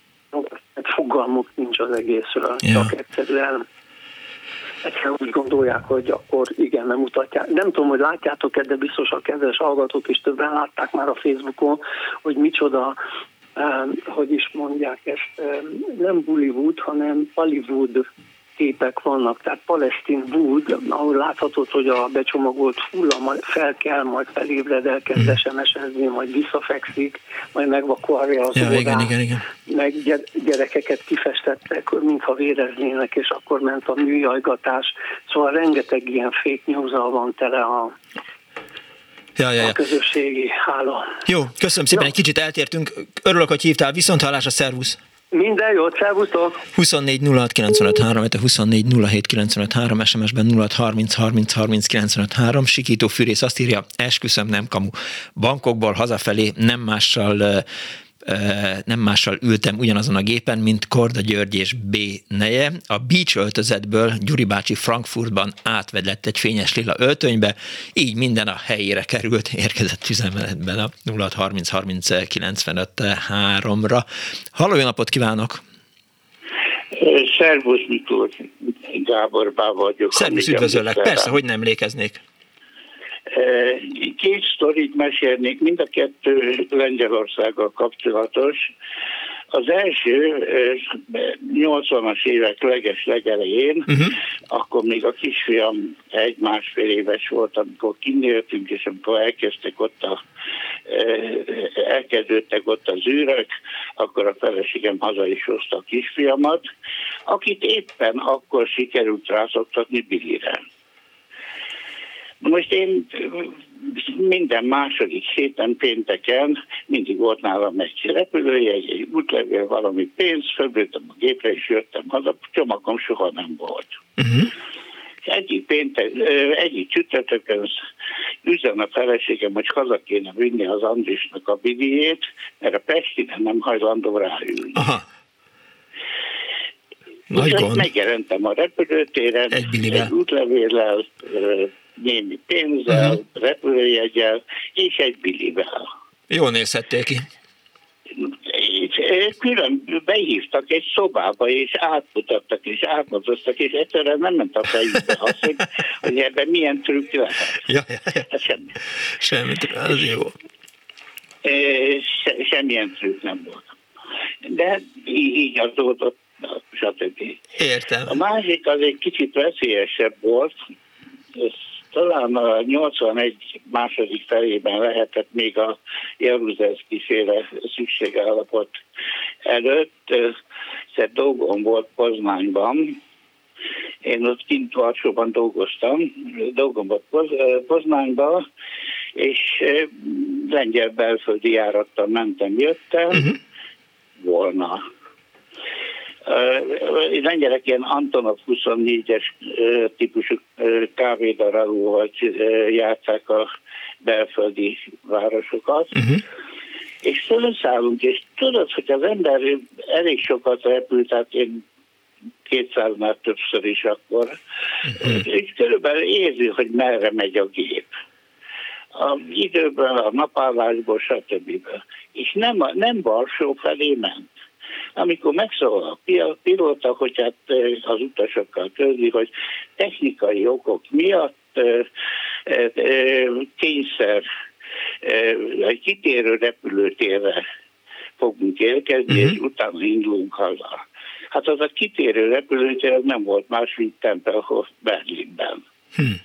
fogalmuk nincs az egészről, ja. Csak egyszerűen, egyszerűen úgy gondolják, hogy akkor igen, nem mutatják. Nem tudom, hogy látjátok-e, de biztos a kedves hallgatók is többen látták már a Facebookon, hogy micsoda, um, hogy is mondják ezt, um, nem Bollywood, hanem Hollywood képek vannak, tehát Palestine Wood, ahol láthatod, hogy a becsomagolt hulla majd fel kell, majd felébred, elkezd es em es-ezni, majd visszafekszik, majd megvakarja az ja, órát, igen, igen, igen. meg gyerekeket kifestettek, mintha véreznének, és akkor ment a műjajgatás. Szóval rengeteg ilyen fake news-al van tele a Ja, ja, ja. a közösségi háló. Jó, köszönöm szépen, ja. Egy kicsit eltértünk. Örülök, hogy hívtál, viszonthallásra, szervusz! Minden jót, szervusztok! huszonnégy nulla hat kilencvenöt három, illetve huszonnégy nulla hét kilencvenöt három, es em es-ben nulla hat harminc harminc harminc kilencvenöt három. Sikító Fűrész azt írja, esküszöm, nem kamu. Bankokból hazafelé nem mással... nem mással ültem ugyanazon a gépen, mint Korda György és B. neje. A Beach öltözetből Gyuri bácsi Frankfurtban átvedlett egy fényes lila öltönybe, így minden a helyére került, érkezett üzenetben a nulla hat harminc harminc kilencvenöt háromra. Halló, jó napot kívánok! Szervusz Miklós, Gábor Bá vagyok. Szervusz, üdvözöllek, persze, hogy nem emlékeznék. Két sztorit mesélnék, mind a kettő Lengyelországgal kapcsolatos. Az első nyolcvanas évek leges legelején, uh-huh. akkor még a kisfiam egy-másfél éves volt, amikor kinéltünk, és amikor elkezdtek ott a, elkezdődtek ott az űrök, akkor a feleségem haza is hozta a kisfiamat, akit éppen akkor sikerült rászoktatni Billire. Most én minden második héten pénteken mindig volt nálam egy repülőjegy, egy útlevél, valami pénz, fölültem a gépre és jöttem haza, csomagom soha nem volt. Uh-huh. Egyik péntek, egyik csütörtökön üzen a feleségem, hogy haza kéne vinni az Andrisnak a bidiét, mert a Pestinen nem hajlandó ráülni. Aha. Úgyhogy megjelentem a repülőtéren, egy, egy útlevéllel, némi pénzzel, uh-huh. repülőjeggyel és egy bilivel. Jól nézhettél ki. Külön behívtak egy szobába, és átmutattak, és átmozoztak, és egyszerűen nem ment a fejükbe az, hogy, hogy ebben milyen trükk lehet. Ja, ja, ja. Hát semmi. Semmi, az jó. Se, semmilyen trükk nem volt. De így, így adódott, stb. Értem. A másik az egy kicsit veszélyesebb volt, ez talán a nyolcvanegy második felében lehetett még a Jaruzelszky féle szükségállapot előtt. Egyszer dolgom volt Poznányban. Én ott kint Varsóban dolgoztam. Dolgom volt Poz, Poznányban, és lengyel belföldi járattal mentem, jöttem uh-huh. volna. Lengyelek ilyen Antonov huszonnégyes típusú kávédarálóval játsszák a belföldi városokat, uh-huh. és fölszállunk, és tudod, hogy az ember elég sokat repült, tehát én kétszáznál többször is akkor. Úgy körülbelül érzi, hogy merre megy a gép. A időből, a napállásból, stb. És nem, nem Varsó felé ment. Amikor megszólal a pilóta, hogy hát az utasokkal közli, hogy technikai okok miatt kényszer egy kitérő repülőtérre fogunk érkezni, uh-huh. és utána indulunk haza. Hát az a kitérő repülőtér az nem volt más, mint Tempelhof Berlinben. Hmm.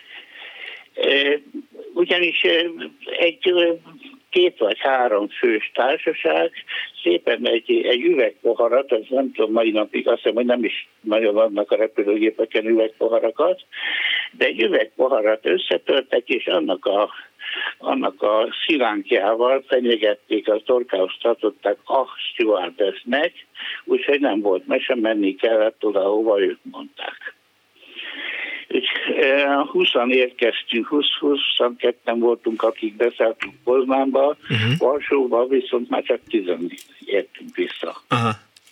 Ugyanis egy két vagy három fős társaság szépen egy, egy üvegpoharat, az nem tudom, mai napig azt hiszem, hogy nem is nagyon adnak a repülőgépeken üvegpoharakat, de egy üvegpoharat összetörtek, és annak a, annak a szilánkjával fenyegették, a torkához tartották a stewardessnek, úgyhogy nem volt mese, menni kellett oda, ahova ők mondták. húszan érkeztünk, húsz-huszonketten voltunk, akik beszálltunk Poznánba, uh-huh. Varsóba, viszont már csak tizen értünk vissza. Aha.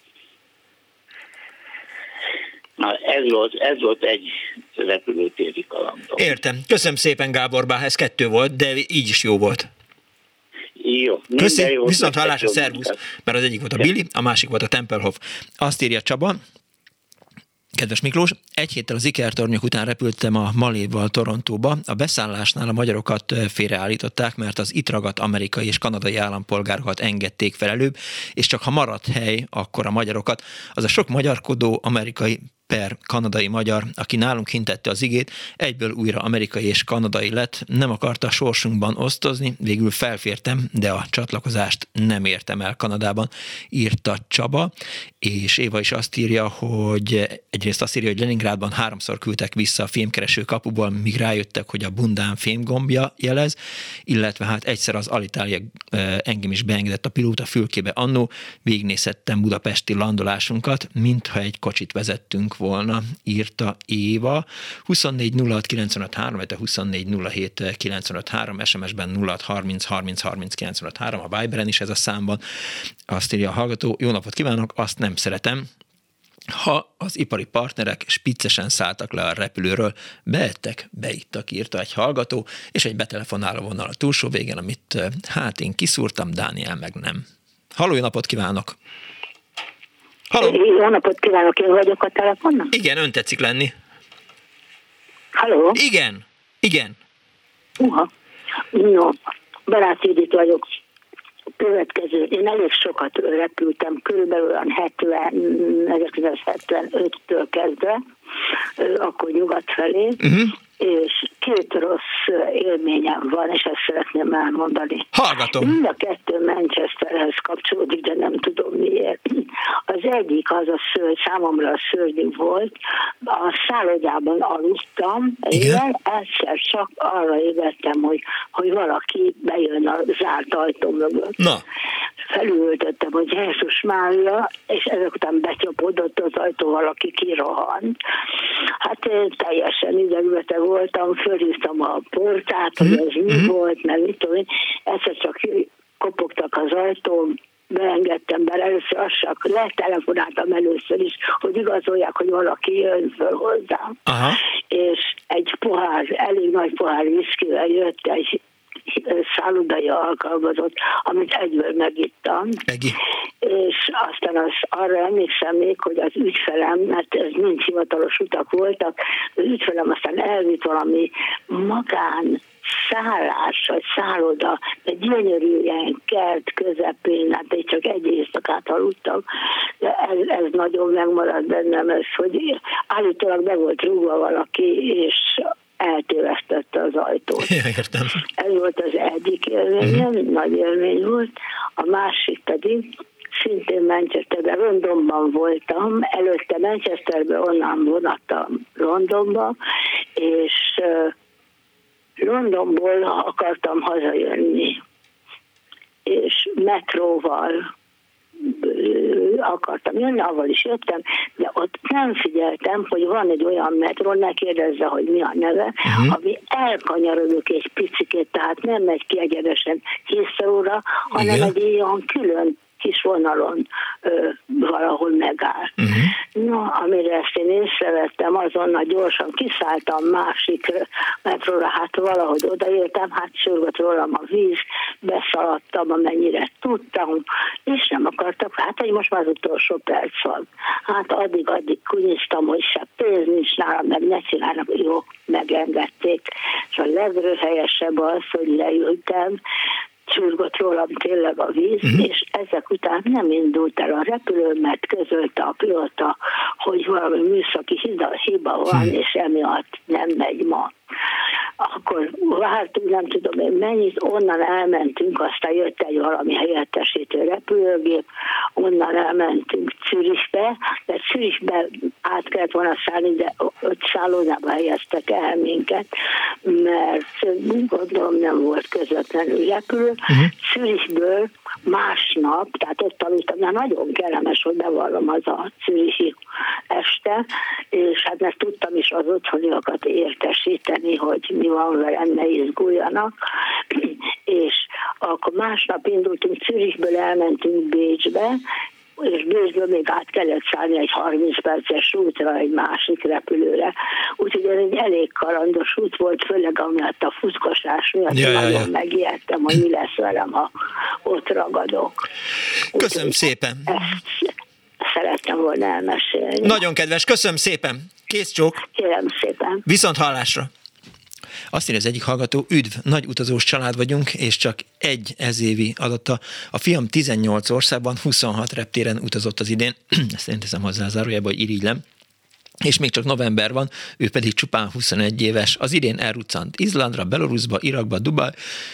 Na, ez volt, ez volt egy repülőtéri kalandom. Értem. Köszönöm szépen, Gábor, bár ez kettő volt, de így is jó volt. Jó. Köszönöm, viszont hallásra, szervusz, mert az egyik volt a Billy, a másik volt a Tempelhof. Azt írja Csaba, kedves Miklós, egy héttel az ikertornyok után repültem a Maléval Torontóba. A beszállásnál a magyarokat félreállították, mert az itt ragadt amerikai és kanadai állampolgárokat engedték fel előbb, és csak ha maradt hely, akkor a magyarokat. Az a sok magyarkodó amerikai per kanadai magyar, aki nálunk hintette az igét, egyből újra amerikai és kanadai lett, nem akarta sorsunkban osztozni, végül felfértem, de a csatlakozást nem értem el Kanadában, írta Csaba, és Éva is azt írja, hogy egyrészt azt írja, hogy Leningrádban háromszor küldtek vissza a fémkereső kapuból, míg rájöttek, hogy a bundán fémgombja jelez, illetve hát egyszer az Alitalia engem is beengedett a pilóta fülkébe annó, végignézhettem budapesti landolásunkat, mintha egy kocsit vezettünk volna, írta Éva. huszonnégy nulla hat kilencvenöt három, vagy huszonnégy nulla hét kilencvenöt három, es em es-ben nulla hat harminc harminc harminc kilencvenöt három, a Viberen is ez a számban. Azt írja a hallgató, jó napot kívánok, azt nem szeretem, ha az ipari partnerek spiccesen szálltak le a repülőről, beettek, beittak, írta egy hallgató, és egy betelefonáló vonal a túlsó végén, amit hát én kiszúrtam, Dániel meg nem. Halló, jó napot kívánok! Halló. Jó napot kívánok, én vagyok a telefonnak? Igen, ön tetszik lenni. Halló? Igen, igen. Uha, no, Baráti Judit vagyok. Következő, én elég sokat repültem, körülbelül olyan ezerkilencszázhetvenöttől kezdve, akkor nyugat felé, uh-huh. és két rossz élményem van, és ezt szeretném elmondani. Hallgatom. Mind a kettő Manchesterhez kapcsolódik, de nem tudom miért. Az egyik az a szörny, számomra a szörnyű volt. A szállodában aludtam, igen, egyszer csak arra ébredtem, hogy, hogy valaki bejön a zárt ajtó mögött. Na. Felülöltöttem, hogy Jézus Mária, és ezek után becsapódott az ajtó, valaki kirohant. Hát én teljesen idegületeg voltam, fölhívtam a portát, hogy ez mi mm-hmm. volt, mert mit tudom én, egyszer csak kopogtak az ajtón, beengedtem be, először azt csak letelefonáltam először is, hogy igazolják, hogy valaki jön föl hozzám. Aha. És egy pohár, elég nagy pohár viszkivel jött egy szállodai alkalmazott, amit egyből megittam. Egi. És aztán az, arra emlékszem még, hogy az ügyfelem, mert ez mind hivatalos utak voltak, az ügyfelem aztán elvitt valami magán szállás, vagy szálloda, egy gyönyörű ilyen kert közepén, hát én csak egy éjszakát aludtam, de ez, ez nagyon megmaradt bennem, ez, hogy állítólag be volt rúgva valaki, és eltévesztette az ajtót. Értem. Ez volt az egyik élményem, uh-huh. nagy élmény volt. A másik pedig szintén Manchesterben, Londonban voltam, előtte Manchesterben, onnan vonattam Londonba, és Londonból akartam hazajönni, és metróval akartam jönni, avval is jöttem, de ott nem figyeltem, hogy van egy olyan metró, ne kérdezze, hogy mi a neve, uh-huh. ami elkanyarodok egy picikét, tehát nem megy ki egyenesen Heathrow-ra, hanem igen. egy ilyen külön kis vonalon ö, valahol megáll. Uh-huh. No, amire ezt én észrevettem, azonnal gyorsan kiszálltam másik metróra, hát valahogy odaértem, hát sürgött rólam a víz, beszaladtam, amennyire tudtam, és nem akartak, hát hogy most már az utolsó perc van. Hát addig-addig kunyiztam, hogy se pénz nincs nálam, meg ne csinálnak, jó, megengedték. És a legrőhelyesebb az, hogy leültem, csürgött rólam tényleg a víz, uh-huh. és ezek után nem indult el a repülő, mert közölte a pilóta, hogy valami műszaki hiba van, uh-huh. és emiatt nem megy ma. Akkor vártunk, nem tudom én mennyit, onnan elmentünk, aztán jött egy valami helyettesítő repülőgép, onnan elmentünk Zürichbe, de Zürichbe át kellett volna szállni, de öt szállódába helyeztek el minket, mert gondolom nem volt közvetlenül repülő. Uh-huh. Zürichből másnap, tehát ott aludtam, de nagyon kellemes, hogy bevallom az a zürichi este, és hát mert tudtam is az otthoniakat értesíteni, hogy mi van velem, ne izguljanak, és akkor másnap indultunk Zürichből, elmentünk Bécsbe, és Bécsből még át kellett szállni egy harminc perces útra egy másik repülőre. Úgyhogy ez egy elég kalandos út volt, főleg amiatt a futkosás miatt ja, nagyon ja, ja. megijedtem, hogy mi lesz velem, ha ott ragadok. Köszönöm Úgyhogy szépen. Ezt szerettem volna elmesélni. Nagyon kedves, köszönöm szépen. Kész csók. Kérem szépen. Viszont hallásra. Azt írja az egyik hallgató, üdv, nagy utazós család vagyunk, és csak egy ezévi adatta. A fiam tizennyolc országban, huszonhat reptéren utazott az idén, ezt én teszem hozzá zárójelbe, hogy irigylem, és még csak november van, ő pedig csupán huszonegy éves. Az idén elruccant Izlandra, Belarusba, Irakba, Dubaj,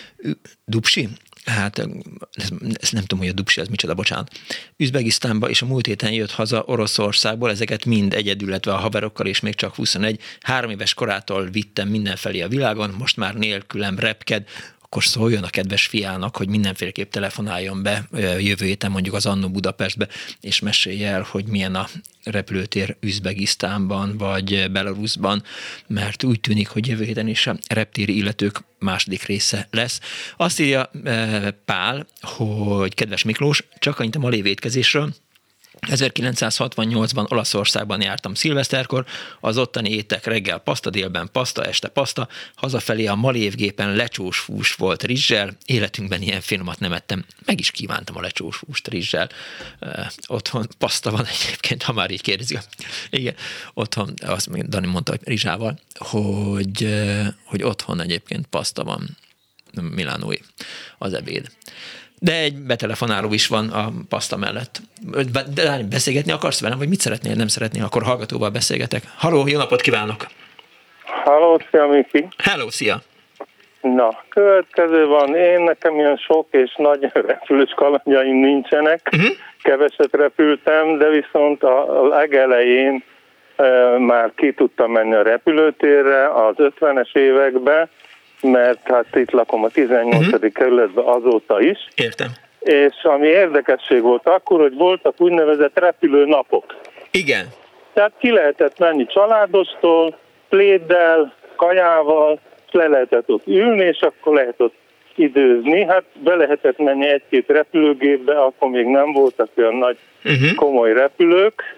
Dubsi? Hát ezt nem tudom, hogy a Dubsi az micsoda, bocsánat. Üzbegisztánba, és a múlt héten jött haza Oroszországból, ezeket mind egyedül, illetve a haverokkal, és még csak huszonegy. Három éves korától vittem mindenfelé a világon, most már nélkülem repked, akkor szóljon a kedves fiának, hogy mindenféleképp telefonáljon be jövő héten mondjuk az Annó Budapestbe, és mesélj el, hogy milyen a repülőtér Üzbegisztánban vagy Belarusban, mert úgy tűnik, hogy jövő héten is a reptéri illetők második része lesz. Azt írja Pál, hogy kedves Miklós, csak annyit a malév étkezésről, ezerkilencszázhatvannyolcban Olaszországban jártam szilveszterkor, az ottani étek reggel paszta, délben paszta, este paszta, hazafelé a malévgépen lecsós fús volt rizssel, életünkben ilyen finomat nem ettem, meg is kívántam a lecsós fúst rizssel. Uh, otthon paszta van egyébként, ha már így kérdezik. Igen, otthon, azt még Dani mondta, hogy rizsával, hogy, uh, hogy otthon egyébként paszta van, milánói az ebéd. De egy betelefonáló is van a paszta mellett. De beszélgetni akarsz velem, vagy mit szeretnél, nem szeretnél, akkor hallgatóval beszélgetek. Halló, jó napot kívánok! Halló, szia Miki! Hello, szia! Na, következő van, én nekem ilyen sok és nagy repülős kalandjaim nincsenek, uh-huh. keveset repültem, de viszont a legelején e, már ki tudtam menni a repülőtérre az ötvenes években, mert hát itt lakom a tizennyolcadik Uh-huh. kerületben azóta is. Értem. És ami érdekesség volt akkor, hogy voltak úgynevezett repülőnapok. Igen. Tehát ki lehetett menni családostól, pléddel, kajával, le lehetett ott ülni, és akkor lehet ott időzni. Hát be lehetett menni egy-két repülőgépbe, akkor még nem voltak olyan nagy, uh-huh. komoly repülők.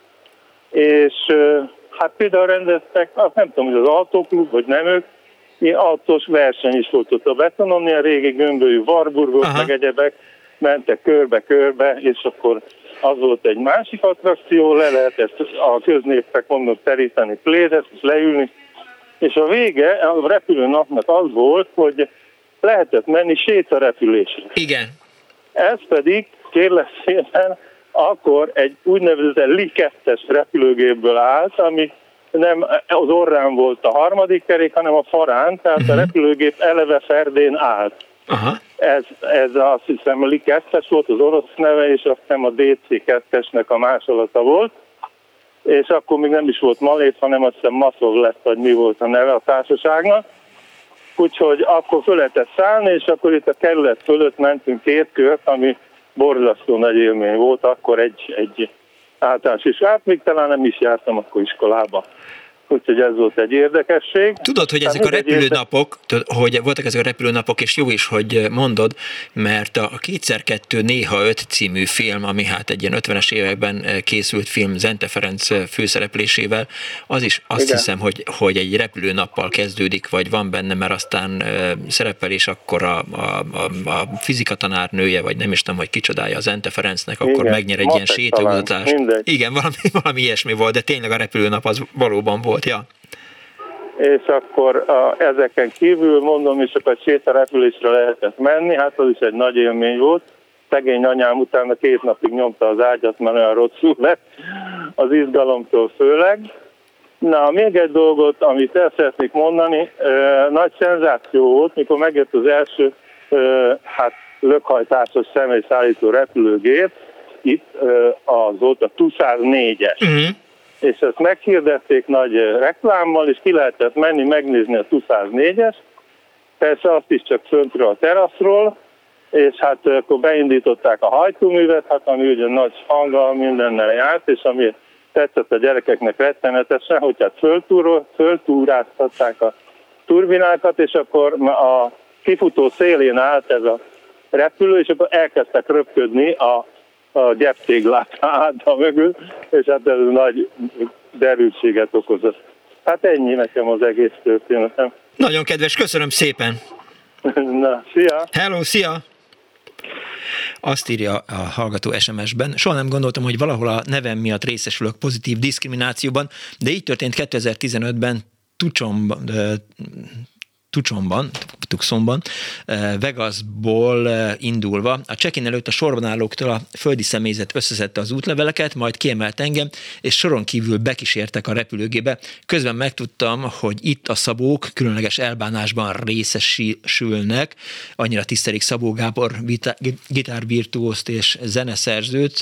És hát például rendeztek, azt nem tudom, hogy az autóklub, vagy nem ők, ilyen autós verseny is volt ott a betonon, ilyen régi gömbölyű Warburgok, Aha. meg egyebek, mentek körbe-körbe, és akkor az volt egy másik attrakció, le lehetett a köznépek mondom teríteni plédet, leülni, és a vége a repülőnapnak az volt, hogy lehetett menni sétarepülésre. Igen. Ez pedig, kérlek szépen, akkor egy úgynevezett Li kettes repülőgépből állt, ami nem az orrán volt a harmadik kerék, hanem a farán, tehát uh-huh. a repülőgép eleve ferdén állt. Aha. Ez, ez azt hiszem a Li kettes volt az orosz neve, és azt hiszem a dé cé kettesnek a másolata volt, és akkor még nem is volt Malév, hanem azt hiszem Maszov lett, vagy mi volt a neve a társaságnak. Úgyhogy akkor föl lehetett szállni, és akkor itt a kerület fölött mentünk két kört, ami borzasztó nagy élmény volt, akkor egy, egy általános is. Hát még talán nem is jártam akkor iskolába. úgyhogy ez volt egy érdekesség. Tudod, hogy ezek a repülőnapok, hogy voltak ezek a repülőnapok, és jó is, hogy mondod, mert a Kétszer kettő néha öt című film, ami hát egy ilyen ötvenes években készült film Zente Ferenc főszereplésével, az is azt Igen. hiszem, hogy, hogy egy repülőnappal kezdődik, vagy van benne, mert aztán szerepel, és akkor a, a, a, a fizikatanárnője, vagy nem is tudom, hogy kicsodája a Zente Ferencnek, akkor Igen. megnyer egy Matek ilyen sétautatást. Igen, valami, valami ilyesmi volt, de tényleg a repülőnap az valóban volt, ja. És akkor a, ezeken kívül mondom, és akkor egy sétarepülésre lehetett menni, hát az is egy nagy élmény volt. Szegény anyám utána két napig nyomta az ágyat, mert olyan rosszul lett az izgalomtól főleg. Na, még egy dolgot, amit el szeretnék mondani, ö, nagy szenzáció volt, mikor megjött az első ö, hát lökhajtásos személyszállító repülőgép, itt ö, az volt a TU száznégyes. Uh-huh. És ezt meghirdették nagy reklámmal, és ki lehetett menni, megnézni a TU száznégyes. Persze azt is csak föntről a teraszról, és hát akkor beindították a hajtóművet, hát ami ugye nagy hanggal mindennel járt, és ami tetszett a gyerekeknek rettenetesen, hogy hát föltúráztatták a turbinákat, és akkor a kifutó szélén állt ez a repülő, és akkor elkezdtek röpködni a a gyeptéglát háta mögül, és hát ez nagy derültséget okozott. Hát ennyi nekem az egész történetem. Nagyon kedves, köszönöm szépen! Na, szia! Hello, szia! Azt írja a hallgató es em es-ben. Soha nem gondoltam, hogy valahol a nevem miatt részesülök pozitív diszkriminációban, de így történt kétezer-tizenötben Tucsomban, Tucsomban, Tucsomban, Vegasból indulva. A check-in előtt a sorban állóktól a földi személyzet összeszedte az útleveleket, majd kiemelt engem, és soron kívül bekísértek a repülőgébe. Közben megtudtam, hogy itt a szabók különleges elbánásban részesülnek. Annyira tisztelik Szabó Gábor gitárvirtuózt és zeneszerzőt,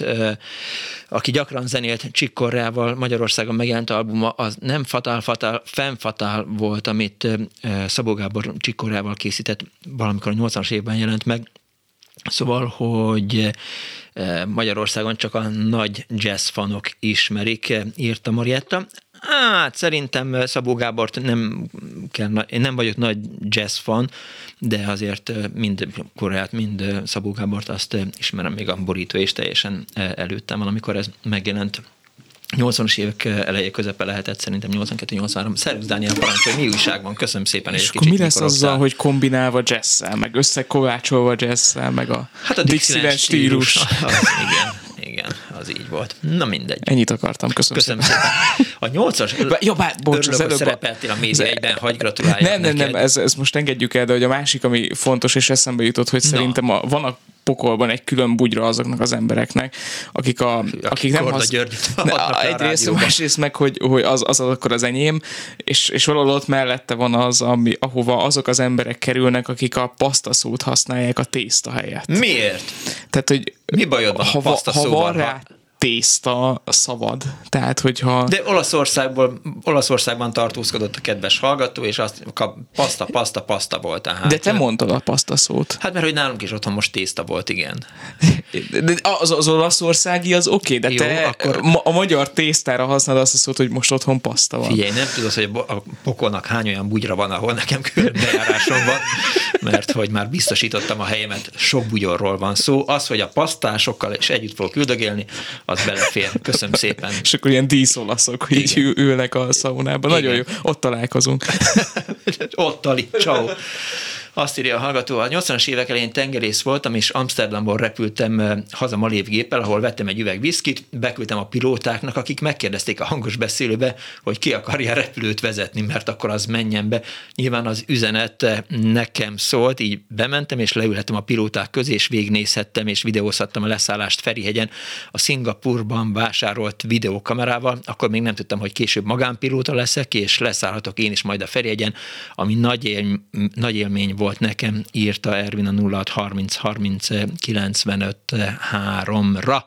aki gyakran zenélt Chick Coreával. Magyarországon megjelent albuma az nem Fatál, Fatál, Femme Fatál volt, amit Szabó Gábor Chick Coreával készített, valamikor a nyolcvanas évben jelent meg. Szóval, hogy Magyarországon csak a nagy jazzfanok ismerik, írta Marietta. Hát szerintem Szabó Gábort nem kell, én nem vagyok nagy jazzfan, de azért mind Koreát, mind Szabó Gábort azt ismerem, még a borító és teljesen előttem van, amikor ez megjelent. nyolcvanas évek eleje közepe lehetett, szerintem nyolcvankettő nyolcvanhárom. Szervusz Dániel, parancsolj, mi újság van? Köszönöm szépen. És akkor mi lesz azzal, hogy kombinálva jazz-szel, meg összekovácsolva jazz-szel, meg a, hát a Dixieland stílus. stílus. Az, igen, igen, az így volt. Na mindegy. Ennyit akartam, köszönöm, köszönöm szépen. szépen. A nyolcas, ja, bár, bocs, örülök, hogy szerepeltél a média egyben, hagyj gratuláljak Nem, nem, neked. nem, ezt, ezt most engedjük el, de hogy a másik, ami fontos, és eszembe jutott, hogy Na. szerintem a, van a pokolban egy külön bugyra azoknak az embereknek, akik, a, akik, akik nem hasz... Egyrészt, másrészt meg, hogy, hogy az, az akkor az enyém, és, és valahol ott mellette van az, ami, ahova azok az emberek kerülnek, akik a pasztaszót használják a tészta helyett. Miért? Tehát, hogy mi bajod van ha, a pasztaszóval? Ha van rá tészta szavad. Tehát, hogyha... De Olaszországból, Olaszországban tartózkodott a kedves hallgató, és azt paszta, paszta, paszta volt. Tehát. De te mondtad a paszta szót. Hát mert hogy nálunk is otthon most tészta volt, igen. De az, az olaszországi az oké, okay, de Jó, te akkor... a magyar tésztára használod azt a szót, hogy most otthon paszta van. Figyelj, nem tudod, hogy a pokolnak hány olyan bugyra van, ahol nekem külön bejárásom van, mert hogy már biztosítottam a helyemet, sok bugyorról van szó. Az, hogy a pasztásokkal és együtt fogok üldögélni, az belefér. Köszönöm szépen. És akkor ilyen díszolaszok, hogy így ülnek a szaunában. Nagyon jó. Ott találkozunk. Ott tali. Ciao. Azt írja a hallgató, a nyolcvanas évek elején tengerész voltam, és Amsterdamból repültem haza malévgéppel, ahol vettem egy üveg viszkit, beküldtem a pilótáknak, akik megkérdezték a hangos beszélőbe, hogy ki akarja repülőt vezetni, mert akkor az menjen be. Nyilván az üzenet nekem szólt, így bementem, és leülhettem a pilóták közé, és végignézhettem, és videózhattam a leszállást Ferihegyen a Szingapurban vásárolt videókamerával. Akkor még nem tudtam, hogy később magánpilóta leszek, és leszállhatok én is majd a Ferihegyen, ami nagy, él, nagy élmény volt volt nekem, írta Ervin a nulla hat harminc harminc kilencvenöt háromra.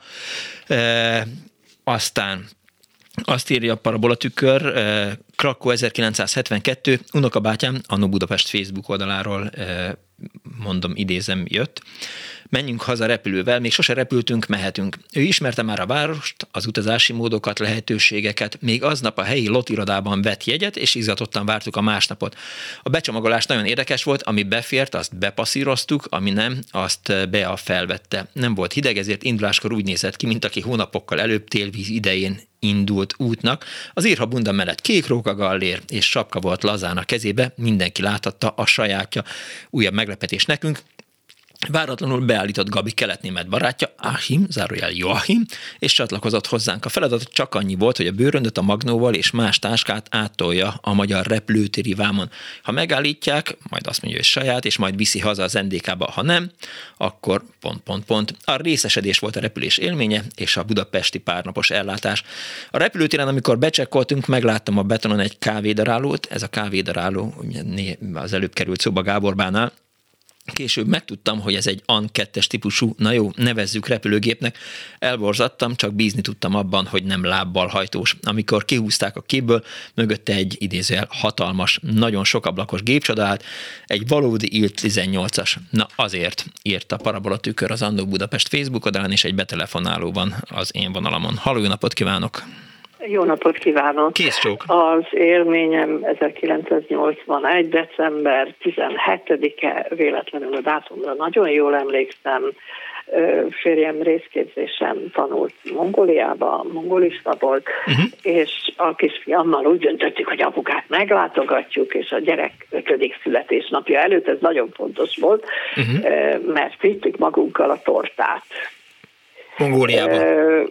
E, aztán azt írja a Parabola tükör, e, Krakó ezerkilencszázhetvenkettő, unokabátyám, anno Budapest Facebook oldaláról e, mondom, idézem, jött. Menjünk haza repülővel, még sose repültünk, mehetünk. Ő ismerte már a várost, az utazási módokat, lehetőségeket, még aznap a helyi lotirodában vett jegyet, és izgatottan vártuk a másnapot. A becsomagolás nagyon érdekes volt, ami befért, azt bepasszíroztuk, ami nem, azt Bea felvette. Nem volt hideg, ezért induláskor úgy nézett ki, mint aki hónapokkal előbb télvíz idején indult útnak. Az írha bunda mellett kék rókagallér és sapka volt lazán a kezébe, mindenki láthatta a sajátja. Újabb meglepetés nekünk. Váratlanul beállított Gabi keletnémet barátja, Achim, zárójel Joachim, és csatlakozott hozzánk. A feladat csak annyi volt, hogy a bőröndöt a magnóval és más táskát áttolja a magyar repülőtéri vámon. Ha megállítják, majd azt mondja, hogy saját, és majd viszi haza az en dé ká-ba, ha nem, akkor pont, pont, pont. A részesedés volt a repülés élménye, és a budapesti párnapos ellátás. A repülőtéren, amikor becsekkoltunk, megláttam a betonon egy kávédarálót, ez a kávédaráló, az előbb került szóba Gáborbánál. Később megtudtam, hogy ez egy á kettes típusú, na jó, nevezzük repülőgépnek. Elborzadtam, csak bízni tudtam abban, hogy nem lábbal hajtós. Amikor kihúzták a képből, mögötte egy idézőjel hatalmas, nagyon sokablakos gépcsoda állt, egy valódi I L tizennyolcas. Na azért, írt a Parabola Tükör az Annó Budapest Facebook oldalán, és egy betelefonáló van az én vonalamon. Halló, jó napot kívánok! Jó napot kívánok! Kész csók. Az élményem ezerkilencszáznyolcvanegy. december tizenhetedike, véletlenül a dátumra nagyon jól emlékszem. Férjem részképzésen tanult Mongóliába, mongolista volt, uh-huh. és a kisfiammal úgy döntöttük, hogy apukát meglátogatjuk, és a gyerek ötödik születésnapja előtt, ez nagyon fontos volt, uh-huh. mert vittük magunkkal a tortát. Mongóliában?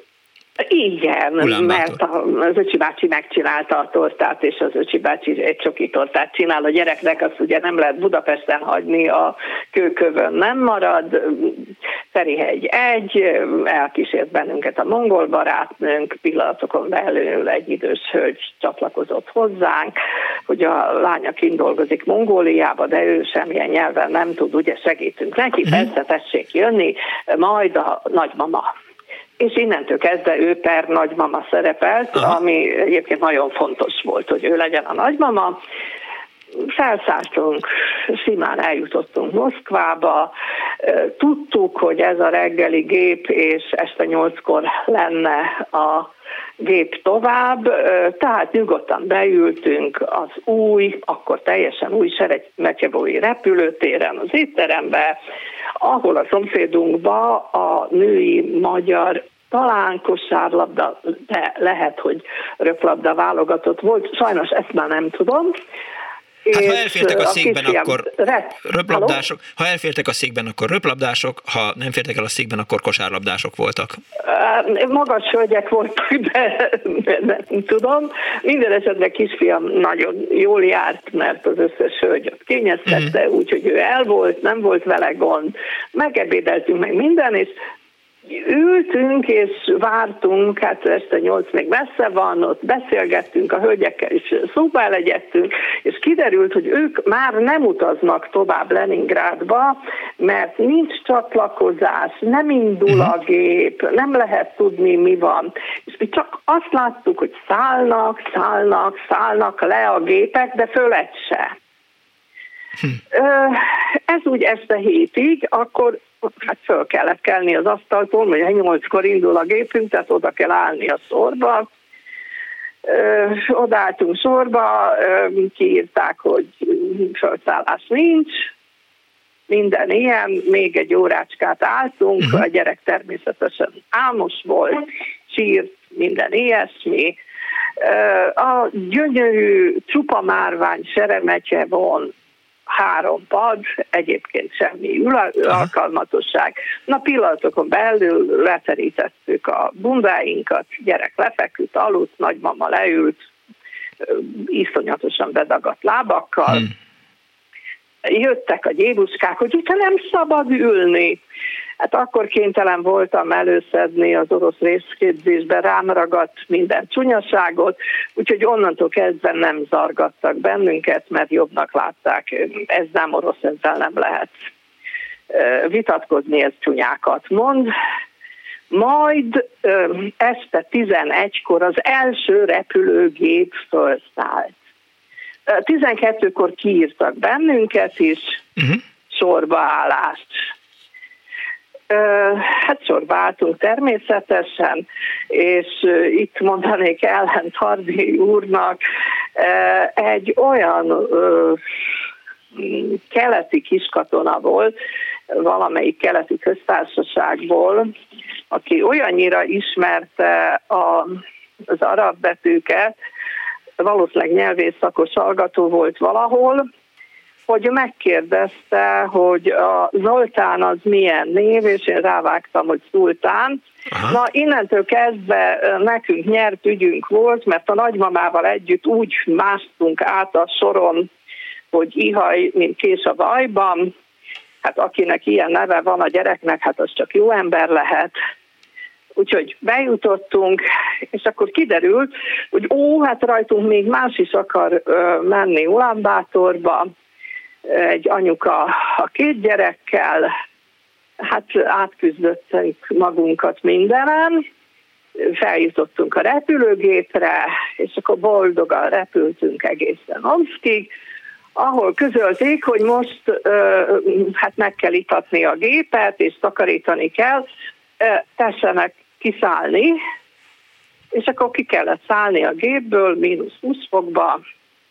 Igen, mert az öcsi bácsi megcsinálta a tortát, és az öcsi bácsi egy csoki tortát csinál. A gyereknek azt ugye nem lehet Budapesten hagyni, a kőkövön nem marad. Ferihegy egy, elkísért bennünket a mongol barátnőnk, pillanatokon belül egy idős hölgy csatlakozott hozzánk, hogy a lánya kint dolgozik Mongóliába, de ő semmilyen nyelven nem tud, ugye segítünk neki, persze tessék jönni, majd a nagymama. És innentől kezdve ő per nagymama szerepelt, aha. ami egyébként nagyon fontos volt, hogy ő legyen a nagymama. Felszálltunk, simán eljutottunk Moszkvába, tudtuk, hogy ez a reggeli gép, és este nyolckor lenne a gép tovább, tehát nyugodtan beültünk az új, akkor teljesen új Seremetjevói repülőtéren, az étterembe, ahol a szomszédunkba a női magyar, talán kosárlabda, de lehet, hogy röplabda válogatott volt, sajnos ezt már nem tudom. Hát ha elfértek a székben, a akkor röplabdások, ha elfértek a székben, akkor röplabdások, ha nem fértek el a székben, akkor kosárlabdások voltak. Magas hölgyek voltak, de nem tudom. Minden esetben kisfiam nagyon jól járt, mert az összes hölgy ott kényeztette, mm. úgyhogy ő el volt, nem volt vele gond. Megebédeltünk meg minden, és ültünk és vártunk, hát este nyolc még messze van, ott beszélgettünk a hölgyekkel, és szóba elegyedtünk, és kiderült, hogy ők már nem utaznak tovább Leningrádba, mert nincs csatlakozás, nem indul a gép, nem lehet tudni, mi van. És mi csak azt láttuk, hogy szállnak, szállnak, szállnak le a gépek, de föl egy se. Hm. Ez úgy este hétig, akkor hát föl kellett kelni az asztaltól, hogy nyolckor indul a gépünk, tehát oda kell állni a sorba. Odaálltunk sorba, kiírták, hogy felszállás nincs, minden ilyen, még egy órácskát álltunk, uh-huh. a gyerek természetesen álmos volt, sírt, minden ilyesmi. A gyönyörű csupa márvány Seremetjevon három pad, egyébként semmi alkalmatosság. Na pillanatokon belül leterítettük a bundáinkat, gyerek lefeküdt, aludt, nagymama leült, iszonyatosan bedagadt lábakkal. Hmm. Jöttek a gyébuskák, hogy itt nem szabad ülni. Hát akkor kénytelen voltam előszedni az orosz részképzésbe, rám ragadt minden csúnyaságot, úgyhogy onnantól kezdve nem zargattak bennünket, mert jobbnak látták, ez nem orosz, ezzel nem lehet vitatkozni, ez csúnyákat mond. Majd este tizenegykor az első repülőgép felszállt. tizenkettőkor kiírtak bennünket is, uh-huh. sorbaállást. Hát sorba álltunk természetesen, és itt mondanék ellent Hardy úrnak, egy olyan keleti kiskatona volt, valamelyik keleti köztársaságból, aki olyannyira ismerte a, az arab betűket, valószínűleg nyelvészszakos hallgató volt valahol, hogy megkérdezte, hogy a Zoltán az milyen név, és én rávágtam, hogy Szultán. Aha. Na, innentől kezdve nekünk nyert ügyünk volt, mert a nagymamával együtt úgy másztunk át a soron, hogy ihaj, mint kés a vajban. Hát akinek ilyen neve van a gyereknek, hát az csak jó ember lehet. Úgyhogy bejutottunk, és akkor kiderült, hogy ó, hát rajtunk még más is akar ö, menni Ulánbátorba, egy anyuka a két gyerekkel, hát átküzdöttünk magunkat mindenen, feljutottunk a repülőgépre, és akkor boldogan repültünk egészen Omszkig, ahol közölték, hogy most hát meg kell itatni a gépet, és takarítani kell, tessenek kiszállni, és akkor ki kellett szállni a gépből, mínusz húsz fokba,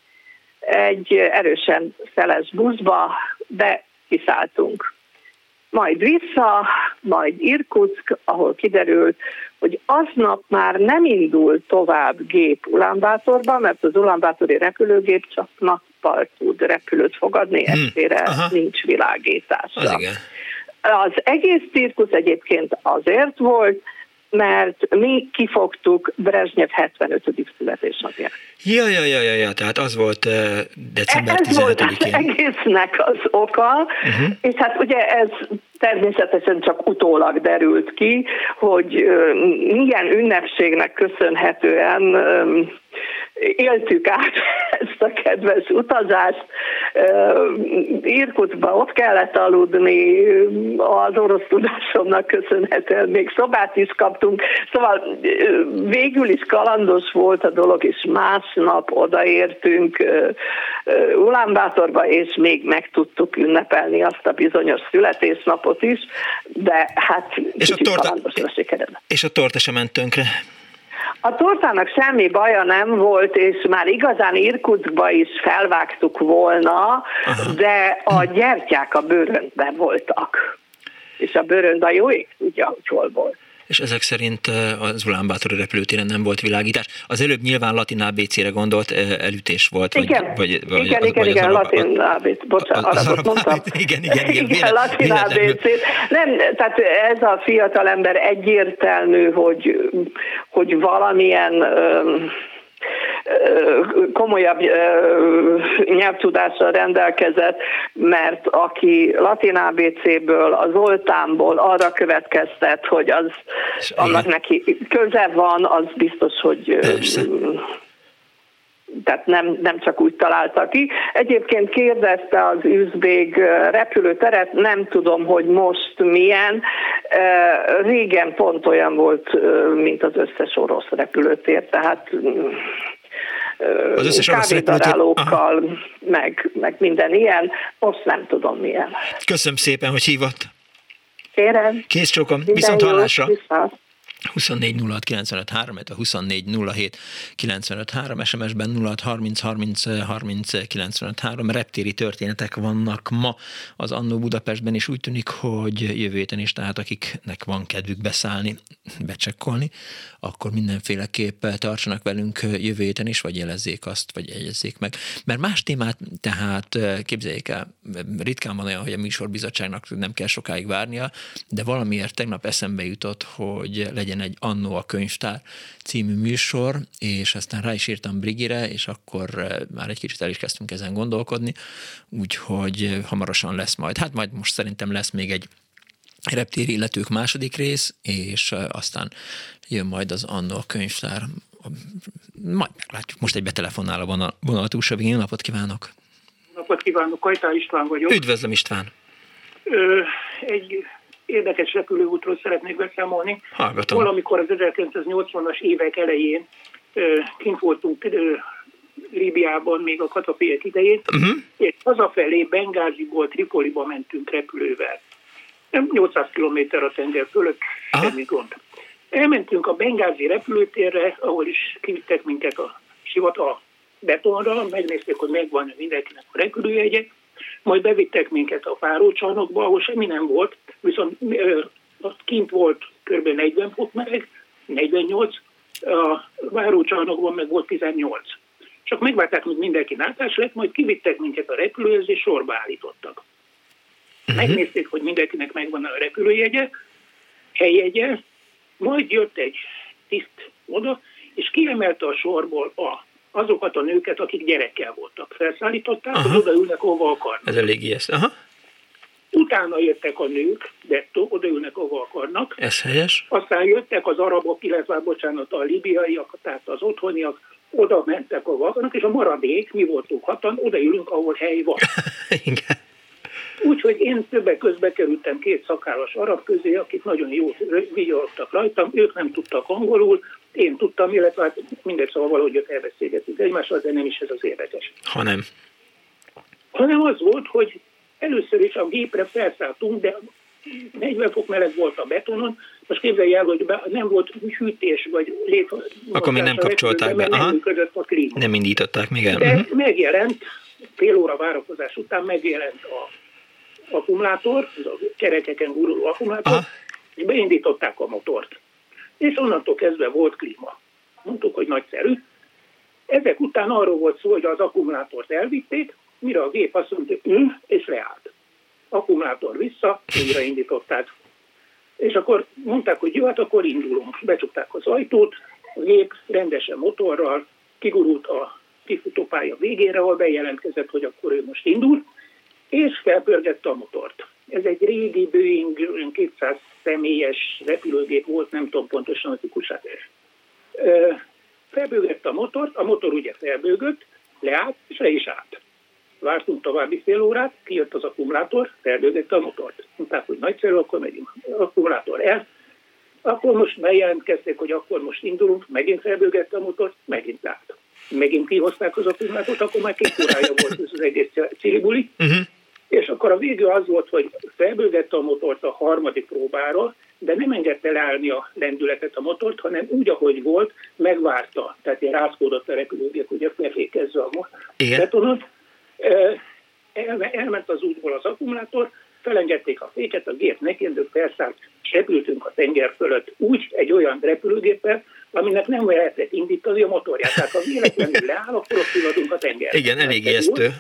egy erősen szeles buszba, de kiszálltunk. Majd vissza, majd Irkutsk, ahol kiderült, hogy aznap már nem indul tovább gép Ulánbátorba, mert az ulánbátori repülőgép csak nappal tud repülőt fogadni, hmm. estére nincs világítása. Az, az egész cirkusz egyébként azért volt, mert mi kifogtuk Brezsnyev hetvenötödik születésnapját. Ja, ja, ja, ja, ja, tehát az volt uh, december tizenhetedikén. Ez volt az egésznek az oka, uh-huh. és hát ugye ez természetesen csak utólag derült ki, hogy uh, milyen ünnepségnek köszönhetően um, éltük át ezt a kedves utazást. Irkutskba ott kellett aludni, az orosz tudásomnak köszönhetően még szobát is kaptunk, szóval végül is kalandos volt a dolog, és másnap odaértünk Ulánbátorba, és még meg tudtuk ünnepelni azt a bizonyos születésnapot is, de hát és kicsit a torta, kalandosra sikerült. És a torta sem ment tönkre? A tortának semmi baja nem volt, és már igazán Irkutskba is felvágtuk volna, aha. de a gyertyák a bőröndben voltak. És a bőrönd a jó ég tudja, hogy hol volt. És ezek szerint az Ulánbátori repülőtéren nem volt világítás. Az előbb nyilván latin á bé cére gondolt, elütés volt. Igen, vagy, vagy, igen, vagy, igen, vagy igen, arab, latin á bé cé, bocsánat, az arabot mondtam. Igen, igen, igen. igen latin á bé cé. Nem, tehát ez a fiatal ember egyértelmű, hogy, hogy valamilyen um, komolyabb nyelvtudással rendelkezett, mert aki latin á bé céből, az Zoltánból arra következtet, hogy az annak neki köze van, az biztos, hogy persze. Tehát nem, nem csak úgy találta ki. Egyébként kérdezte az üzbég repülőteret, nem tudom, hogy most milyen. Régen pont olyan volt, mint az összes orosz repülőtér, tehát az összes kávédarálókkal, meg, meg minden ilyen. Most nem tudom milyen. Köszönöm szépen, hogy hívott. Kérem. Kész csókom. Viszont hallásra. huszonnégy nulla hat kilencvenöt három, a huszonnégy nulla hét kilencvenöt három, es em es-ben nulla hat harminc harminc harminc kilencvenöt három. Reptéri történetek vannak ma az Annó Budapestben, és úgy tűnik, hogy jövő héten is, tehát akiknek van kedvük beszállni, becsekkolni, akkor mindenféleképp tartsanak velünk jövő héten is, vagy jelezzék azt, vagy jegyezzék meg. Mert más témát, tehát képzeljék el, ritkán van olyan, hogy a műsorbizottságnak nem kell sokáig várnia, de valamiért tegnap eszembe jutott, hogy legyen egy Annó a könyvtár című műsor, és aztán rá is írtam Brigire, és akkor már egy kicsit el is kezdtünk ezen gondolkodni, úgyhogy hamarosan lesz majd. Hát majd most szerintem lesz még egy reptéri illetők második rész, és aztán jön majd az Annó a könyvtár. Majd meglátjuk. Most egy betelefonál a vonal túlsó végén. Jó napot kívánok! Napot kívánok, Kajtár István vagyok. Üdvözlöm, István! Ö, egy érdekes repülőútról szeretnék beszámolni. Hallgatom. Valamikor az ezerkilencszáznyolcvanas évek elején ö, kint voltunk ö, Líbiában, még a Kadafiek idején, uh-huh. és hazafelé Bengáziból Tripoliba mentünk repülővel. nyolcszáz kilométer a tenger fölött, semmi gond. Elmentünk a Bengázi repülőtérre, ahol is kivittek minket a sivatag betonra, megnézték, hogy megvan mindenkinek a repülőjegye, majd bevittek minket a várócsarnokba, ahol semmi nem volt, viszont ö, ott kint volt kb. negyven fok meleg, negyvennyolc, a várócsarnokban meg volt tizennyolc. Csak megvárták, hogy mindenki látás lett, majd kivittek minket a repülőhöz, és sorba állítottak. Uh-huh. Megnézték, hogy mindenkinek megvan a repülőjegye, helyjegye, majd jött egy tiszt oda, és kiemelte a sorból a, azokat a nőket, akik gyerekkel voltak. Felszállították, uh-huh. hogy odaülnek, ahova akarnak. Ez elég ijesztő. Uh-huh. Utána jöttek a nők, de odaülnek, ahova akarnak. Ez helyes. Aztán jöttek az arabok, illetve, bocsánat, a libiaiak, tehát az otthoniak, oda mentek, ahova akarnak, és a maradék, mi voltunk hatan, odaülünk, ahol hely van. Igen. Úgyhogy én többek közben kerültem két szakállas arab közé, akik nagyon jól vigyorogtak rajtam, ők nem tudtak angolul, én tudtam, illetve hát mindegy, szóval valahogy ott elbeszélgetünk egymással, de nem is ez az érdekes. Ha nem. Hanem az volt, hogy először is a gépre felszálltunk, de negyven fok meleg volt a betonon, most képzelj el, hogy nem volt hűtés, vagy lét... Akkor még nem kapcsolták be. Nem működött a klíma. Nem indították még el. De uh-huh. megjelent, fél óra várakozás után megjelent a akkumulátor, az a kerekeken guruló akkumulátor, aha. és beindították a motort. És onnantól kezdve volt klíma. Mondtuk, hogy nagyszerű. Ezek után arról volt szó, hogy az akkumulátort elvitték, mire a gép azt mondta, hogy ül, és leállt. Akkumulátor vissza, újraindították. És akkor mondták, hogy jó, hát akkor indulunk. Becsukták az ajtót, a gép rendesen motorral kigurult a kifutópálya végére, ahol bejelentkezett, hogy akkor ő most indul, és felpörgette a motort. Ez egy régi Boeing kétszáz személyes repülőgép volt, nem tudom pontosan a típusát. Felpörgette a motort, a motor ugye felbőgött, leállt, és le is állt. Vártunk további fél órát, kijött az akkumulátor, felbőgette a motort. Mondták, hogy nagyszerű, akkor megyünk. Akkumulátor el. Akkor most bejelentkezték, hogy akkor most indulunk, megint felbőgette a motort, megint állt. Megint kihozták az akkumulátort, akkor már két órája volt ez az egész cilibuli. Uh-huh. És akkor a végül az volt, hogy felbőgette a motort a harmadik próbára, de nem engedte leállni a lendületet a motort, hanem úgy, ahogy volt, megvárta. Tehát ilyen rázkódott a repülőgép, ugye felfékezve a betonon. El, elment az útból az akkumulátor, felengedték a féket, a gép nekindők felszállt, és repültünk a tenger fölött úgy egy olyan repülőgéppel, aminek nem lehetett indítani a motorját. Tehát ha véletlenül leáll, akkor ott killadunk a tengerben. Igen, elég ijesztő.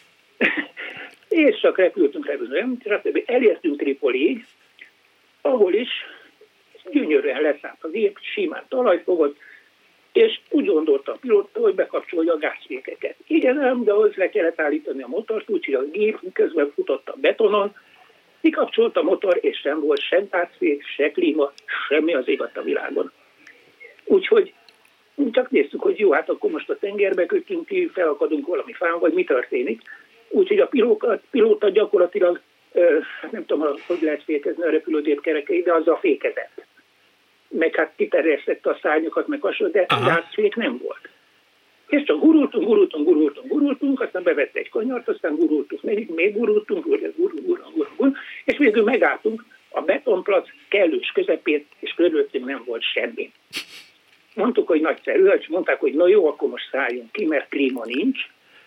És csak repültünk, repülünk, elértünk Tripoliig, ahol is gyönyörűen leszállt a gép, simán talajt fogott, és úgy gondolta a pilóta, hogy bekapcsolja a gázfékeket. Igen, nem, de ahhoz le kellett állítani a motort, úgyhogy a gép közben futott a betonon, kikapcsolt a motor, és sem volt sem gázfék, se klíma, semmi az ég a világon. Úgyhogy csak néztük, hogy jó, hát akkor most a tengerbe kötünk ki, felakadunk valami fán, vagy mi történik. Úgyhogy a pilóta, pilóta gyakorlatilag, nem tudom, hogy lehet fékezni a repülőgép kerekei, de azzal fékezett. Meg hát kiterjesztette a szárnyakat, meg hasonló, de gázfék nem volt. És csak gurultunk, gurultunk, gurultunk, gurultunk, aztán bevette egy kanyart, aztán gurultunk, még, még gurultunk, gurultunk, gurultunk, gurultunk, gurultunk, és végül megálltunk a betonplac kellős közepén, és körülöttünk nem volt semmi. Mondtuk, hogy nagyszerű, és mondták, hogy na jó, akkor most szálljunk ki, mert klíma nincs.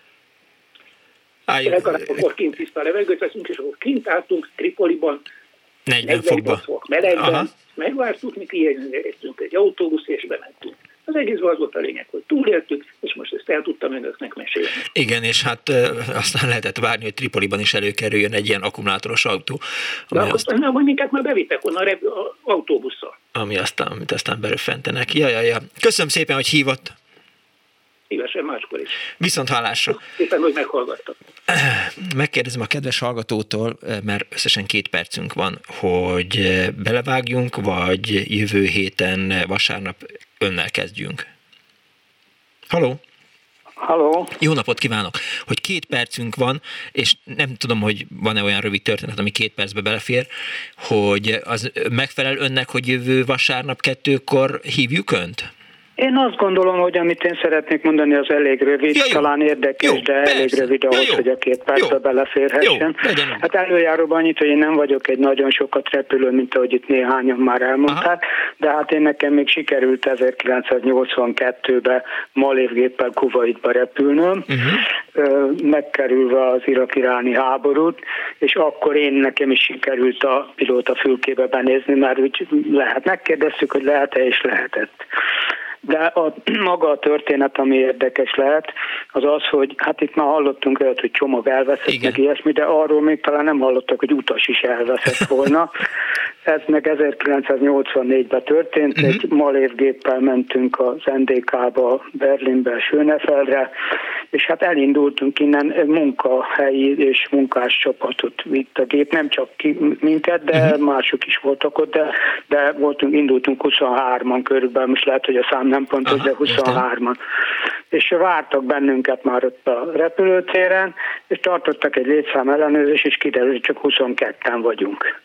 Legalább akkor kint tiszta levegőt veszünk, és akkor kint álltunk Tripoliban, negyven fok melegben, aha. Megvártuk, mi kijelentünk egy autóbusz, és bementünk. Az egész az volt a lényeg, hogy túléltük, és most ezt el tudtam önöknek mesélni. Igen, és hát e, aztán lehetett várni, hogy Tripoliban is előkerüljön egy ilyen akkumulátoros autó. De akkor aztán, nem, hogy minket már bevittek onnan az autóbusszal. Ami aztán, amit aztán beröffentenek. Ja, ja, ja. Köszönöm szépen, hogy hívott. Szívesen máskor is. Viszont hallásra. Szépen, hogy meghallgattak. Megkérdezem a kedves hallgatótól, mert összesen két percünk van, hogy belevágjunk, vagy jövő héten vasárnap önnel kezdjünk. Halló? Halló? Jó napot kívánok! Hogy két percünk van, és nem tudom, hogy van-e olyan rövid történet, ami két percbe belefér, hogy az megfelel önnek, hogy jövő vasárnap kettőkor hívjuk önt? Én azt gondolom, hogy amit én szeretnék mondani, az elég rövid, ja, talán érdekes, jó, de persze. elég rövid ahhoz, ja, hogy a két percbe beleférhessen. Jó, hát előjáróban annyit, hogy én nem vagyok egy nagyon sokat repülő, mint ahogy itt néhányan már elmondták, aha, de hát én nekem még sikerült ezerkilencszáznyolcvankettőben malévgéppel Kuwaitba repülnöm, uh-huh. megkerülve az irak-iráni háborút, és akkor én nekem is sikerült a pilóta fülkébe benézni, mert úgy lehet, megkérdeztük, hogy lehet-e, és lehetett. De a, maga a történet, ami érdekes lehet, az az, hogy hát itt már hallottunk olyat, hogy csomag elveszett, igen, meg ilyesmi, de arról még talán nem hallottak, hogy utas is elveszett volna. Ez meg ezerkilencszáznyolcvannégyben történt, uh-huh. egy malévgéppel mentünk az en dé ká-ba, Berlinbe, Schönefeldre, és hát elindultunk innen, munkahelyi és munkás csapatot vitt a gép, nem csak ki, minket, de uh-huh. mások is voltak ott, de, de voltunk, indultunk huszonhárman körülbelül, most lehet, hogy a szám nem pontos, de huszonhárman. És vártak bennünket már ott a repülőtéren, és tartottak egy létszám ellenőrzés, és kiderült, hogy csak huszonketten vagyunk.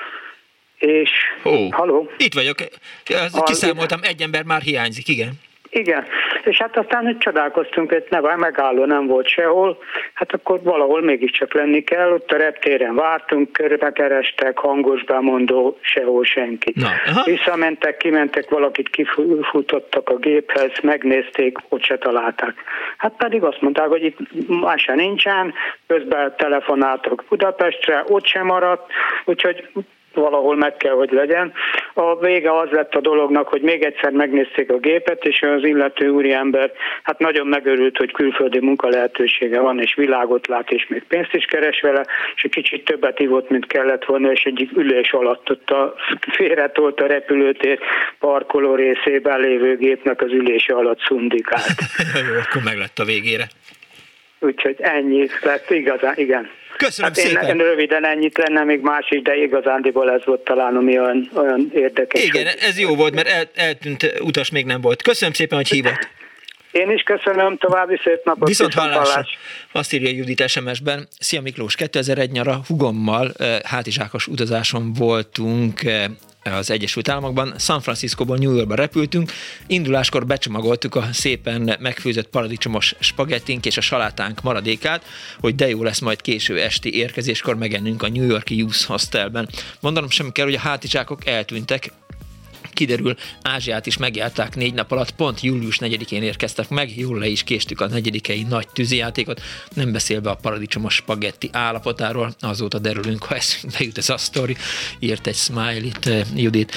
És... Ó, haló? Itt vagyok. Kiszámoltam, egy ember már hiányzik, igen. Igen, és hát aztán hogy csodálkoztunk, hogy ne, megálló nem volt sehol, hát akkor valahol mégiscsak lenni kell, ott a reptéren vártunk, körbekerestek, hangos bemondó, sehol senki. Na, visszamentek, kimentek, valakit kifutottak a géphez, megnézték, ott se találták. Hát pedig azt mondták, hogy itt más se nincsen, közben telefonáltak Budapestre, ott sem maradt, úgyhogy valahol meg kell, hogy legyen. A vége az lett a dolognak, hogy még egyszer megnézték a gépet, és az illető úriember hát nagyon megörült, hogy külföldi munkalehetősége van, és világot lát, és még pénzt is keres vele, és egy kicsit többet ivott, mint kellett volna, és egyik ülés alatt ott a félretolt a repülőtér parkoló részében lévő gépnek az ülése alatt szundikált. Jó, akkor meg lett a végére. Úgyhogy ennyi lett igazán, igen. Köszönöm hát szépen. Én röviden ennyit lenne, még más is, de igazándiból ez volt talán, ami olyan, olyan érdekes. Igen, hogy... ez jó volt, mert el, eltűnt utas még nem volt. Köszönöm szépen, hogy hívott. Én is köszönöm, további szép napot. Viszont hallásra. Azt írja Judit es em es-ben. Szia Miklós, kétezer-egy nyara hugommal hátizsákos utazáson voltunk az Egyesült Államokban. San Franciscóból New Yorkba repültünk. Induláskor becsomagoltuk a szépen megfőzött paradicsomos spagettink és a salátánk maradékát, hogy de jó lesz majd késő esti érkezéskor megennünk a New York-i Youth Hostelben. Mondanom sem kell, hogy a hátizsákok eltűntek. Kiderül, Ázsiát is megjárták négy nap alatt, pont július negyedikén érkeztek meg, jól le is késtük a negyedikei nagy tűzijátékot, nem beszélve a paradicsomos spagetti állapotáról, azóta derülünk, ha eszünkbe jut ez a sztori, írt egy smiley-t Judit.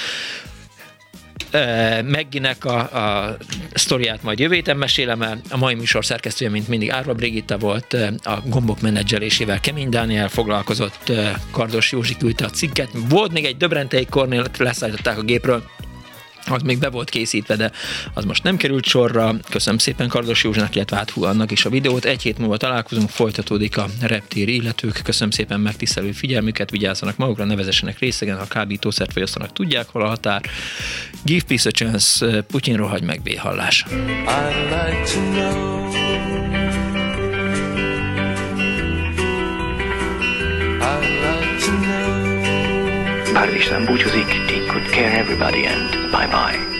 Megginek a, a sztoriát majd jövő héten mesélem el. A mai műsor szerkesztője, mint mindig, Árva Brigitta volt, a gombok menedzselésével Kemény Dániel foglalkozott, Kardos Józsi küldte a cikket. Volt még egy Döbrentei Kornél, leszállították a gépről, az még be volt készítve, de az most nem került sorra. Köszönöm szépen Kardos Józsinak, illetve Áthú annak is a videót. Egy hét múlva találkozunk, folytatódik a reptéri illetők. Köszönöm szépen megtisztelő figyelmüket, vigyázzanak magukra, ne vezessenek részegen, ha kábítószert fogyasztanak, tudják, hol a határ. Give peace a chance, Putyin rohagy meg, véhallás. Pár István búcsúzik, take good care everybody and bye-bye.